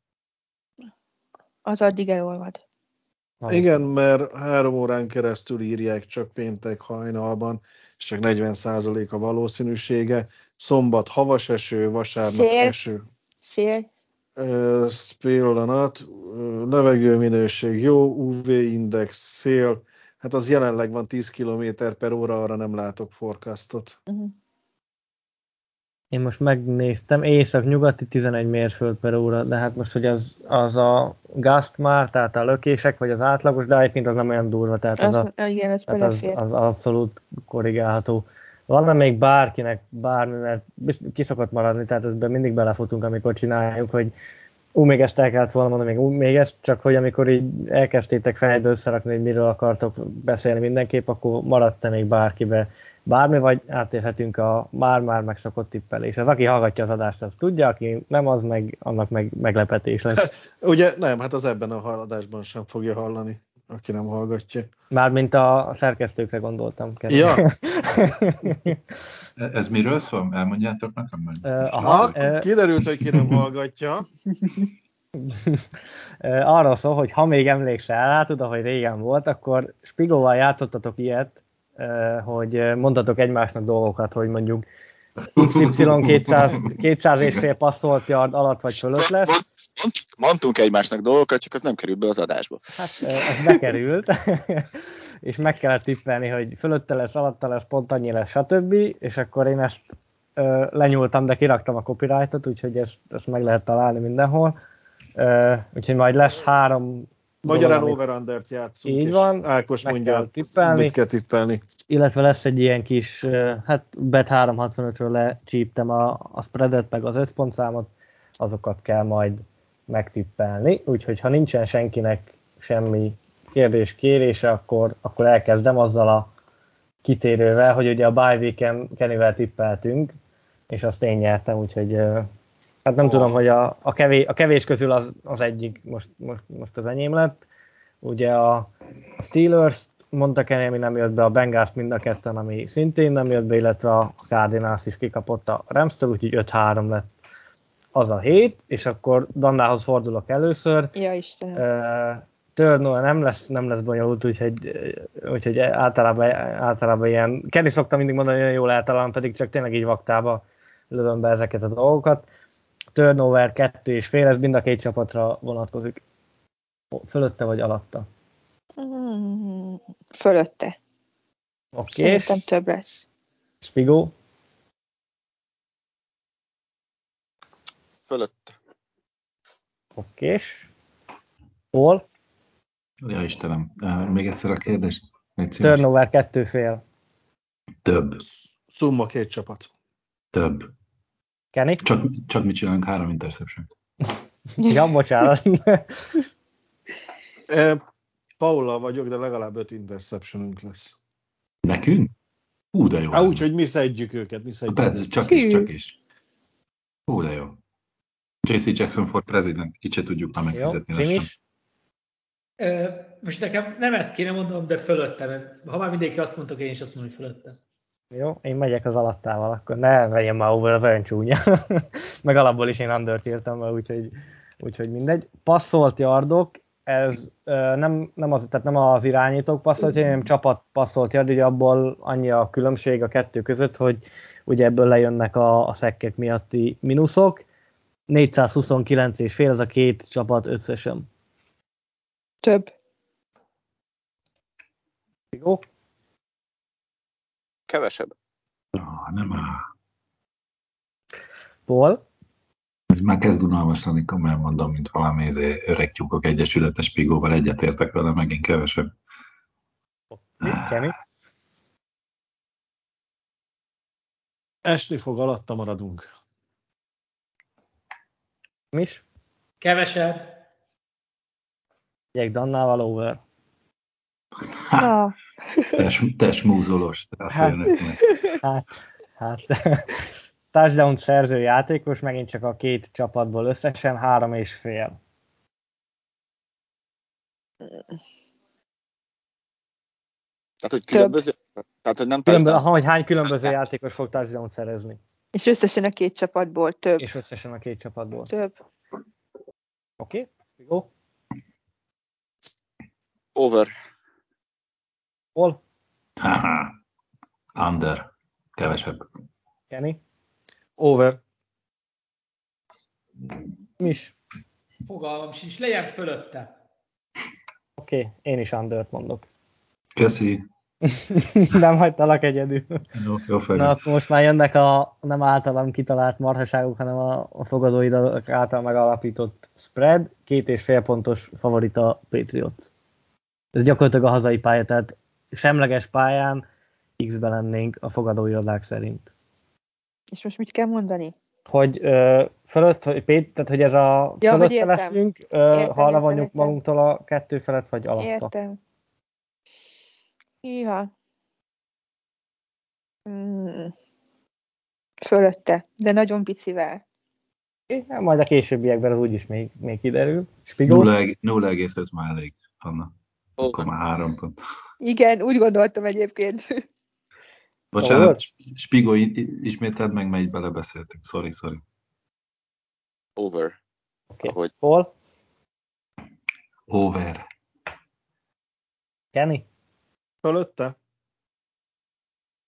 Az addig elolvad. Igen, mert három órán keresztül írják csak péntek hajnalban, és csak negyven százalék a valószínűsége. Szombat havas eső, vasárnap Szél. eső. Szél. Uh, pillanat, uh, levegőminőség jó, u vé-index, szél. Hát az jelenleg van tíz kilométer per óra, arra nem látok forecastot. Uh-huh. Én most megnéztem, észak-nyugati tizenegy mérföld per óra, de hát most, hogy az, az a gust már, tehát a lökések, vagy az átlagos, de egyébként az nem olyan durva, tehát az, az, a, igen, az, tehát az, az abszolút korrigálható. Van még bárkinek bármi, mert ki szokott maradni, tehát ezben mindig belefutunk, amikor csináljuk, hogy ú, még ezt el kellett volna mondani, még, ú, még ezt, csak hogy amikor így elkezdtétek fejbe összerakni, hogy miről akartok beszélni mindenképp, akkor maradt-e még bárkibe bármi, vagy átérhetünk a már-már megszokott tippelés. Az, aki hallgatja az adást, az tudja, aki nem, az meg, annak meg meglepetés lesz. Hát, ugye nem, hát az ebben a adásban sem fogja hallani, aki nem hallgatja. Mármint a szerkesztőkre gondoltam. Ja. Ez miről szól? Elmondjátok nekem meg? Uh, aha, uh, kiderült, hogy ki nem hallgatja. Arról szól, hogy ha még emlékszel rá, tudom, hogy régen volt, akkor Spigóval játszottatok ilyet, hogy mondtatok egymásnak dolgokat, hogy mondjuk iksz ipszilon kétszáz, kétszáz és fél passzolt yard alatt vagy fölött lesz. mondtunk egymásnak dolgokat, csak az nem került be az adásba. Hát ez bekerült, és meg kellett tippelni, hogy fölötte lesz, alatta lesz, pont annyi lesz, stb. És akkor én ezt ö, lenyúltam, de kiraktam a copyrightot, úgyhogy ezt, ezt meg lehet találni mindenhol. Ö, úgyhogy majd lesz három Magyarán dolog, over-undert játszunk, így és van, Ákos meg mondja, kell tippelni. mit kell tippelni. Illetve lesz egy ilyen kis, hát bet háromszázhatvanötről lecsíptem a, a spreadet, meg az összpontszámot, azokat kell majd megtippelni. Úgyhogy ha nincsen senkinek semmi kérdés, kérése, akkor, akkor elkezdem azzal a kitérővel, hogy ugye a bye week-en Kennyvel tippeltünk, és azt én nyertem, úgyhogy hát nem oh. tudom, hogy a, a, kevés, a kevés közül az, az egyik most, most, most az enyém lett. Ugye a Steelers mondta Kenny, ami nem jött be, a Bengals mind a ketten, ami szintén nem jött be, illetve a Cardinals is kikapott a Rams-től, úgyhogy öt három lett az a hét, és akkor Dannához fordulok először. Ja, Istenem. Uh, Turnover nem lesz, nem lesz bonyolult, úgyhogy, úgyhogy általában, általában ilyen, Kenny szokta mindig mondani, hogy olyan jól általán, pedig csak tényleg így vaktába lövöm be ezeket a dolgokat. Turnover kettő és fél, ez mind a két csapatra vonatkozik. Fölötte vagy alatta? Mm, fölötte. Oké. Szerintem több lesz. Spigó? Fölötte. Okés. Paul? Ja, Istenem. Uh, még egyszer a kérdés. Turnover kettő fél. Több. Szumma két csapat. Több. Kenny? Csak, csak mit csinálunk? Három interception. Ja, bocsánat. Paullal vagyok, de legalább öt interceptionünk lesz. Nekünk? Hú, de jó. Há, úgy, hogy mi szedjük őket, mi szedjük. Persze, csak is, csak is. Hú, de jó. jé cé Jackson for President, így se tudjuk már megfizetni lassan. Most nekem nem ezt kéne mondanom, de fölöttem. Ha már mindenki azt mondta, én is azt mondom, hogy fölöttem. Jó, én megyek az alattával, akkor ne vegyem már over, az olyan csúnya. Meg alapból is én undert írtam, úgyhogy, úgyhogy mindegy. Passzolt yardok, ez uh, nem, nem, az, tehát nem az irányítók passzolt, hanem csapat passzolt yard, ugye abból annyi a különbség a kettő között, hogy ugye ebből lejönnek a, a szekkek miatti mínuszok. négyszázhuszonkilenc és fél, ez a két csapat összesen. Több. Jó. Kevesebb. Ah, nem áll. Paul? Ez már kezd unalmasani, komolyan mondom, mint valami öreg tyúkok egyesületes Spigóval egyetértek vele, megint kevesebb. Kenny? Esni fog, alatta maradunk. Mis? Kevesebb. Megyek Dannával over. Na. Te smúzolós, te a főnöknek. Hát, hát, touchdown szerző játékos, megint csak a két csapatból összesen három és fél. Tehát, hogy különböző, tehát, hogy nem Különböző, aha, hogy hány különböző játékos fog touchdown szerezni. És összesen a két csapatból több. És összesen a két csapatból. Több. Oké, okay. Go. Over. Hol? Haha. Under. Kevesebb. Kenny? Over. Mis? Fogalmam sincs, legyen fölötte. Oké, okay. Én is undert mondok. Köszi. Nem hagytalak egyedül. Jó, jó Na, akkor most már jönnek a nem általam kitalált marhaságok, hanem a, a fogadóid által megalapított spread. Két és fél pontos favorit a Patriots. Ez gyakorlatilag a hazai pálya, tehát semleges pályán X-be lennénk a fogadóirodák szerint. És most mit kell mondani? Hogy ö, fölött, hogy, Pét, tehát, hogy ez a ja, fölötte leszünk, ö, értem, ha levonjuk értem, értem. magunktól a kettő felett, vagy alatta. Értem. Hűha. Hmm. Fölötte, de nagyon picivel. Okay, majd a későbbiekben az úgyis még, még kiderül. Spigó? nulla egész öt már elég, Anna. Akkor már három pont. Igen, úgy gondoltam egyébként. Bocsánat, Spigó, ismételd meg, melyik belebeszéltünk. Sorry, sorry. Over. Oké. Okay. Hol? Over. Kenny? Fölötte?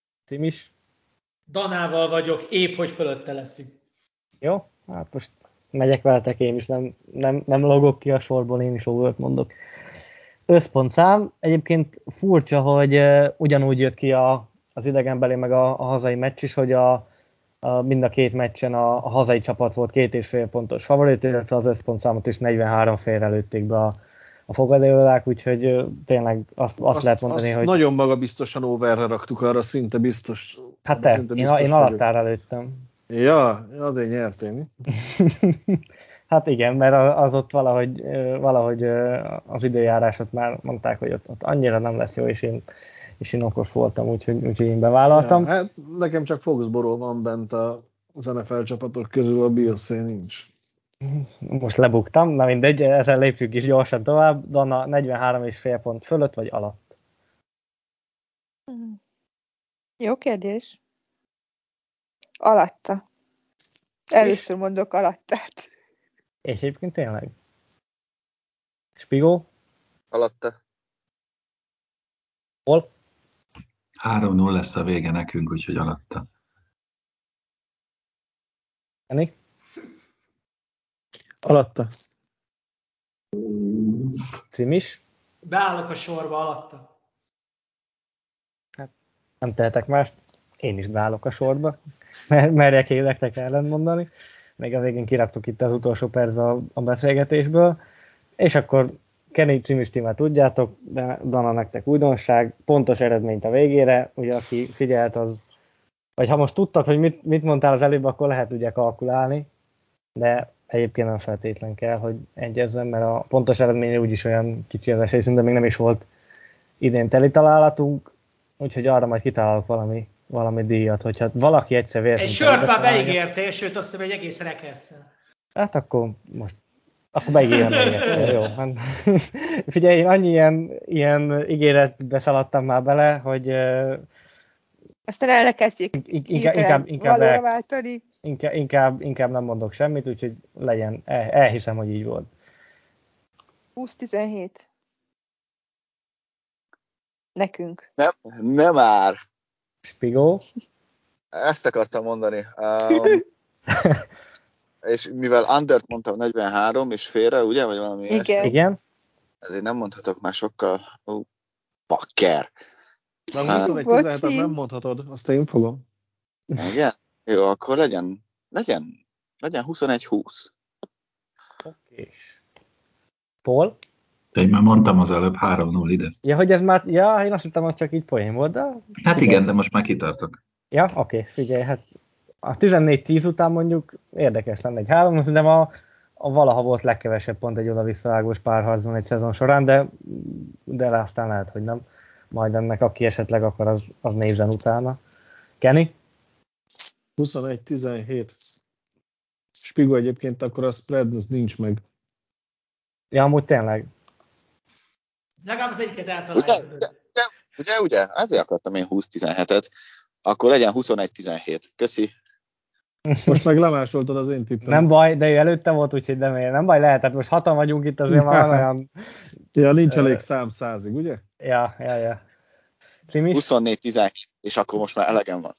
Cimis? Danával vagyok, épp hogy fölötte leszünk. Jó, hát most megyek veletek én is, nem, nem, nem logok ki a sorból, én is overt mondok. Összpontszám, egyébként furcsa, hogy uh, ugyanúgy jött ki a, az idegenbeli meg a, a hazai meccs is, hogy a, a, mind a két meccsen a, a hazai csapat volt két és fél pontos favorit, illetve az összpontszámot is negyvenhárom félre lőtték be a, a fogadóirodák, úgyhogy uh, tényleg azt, azt, azt lehet mondani, azt hogy... nagyon magabiztosan overre raktuk, arra szinte biztos. Hát te, szinte biztos én, én alattára lőttem. Ja, azért nyertél, mi? Hát igen, mert az ott valahogy, valahogy az időjárásot már mondták, hogy ott, ott annyira nem lesz jó, és én, és én okos voltam, úgyhogy, úgyhogy én bevállaltam. Ja, hát nekem csak Foxborough van bent az en ef el csapatok közül, a Bills-é nincs. Most lebuktam, na mindegy, erre lépjük is gyorsan tovább. Dana negyvenhárom és fél pont fölött vagy alatt? Jó kérdés. Alatta. Először mondok alattát. És egyébként tényleg. Spigó? Alatta. Hol? három null lesz a vége nekünk, úgyhogy alatta. Enni? Alatta. Cimis? Beállok a sorba alatta. Hát nem tehetek mást. Én is beállok a sorba. Merjek én nektek ellent mondani. Még a végén kiraktuk itt az utolsó percben a, a beszélgetésből. És akkor Kenny Cimis tímet tudjátok, de Dana nektek újdonság, pontos eredményt a végére, ugye aki figyelt az, vagy ha most tudtad, hogy mit, mit mondtál az előbb, akkor lehet ugye kalkulálni, de egyébként nem feltétlen kell, hogy egyezzen, mert a pontos eredmény úgyis olyan kicsi az esély, szinte még nem is volt idén teli találatunk, úgyhogy arra majd kitalálok valami, valami díjat, hogyha valaki egyszer véletlenül... Egy sört már beígértél, sőt azt hiszem, hogy egész rekesszel. Hát akkor most Akkor beígérem még egyszer, jó. Hát, figyelj, én annyi ilyen, ilyen ígéretbe szaladtam már bele, hogy... Uh, Aztán elkezdjük inkább, inkább, inkább, valóra váltani. Inkább, inkább, inkább nem mondok semmit, úgyhogy legyen, el, elhiszem, hogy így volt. húsz tizenhét. Nekünk. Nem, nem már. Spigó. Ezt akartam mondani. Um, és mivel Andert mondtam negyvenhárom és félre, ugye? Vagy valami Igen. Ilyesmi. Igen. Ezért nem mondhatok már sokkal. Ó, bakker. Na, huszonegy tizenhetet nem mondhatod, azt én fogom. Igen? Jó, akkor legyen, legyen, legyen huszonegy húsz. Oké. Paul? De én már mondtam az előbb három null ide. Ja, hogy ez már, ja, én azt hittem, hogy csak így poén volt, de... Hát figyelj. Igen, de most már kitartok. Ja, oké, okay, figyelj, hát a tizennégy tíz után mondjuk érdekes lenne egy három, de ma a valaha volt legkevesebb pont egy oda-visszavágós párharcban egy szezon során, de, de aztán lehet, hogy nem. Majd ennek, aki esetleg akar, az, az nézzen utána. Kenny? huszonegy tizenhét. Spigó egyébként akkor a spread az nincs meg. Ja, amúgy tényleg. Legalább az egyiket eltaláljuk. Ugye, ugye, ugye, ugye, ezért akartam én húsz tizenhetet. Akkor legyen huszonegy tizenhét. Köszi. Most meg lemásoltad az én tippem. Nem baj, de ő előtte volt, úgyhogy nem, nem baj, lehet. Hát most hatan vagyunk itt, azért már olyan... Ja, nincs elég szám százig, ugye? Ja, ja, ja. Cimis? huszonnégy tizenhét, és akkor most már elegem van.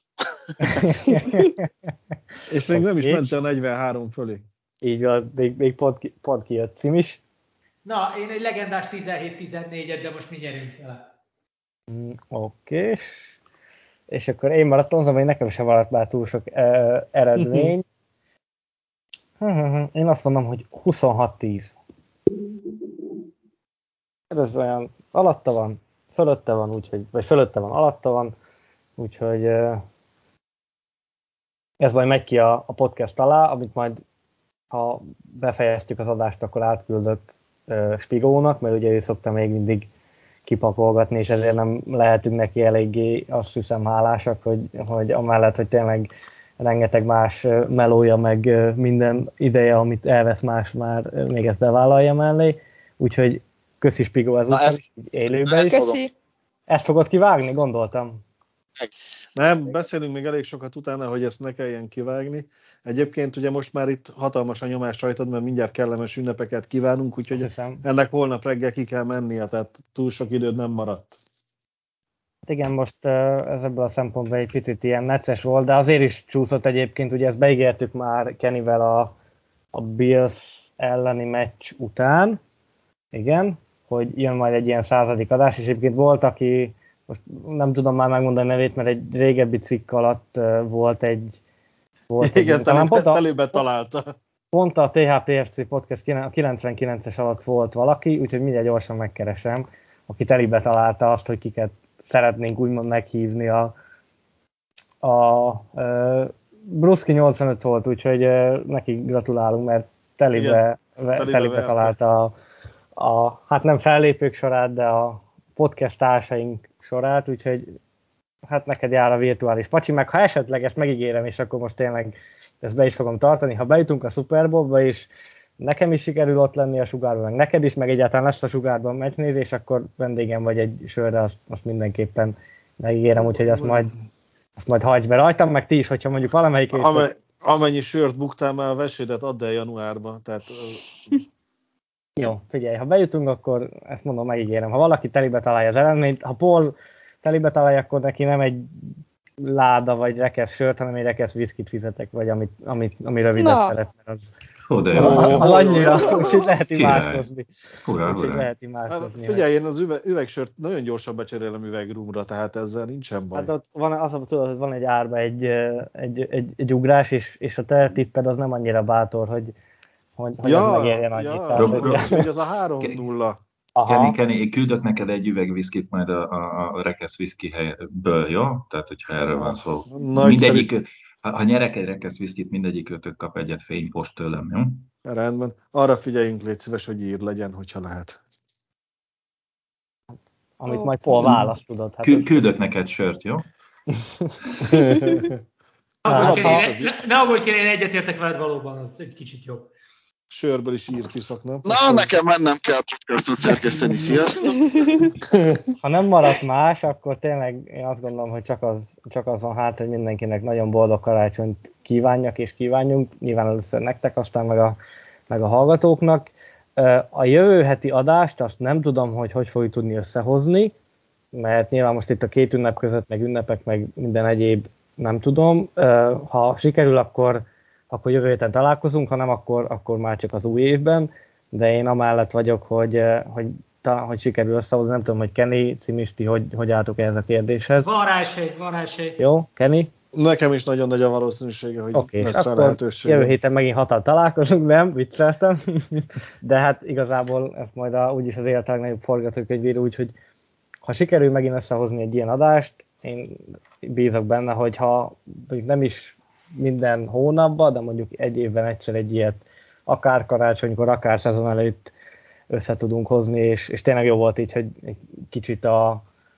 És még okay. Nem is ment a negyvenhárom fölé. Így van, még, még pont, ki, pont kijött. Cimis? Na, én egy legendás tizenhét tizennégyet, de most mi nyerünk vele. Mm, Oké. Okay. És akkor én maradtam, azon, hogy nekem sem maradt már túl sok uh, eredmény. Én azt mondom, hogy huszonhat tíz. Ez olyan alatta van, fölötte van, úgyhogy, vagy fölötte van, alatta van, úgyhogy uh, ez majd megy ki a, a podcast alá, amit majd, ha befejeztük az adást, akkor átküldök uh, Spigónak, mert ugye ő szokta még mindig kipakolgatni, és ezért nem lehetünk neki eléggé, azt hiszem, hálásak, hogy, hogy amellett, hogy tényleg rengeteg más melója, meg minden ideje, amit elvesz más, már még ezt bevállalja mellé. Úgyhogy köszi Spigó ezúttal is, élőben is. Köszi. Ezt fogod kivágni, gondoltam. Nem, beszélünk még elég sokat utána, hogy ezt ne kelljen kivágni. Egyébként ugye most már itt hatalmas a nyomás rajtad, mert mindjárt kellemes ünnepeket kívánunk, úgyhogy ennek holnap reggel ki kell mennie, tehát túl sok időd nem maradt. Igen, most ez ebből a szempontból egy picit ilyen necces volt, de azért is csúszott egyébként, ugye ezt beígértük már Kennyvel a, a Bills elleni meccs után, igen, hogy jön majd egy ilyen századik adás, és egyébként volt, aki, most nem tudom már megmondani a nevét, mert egy régebbi cikk alatt volt egy... Volt igen, egy, telébe, telébe találta. Pont a té há pé ef cé podcast a kilencvenkilences alatt volt valaki, úgyhogy mindjárt gyorsan megkeresem, aki telibe találta azt, hogy kiket szeretnénk úgymond meghívni. A, a, a Bruszki nyolcvanöt volt, úgyhogy neki gratulálunk, mert telibe, igen, telibe, telibe találta a, a, hát nem fellépők sorát, de a podcast társaink sorát, úgyhogy hát neked jár a virtuális pacsi, meg ha esetleg ezt megígérem, és akkor most tényleg ezt be is fogom tartani, ha bejutunk a Super Bowl-ba is, nekem is sikerül ott lenni a Sugárban, meg neked is, meg egyáltalán lesz a Sugárban meccsnézés, akkor vendégem vagy egy sörre, azt most mindenképpen megígérem, úgyhogy azt majd, azt majd hagyd be rajtam, meg ti is, hogyha mondjuk valamelyik... Amely, amennyi sört buktál már, a vesédet add el januárba, tehát... Jó, figyelj, ha bejutunk, akkor ezt mondom, megígérem. Ha valaki telibe találja az eredményt, ha Paul telibe találja, akkor neki nem egy láda vagy rekesz sört, hanem egy rekesz viszkit fizetek, vagy amit, amit, ami rövidebb szeretne. Az, Hú, de jó. Az, az annyira, úgyhogy lehet imádkozni. Hurrá, úgyhogy hurrá. lehet imádkozni. Hát, figyelj, én az üveg, üvegsört nagyon gyorsan becserélem üvegrumra, tehát ezzel nincsen baj. Hát ott van, az, tudod, hogy van egy árba egy, egy, egy, egy ugrás, és, és a te tipped az nem annyira bátor, hogy, hogy, hogy ja, az megérjen annyit. Ja, tehát, hogy, hogy, hogy az a három nulla. Kenny, Kenny, én küldök neked egy üveg viszkit majd a, a, a rekesz viszki helyből, jó? Tehát, hogyha erről van szó. Mindegyik, ha, ha nyerek egy rekesz viszkit, mindegyik ötök kap egyet fénypost tőlem, jó? Rendben. Arra figyeljünk, légy szíves, hogy ír legyen, hogyha lehet. Amit oh. majd Paul választ, tudod. Hát Kü- küldök neked sört, jó? Ne aggódj, Kenny, én egyetértek veled valóban, az egy kicsit jobb. Sörből is írt iszak, nem? Na, Aztán... nekem mennem kell podcastot szerkeszteni, sziasztok! Ha nem maradt más, akkor tényleg én azt gondolom, hogy csak az, csak az van hát, hogy mindenkinek nagyon boldog karácsonyt kívánjak és kívánjunk. Nyilván először nektek, aztán meg a, meg a hallgatóknak. A jövő heti adást azt nem tudom, hogy hogy fogjuk tudni összehozni, mert nyilván most itt a két ünnep között, meg ünnepek, meg minden egyéb nem tudom. Ha sikerül, akkor akkor jövő héten találkozunk, ha nem, akkor, akkor már csak az új évben, de én amellett vagyok, hogy, hogy, hogy sikerül összehozni, nem tudom, hogy Kenny, Cimisti, hogy, hogy álltok ehhez a kérdéshez. Van rá esély, van rá esély. Jó, Kenny? Nekem is nagyon nagy a valószínűsége, hogy okay, lesz rá lehetőség. Jövő héten megint hatal találkozunk, nem? Vicceltem. De hát igazából ezt majd a, úgyis az élet legnagyobb forgatókönyvíró, úgyhogy ha sikerül megint összehozni egy ilyen adást, én bízok benne, hogy ha nem is minden hónapban, de mondjuk egy évben egyszer egy ilyet, akár karácsonykor, akár szezon előtt össze tudunk hozni, és, és tényleg jó volt így, hogy egy kicsit a,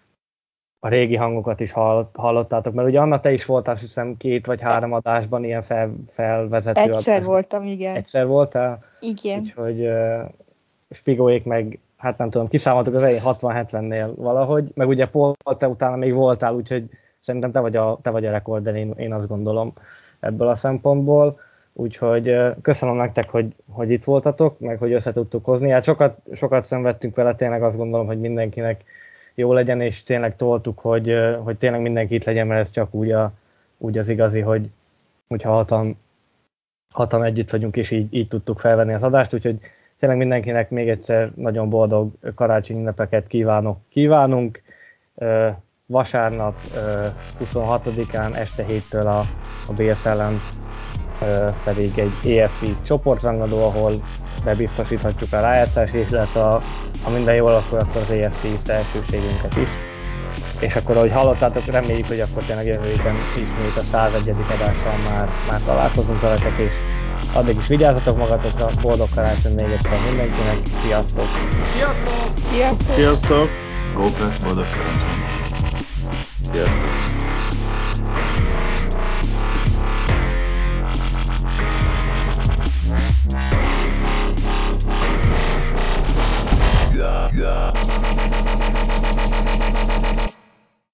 a régi hangokat is hallott, hallottátok, mert ugye Anna, te is voltál, azt hiszem, két vagy három adásban ilyen fel, felvezető. Egyszer adásban. voltam, igen. Egyszer voltál? Igen. Úgyhogy uh, Spigóék meg, hát nem tudom, kiszámoltuk az elején hatvan-hetvennél valahogy, meg ugye Paul, te utána még voltál, úgyhogy szerintem te vagy a, te vagy a rekorder, én, én azt gondolom ebből a szempontból. Úgyhogy köszönöm nektek, hogy, hogy itt voltatok, meg hogy össze tudtuk hozni. Hát sokat, sokat szenvedtünk vele, tényleg azt gondolom, hogy mindenkinek jó legyen, és tényleg toltuk, hogy, hogy tényleg mindenki itt legyen, mert ez csak úgy, a, úgy az igazi, hogy, hogyha hatan, hatan együtt vagyunk, és így, így tudtuk felvenni az adást. Úgyhogy tényleg mindenkinek még egyszer nagyon boldog karácsonyi ünnepeket kívánok, kívánunk. Vasárnap huszonhatodikán este héttől a, a Bills ellen pedig egy á ef cé csoportrangadó, ahol bebiztosíthatjuk a rájátszás, illetve a, ha minden jól, akkor, akkor az á ef cé elsőségünket is. És akkor, ahogy hallottátok, reméljük, hogy akkor tényleg jövő héten ismét a százegyedik adással már, már találkozunk veletek, és addig is vigyázzatok magatokra, boldog karácsony még egyszer mindenkinek, sziasztok! Sziasztok! Sziasztok! Sziasztok! Go Press, boldog karácsony! Sziasztok!